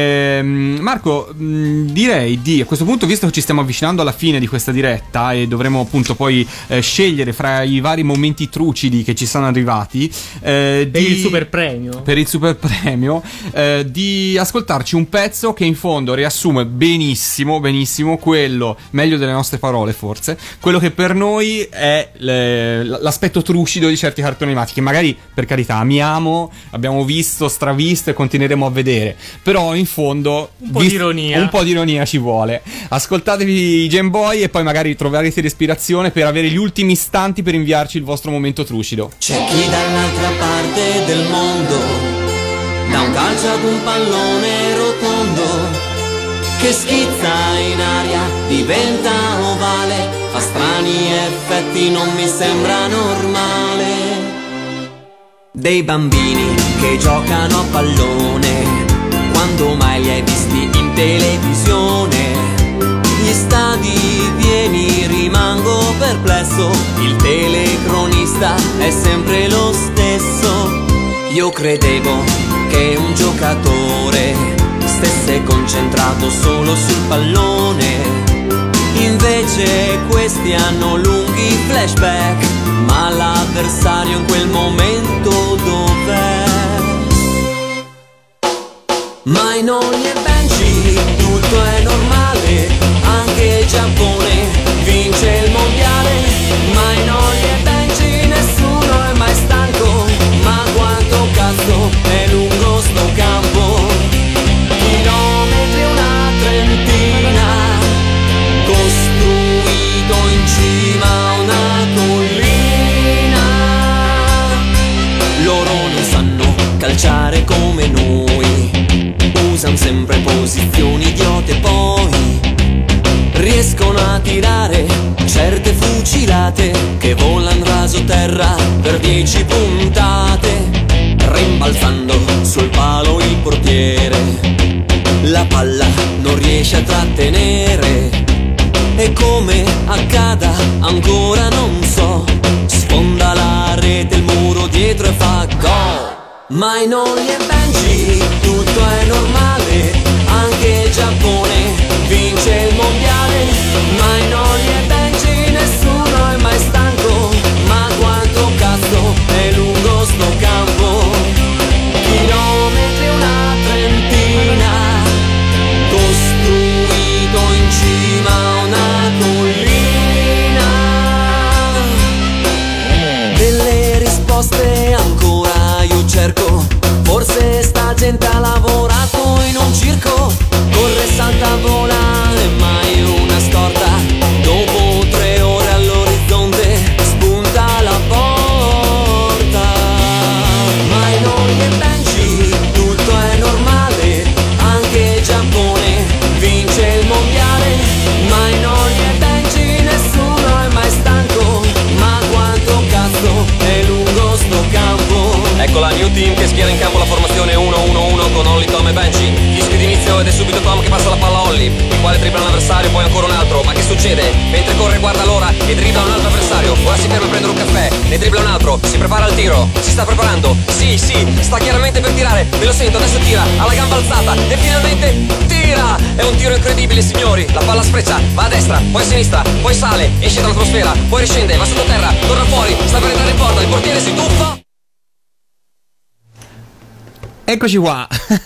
S2: Marco, direi a questo punto, visto che ci stiamo avvicinando alla fine di questa diretta e dovremo appunto poi scegliere fra i vari momenti trucidi che ci sono arrivati
S3: per il super premio,
S2: di ascoltarci un pezzo che in fondo riassume benissimo quello, meglio delle nostre parole forse, quello che per noi è l'aspetto trucido di certi cartoni animati, che magari, per carità, amiamo, abbiamo visto, stravisto e continueremo a vedere, però in fondo un po' di ironia ci vuole. Ascoltatevi i Game Boy e poi magari troverete l'ispirazione per avere gli ultimi istanti per inviarci il vostro momento trucido.
S16: C'è chi dall'altra parte del mondo dà un calcio ad un pallone rotondo che schizza in aria, diventa ovale, fa strani effetti, non mi sembra normale. Dei bambini che giocano a pallone, quando mai li hai visti in televisione? Gli stadi pieni, rimango perplesso, il telecronista è sempre lo stesso. Io credevo che un giocatore stesse concentrato solo sul pallone, invece questi hanno lunghi flashback, ma l'avversario in quel momento dov'è? Ma in ogni Benji tutto è normale, anche il Giappone vince il mondiale, ma in ogni Benji nessuno è mai stanco, ma quanto cazzo è lungo sto campo. Chilometri una trentina, costruito in cima a una collina, sanno calciare come noi, usan sempre posizioni idiote, poi riescono a tirare certe fucilate che volano raso terra per 10 puntate, rimbalzando sul palo il portiere, la palla non riesce a trattenere, e come accada ancora non so, sfonda la rete, il muro dietro e fa gol. Magnoli e Benji, tutto è normale, anche il Giappone vince il mondiale. Magnoli e Benji, nessuno è mai stanco, ma quanto cazzo è lungo sto campo, chilometri una trentina, costruito in cima a una collina, delle risposte ancora io cerco, forse sta gente ha lavorato in un circo, corre, salta, vola e mai una storta, dopo 3 ore all'orizzonte spunta la porta. Magnoli e Benji, tutto è normale, anche il Giappone vince il mondiale. Magnoli e Benji, nessuno è mai stanco, ma quanto cazzo è lungo sto campo. Ecco la new team che schiera in campo la formazione 1-1-1 con Holly, Tom e Benji. Fischio d'inizio ed è subito Tom che passa la palla a Holly, il quale dribbla un avversario, poi ancora un altro. Ma che succede? Mentre corre guarda l'ora e dribbla un altro avversario. Ora si ferma a prendere un caffè, ne dribbla un altro, si prepara al tiro, si sta preparando. Sì, sta chiaramente per tirare, me lo sento, adesso tira, ha la gamba alzata e finalmente tira! È un tiro incredibile, signori, la palla spreccia, va a destra, poi a sinistra, poi sale, esce dall'atmosfera, poi riscende, va sottoterra, torna fuori, sta per entrare in porta, il portiere si tuffa.
S2: Eccoci qua.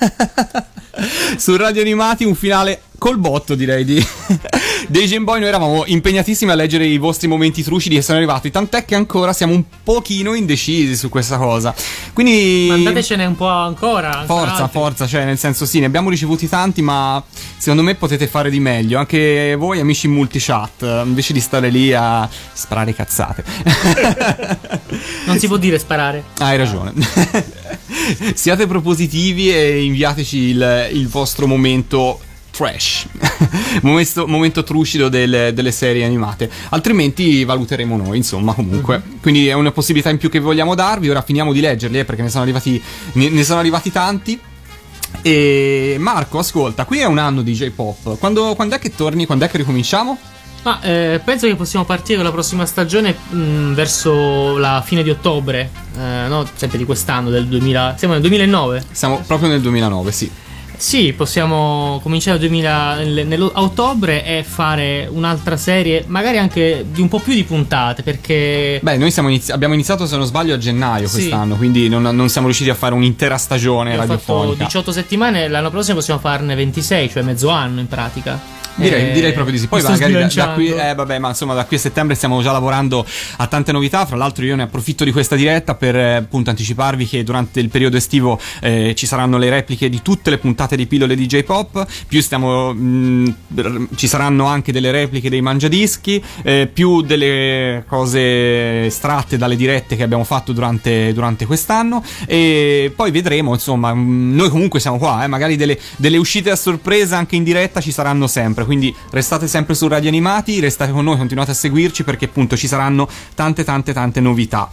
S2: Su Radio Animati un finale col botto, direi, dei Game Boy. Noi eravamo impegnatissimi a leggere i vostri momenti trucidi che sono arrivati, tant'è che ancora siamo un pochino indecisi su questa cosa, quindi
S3: mandatecene un po' ancora
S2: forza, cioè nel senso, sì, ne abbiamo ricevuti tanti, ma secondo me potete fare di meglio, anche voi amici in multichat, invece di stare lì a sparare cazzate.
S3: Non si può dire sparare.
S2: Hai ragione. Siate propositivi e inviateci il vostro momento trash, momento trucido delle serie animate, altrimenti valuteremo noi, insomma, comunque. Quindi è una possibilità in più che vogliamo darvi. Ora finiamo di leggerli, perché ne sono arrivati tanti. E Marco, ascolta, qui è un anno di J-Pop, quando è che torni, quando è che ricominciamo?
S3: Ma penso che possiamo partire con la prossima stagione verso la fine di ottobre, no? Sempre di quest'anno, del 2000. Siamo nel 2009?
S2: Siamo proprio nel 2009, sì.
S3: Sì, possiamo cominciare a ottobre e fare un'altra serie, magari anche di un po' più di puntate, perché...
S2: Beh, noi abbiamo iniziato, se non sbaglio, a gennaio quest'anno, quindi non siamo riusciti a fare un'intera stagione radiofonica.
S3: Abbiamo fatto 18 settimane, l'anno prossimo possiamo farne 26, cioè mezzo anno in pratica.
S2: Direi proprio di sì. Poi magari da qui, ma insomma, da qui a settembre stiamo già lavorando a tante novità. Fra l'altro io ne approfitto di questa diretta per appunto anticiparvi che durante il periodo estivo ci saranno le repliche di tutte le puntate di pillole di J-Pop, più ci saranno anche delle repliche dei mangiadischi, più delle cose estratte dalle dirette che abbiamo fatto durante quest'anno, e poi vedremo, insomma, noi comunque siamo qua, magari delle uscite a sorpresa anche in diretta ci saranno sempre. Quindi restate sempre su Radio Animati, restate con noi, continuate a seguirci, perché appunto ci saranno tante novità.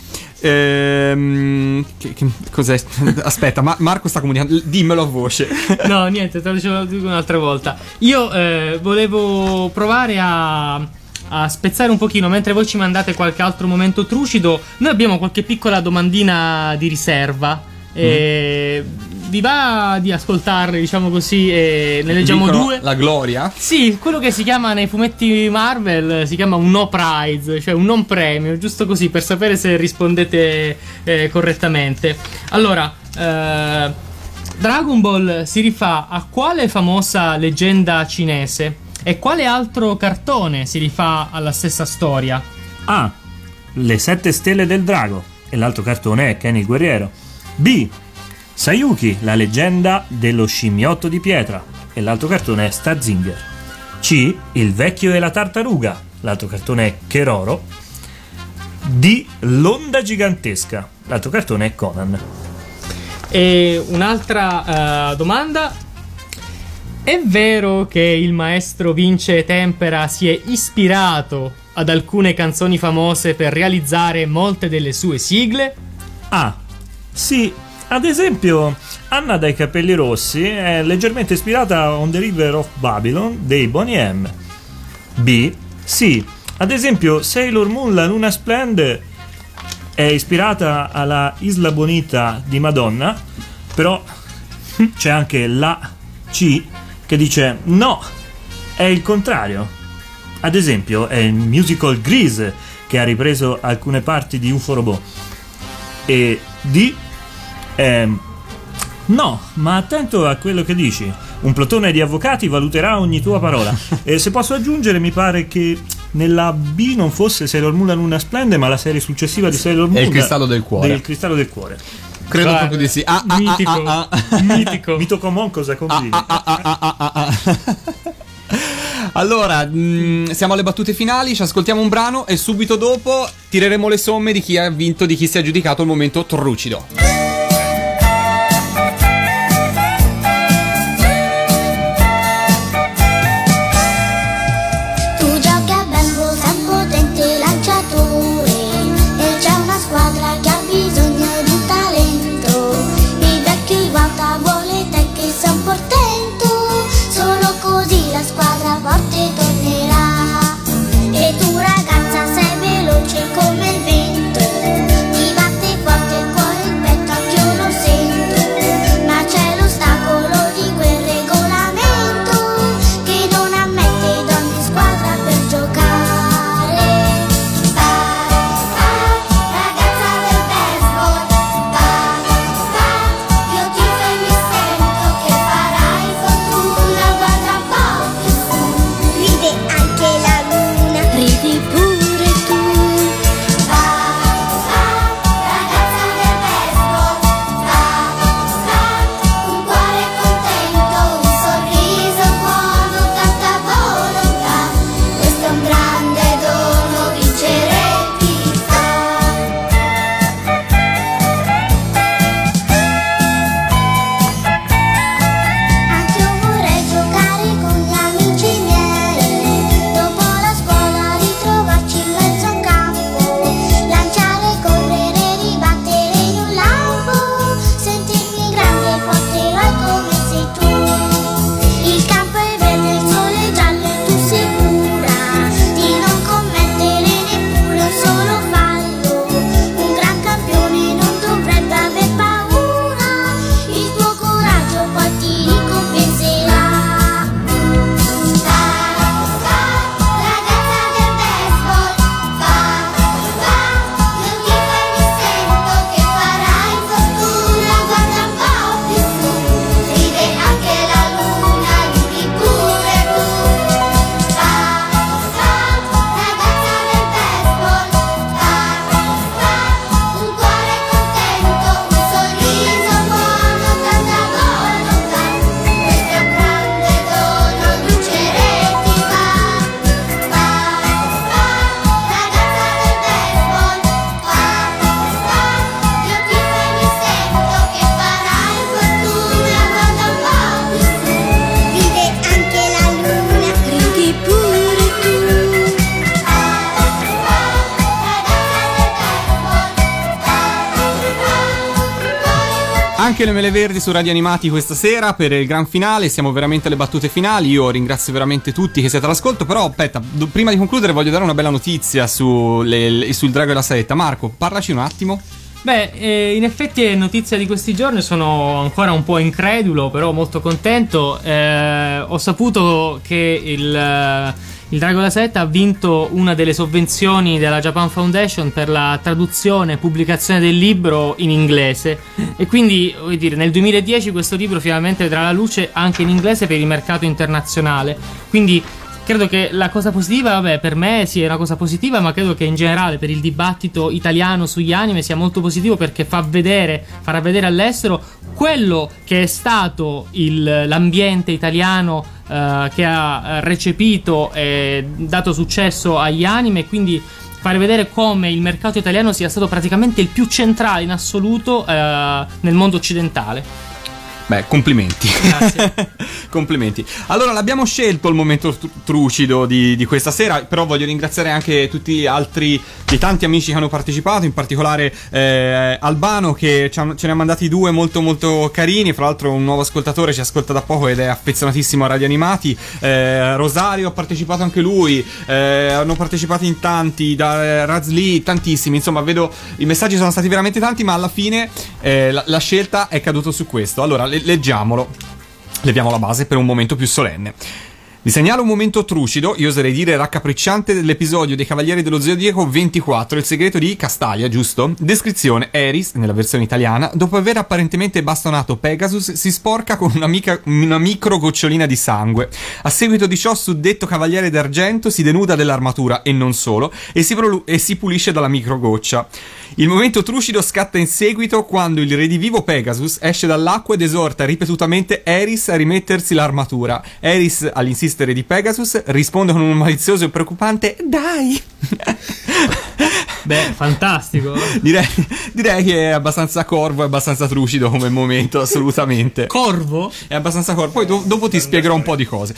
S2: Cos'è? Aspetta, Marco sta comunicando, dimmelo a voce.
S3: No, niente, te lo dicevo un'altra volta. Io volevo provare a spezzare un pochino, mentre voi ci mandate qualche altro momento trucido. Noi abbiamo qualche piccola domandina di riserva. Vi va di ascoltarle, diciamo così, e ne leggiamo due?
S2: La gloria?
S3: Sì, quello che si chiama nei fumetti Marvel si chiama un no prize, cioè un non premio, giusto così, per sapere se rispondete correttamente. Allora, Dragon Ball si rifà a quale famosa leggenda cinese? E quale altro cartone si rifà alla stessa storia?
S9: A. Le 7 stelle del drago, e l'altro cartone è Ken il guerriero. B. Sayuki, la leggenda dello scimmiotto di pietra, e l'altro cartone è Starzinger. C. Il vecchio e la tartaruga, l'altro cartone è Keroro. D. L'onda gigantesca, l'altro cartone è Conan.
S3: E un'altra domanda: è vero che il maestro Vince Tempera si è ispirato ad alcune canzoni famose per realizzare molte delle sue sigle?
S9: A. Sì, ad esempio Anna dai capelli rossi è leggermente ispirata a On the River of Babylon dei Boney M. B. Sì, ad esempio Sailor Moon la luna splende è ispirata alla Isla Bonita di Madonna, però c'è anche la C che dice no, è il contrario. Ad esempio è il musical Grease che ha ripreso alcune parti di UFO Robot. E D. No, ma attento a quello che dici. Un plotone di avvocati valuterà ogni tua parola. E se posso aggiungere, mi pare che nella B non fosse Sailor Moon la luna splende, ma la serie successiva di Sailor Moon
S2: è il cristallo del cuore.
S9: Del cristallo del cuore.
S2: Credo proprio di sì.
S3: Mitico. Mitico.
S9: Mitocomon cosa consigli?
S2: Allora, siamo alle battute finali, ci ascoltiamo un brano e subito dopo tireremo le somme di chi ha vinto, di chi si è aggiudicato il momento trucido.
S8: Tu giochi a baseball, sei un potente lanciatore e c'è una squadra che ha bisogno di un talento. Il vecchio Iwata vuole te che sei un portento, solo così la squadra forte tornerà. E tu ragazza sei veloce come il vento, ti batte forte il cuore, il petto anch'io lo sento, ma c'è l'ostacolo di quel regolamento che non ammette donne in squadra per giocare. Ragazza del baseball, io ti e mi sento che farai fortuna, guarda un po' più su, ride anche la luna, ridi pure tu. Ragazza del baseball, un cuore contento, un sorriso buono, tanta volontà, questo è un grande dono, vincere ti fa. Anche io vorrei giocare con gli amici miei, dopo la scuola ritrovarci in mezzo a un campo, lanciare, correre, ribattere in un lampo, sentirmi grande e forte eroe come sei tu. Il campo è verde, il sole è giallo e tu sicura di non commettere neppure un solo fallo. Un gran campione non dovrebbe aver paura, il tuo coraggio poi ti ricompenserà. Ragazza del baseball, io ti e mi sento che farai fortuna, guarda un po' più su, ride anche la luna, ridi pure tu. Ragazza del baseball, un cuore contento, un sorriso buono, tanta volontà, questo è un grande dono, vincere ti va. Ragazza del baseball, io ti e mi sento che farai fortuna, guarda un po' più su, ride anche la luna, ridi pure tu.
S2: Anche le mele verdi su Radio Animati questa sera per il gran finale, siamo veramente alle battute finali. Io ringrazio veramente tutti che siete all'ascolto, però aspetta, prima di concludere voglio dare una bella notizia sul Drago e la Saetta. Marco, parlaci un attimo.
S3: Beh, in effetti è notizia di questi giorni, sono ancora un po' incredulo, però molto contento. Ho saputo che il Drago e la Saetta ha vinto una delle sovvenzioni della Japan Foundation per la traduzione e pubblicazione del libro in inglese, e quindi, voglio dire, nel 2010 questo libro finalmente vedrà la luce anche in inglese per il mercato internazionale. Quindi credo che la cosa positiva, vabbè, per me sia una cosa positiva, ma credo che in generale per il dibattito italiano sugli anime sia molto positivo, perché farà vedere all'estero quello che è stato l'ambiente italiano che ha recepito e dato successo agli anime, quindi fare vedere come il mercato italiano sia stato praticamente il più centrale in assoluto nel mondo occidentale.
S2: Beh, complimenti.
S3: Grazie.
S2: Complimenti. Allora, l'abbiamo scelto il momento trucido di questa sera, però voglio ringraziare anche tutti gli altri, i tanti amici che hanno partecipato, in particolare Albano, che ce ne ha mandati 2 molto molto carini. Fra l'altro un nuovo ascoltatore, ci ascolta da poco ed è affezionatissimo a Radio Animati. Rosario ha partecipato anche lui, hanno partecipato in tanti, da Razli, tantissimi. Insomma, vedo i messaggi sono stati veramente tanti, ma alla fine la scelta è caduta su questo. Allora, leggiamolo. Leviamo la base per un momento più solenne. Vi segnalo un momento trucido, io oserei dire raccapricciante, dell'episodio dei Cavalieri dello Zodiaco 24, il segreto di Castaglia, giusto? Descrizione: Eris, nella versione italiana, dopo aver apparentemente bastonato Pegasus, si sporca con una micro gocciolina di sangue. A seguito di ciò, suddetto Cavaliere d'Argento si denuda dell'armatura, e non solo, e si pulisce dalla micro goccia. Il momento trucido scatta in seguito quando il redivivo Pegasus esce dall'acqua ed esorta ripetutamente Eris a rimettersi l'armatura. Eris, all'insistere di Pegasus, risponde con un malizioso e preoccupante "Dai!".
S3: Beh, fantastico.
S2: Direi che è abbastanza corvo, è abbastanza trucido come momento, assolutamente.
S3: Corvo?
S2: È abbastanza corvo. Poi dopo ti spiegherò un po' di cose.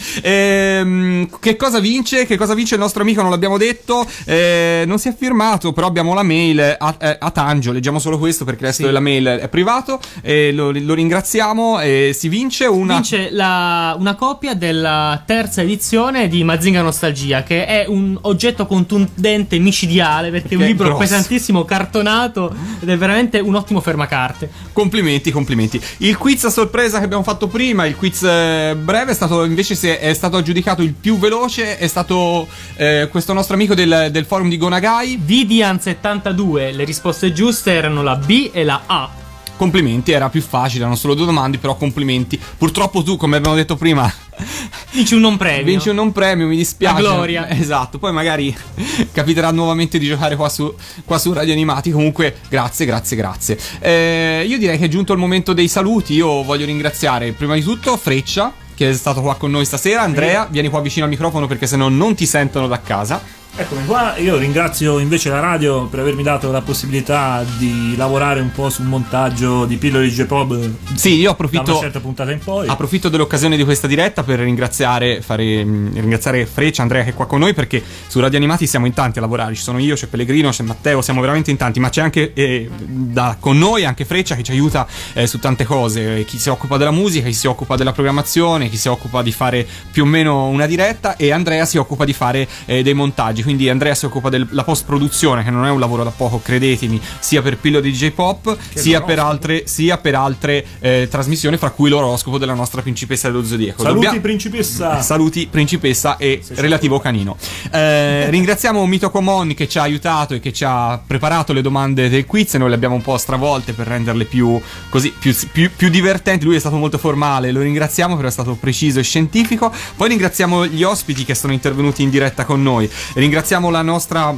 S2: Che cosa vince? Che cosa vince il nostro amico? Non l'abbiamo detto. Non si è firmato, però abbiamo la mail a Tangio. Leggiamo solo questo perché il resto della mail è privato. Lo ringraziamo. Si vince
S3: una copia della terza edizione di Mazinga Nostalgia, che è un oggetto contundente micidiale, perché è un libro pesantissimo, cartonato, ed è veramente un ottimo fermacarte.
S2: Complimenti. Il quiz a sorpresa che abbiamo fatto prima, il quiz breve, è stato invece, se è stato aggiudicato il più veloce, è stato questo nostro amico del forum di Gonagai,
S3: Vidian72. Le risposte giuste erano la B e la A.
S2: Complimenti, era più facile, erano solo 2 domande, però complimenti. Purtroppo tu, come abbiamo detto prima,
S3: vinci un non premio, mi dispiace.
S2: La
S3: gloria.
S2: Esatto, poi magari capiterà nuovamente di giocare qua su Radio Animati. Comunque, grazie. Io direi che è giunto il momento dei saluti. Io voglio ringraziare prima di tutto Freccia, che è stato qua con noi stasera. Andrea, vieni qua vicino al microfono perché sennò non ti sentono da casa.
S9: Eccomi qua, io ringrazio invece la radio per avermi dato la possibilità di lavorare un po' sul montaggio di pillole di J-Pop.
S2: Sì, io approfitto
S9: da una certa puntata in poi.
S2: Approfitto dell'occasione di questa diretta per ringraziare Freccia, Andrea che è qua con noi, perché su Radio Animati siamo in tanti a lavorare. Ci sono io, c'è Pellegrino, c'è Matteo, siamo veramente in tanti, ma c'è anche con noi anche Freccia che ci aiuta su tante cose. Chi si occupa della musica, chi si occupa della programmazione, chi si occupa di fare più o meno una diretta, e Andrea si occupa di fare dei montaggi. Quindi Andrea si occupa della post-produzione, che non è un lavoro da poco, credetemi, sia per Pillole di J-Pop sia per altre trasmissioni, fra cui l'oroscopo della nostra principessa dello Zodiaco. Saluti principessa e relativo canino. Ringraziamo Mito Comon che ci ha aiutato e che ci ha preparato le domande del quiz, e noi le abbiamo un po' stravolte per renderle più divertenti. Lui è stato molto formale, lo ringraziamo, però è stato preciso e scientifico. Poi ringraziamo gli ospiti che sono intervenuti in diretta con noi. Ringraziamo la nostra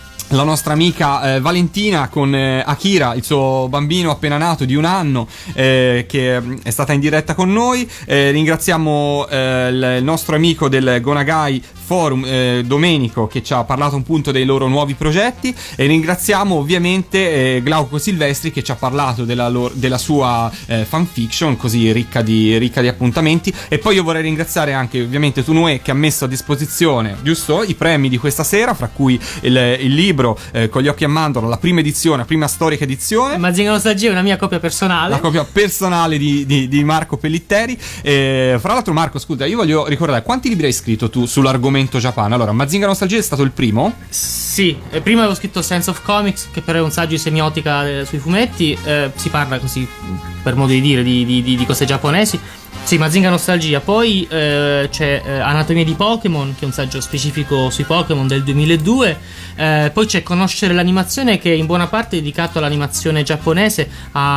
S2: amica Valentina con Akira, il suo bambino appena nato di 1 anno, che è stata in diretta con noi. Ringraziamo il nostro amico del Gonagai Forum, Domenico, che ci ha parlato un punto dei loro nuovi progetti, e ringraziamo ovviamente Glauco Silvestri, che ci ha parlato della sua fanfiction così ricca di appuntamenti. E poi io vorrei ringraziare anche ovviamente Tunue, che ha messo a disposizione, giusto, i premi di questa sera, fra cui il libro Con gli occhi a mandorla, la prima edizione, la prima storica edizione.
S3: Mazinga Nostalgia è una mia copia personale.
S2: La copia personale di Marco Pellitteri. Fra l'altro, Marco, scusa, io voglio ricordare quanti libri hai scritto tu sull'argomento Japan. Allora, Mazinga Nostalgia è stato il primo?
S3: Sì, prima avevo scritto Sense of Comics, che però è un saggio di semiotica sui fumetti. Si parla così, per modo di dire, di cose giapponesi. Sì, Mazinga Nostalgia. Poi c'è Anatomia di Pokémon, che è un saggio specifico sui Pokémon del 2002. Poi c'è Conoscere l'animazione, che è in buona parte dedicato all'animazione giapponese,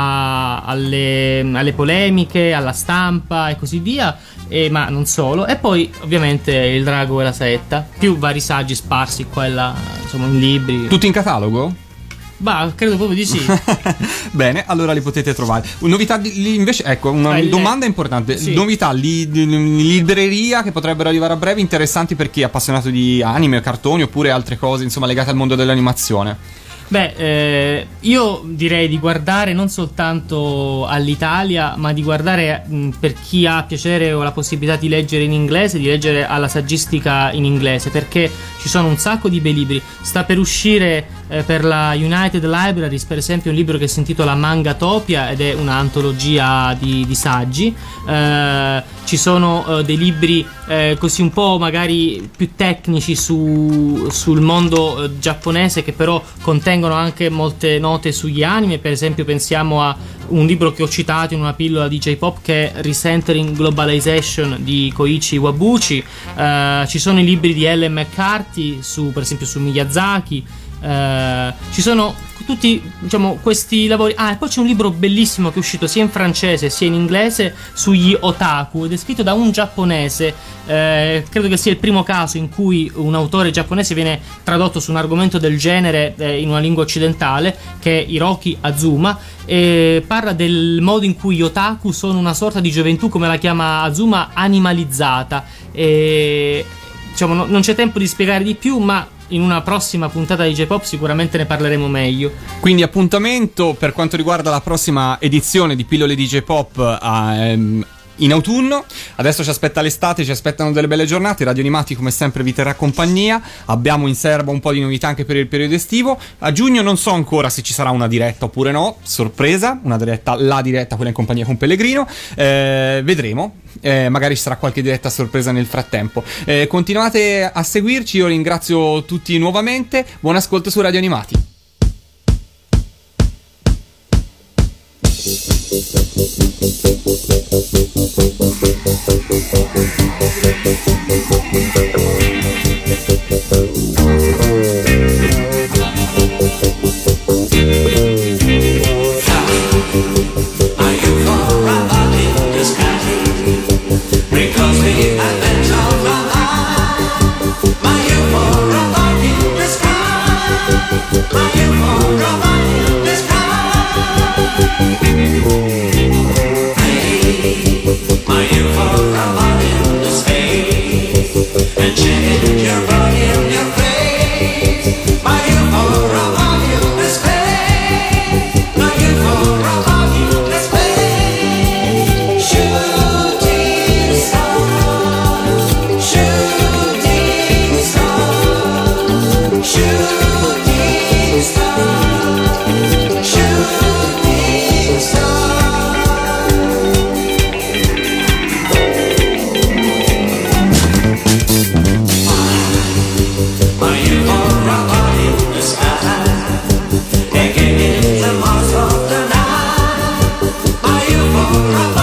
S3: alle polemiche, alla stampa e così via, ma non solo. E poi ovviamente Il drago e la saetta, più vari saggi sparsi qua e là, insomma, in libri.
S2: Tutti in catalogo?
S3: Bah, credo proprio di sì.
S2: Bene, allora li potete trovare. Novità lì invece, ecco, una domanda importante.
S3: Sì.
S2: Novità di libreria che potrebbero arrivare a breve, interessanti per chi è appassionato di anime, cartoni oppure altre cose, insomma, legate al mondo dell'animazione.
S3: Beh, io direi di guardare non soltanto all'Italia, ma di guardare per chi ha piacere o la possibilità di leggere in inglese, di leggere alla saggistica in inglese, perché ci sono un sacco di bei libri. Sta per uscire per la United Libraries, per esempio, un libro che si intitola Mangatopia ed è un'antologia di saggi. Ci sono dei libri così un po' magari più tecnici sul mondo giapponese, che però contengono anche molte note sugli anime. Per esempio pensiamo a un libro che ho citato in una pillola di J-Pop, che è Recentering Globalization di Koichi Wabuchi. Ci sono i libri di Ellen McCarthy per esempio su Miyazaki. Ci sono tutti, diciamo, questi lavori. E poi c'è un libro bellissimo che è uscito sia in francese sia in inglese sugli otaku, ed è scritto da un giapponese. Credo che sia il primo caso in cui un autore giapponese viene tradotto su un argomento del genere in una lingua occidentale, che è Hiroki Azuma, e parla del modo in cui gli otaku sono una sorta di gioventù, come la chiama Azuma, animalizzata. E diciamo, non c'è tempo di spiegare di più, ma in una prossima puntata di J-Pop sicuramente ne parleremo meglio.
S2: Quindi appuntamento per quanto riguarda la prossima edizione di Pillole di J-Pop in autunno. Adesso ci aspetta l'estate, ci aspettano delle belle giornate. Radio Animati come sempre vi terrà compagnia. Abbiamo in serba un po' di novità anche per il periodo estivo. A giugno non so ancora se ci sarà una diretta oppure no, sorpresa, una diretta, la diretta, quella in compagnia con Pellegrino. Vedremo. Magari ci sarà qualche diretta sorpresa nel frattempo. Continuate a seguirci, io ringrazio tutti nuovamente. Buon ascolto su Radio Animati.
S10: Again, the moss of the night. Are you for a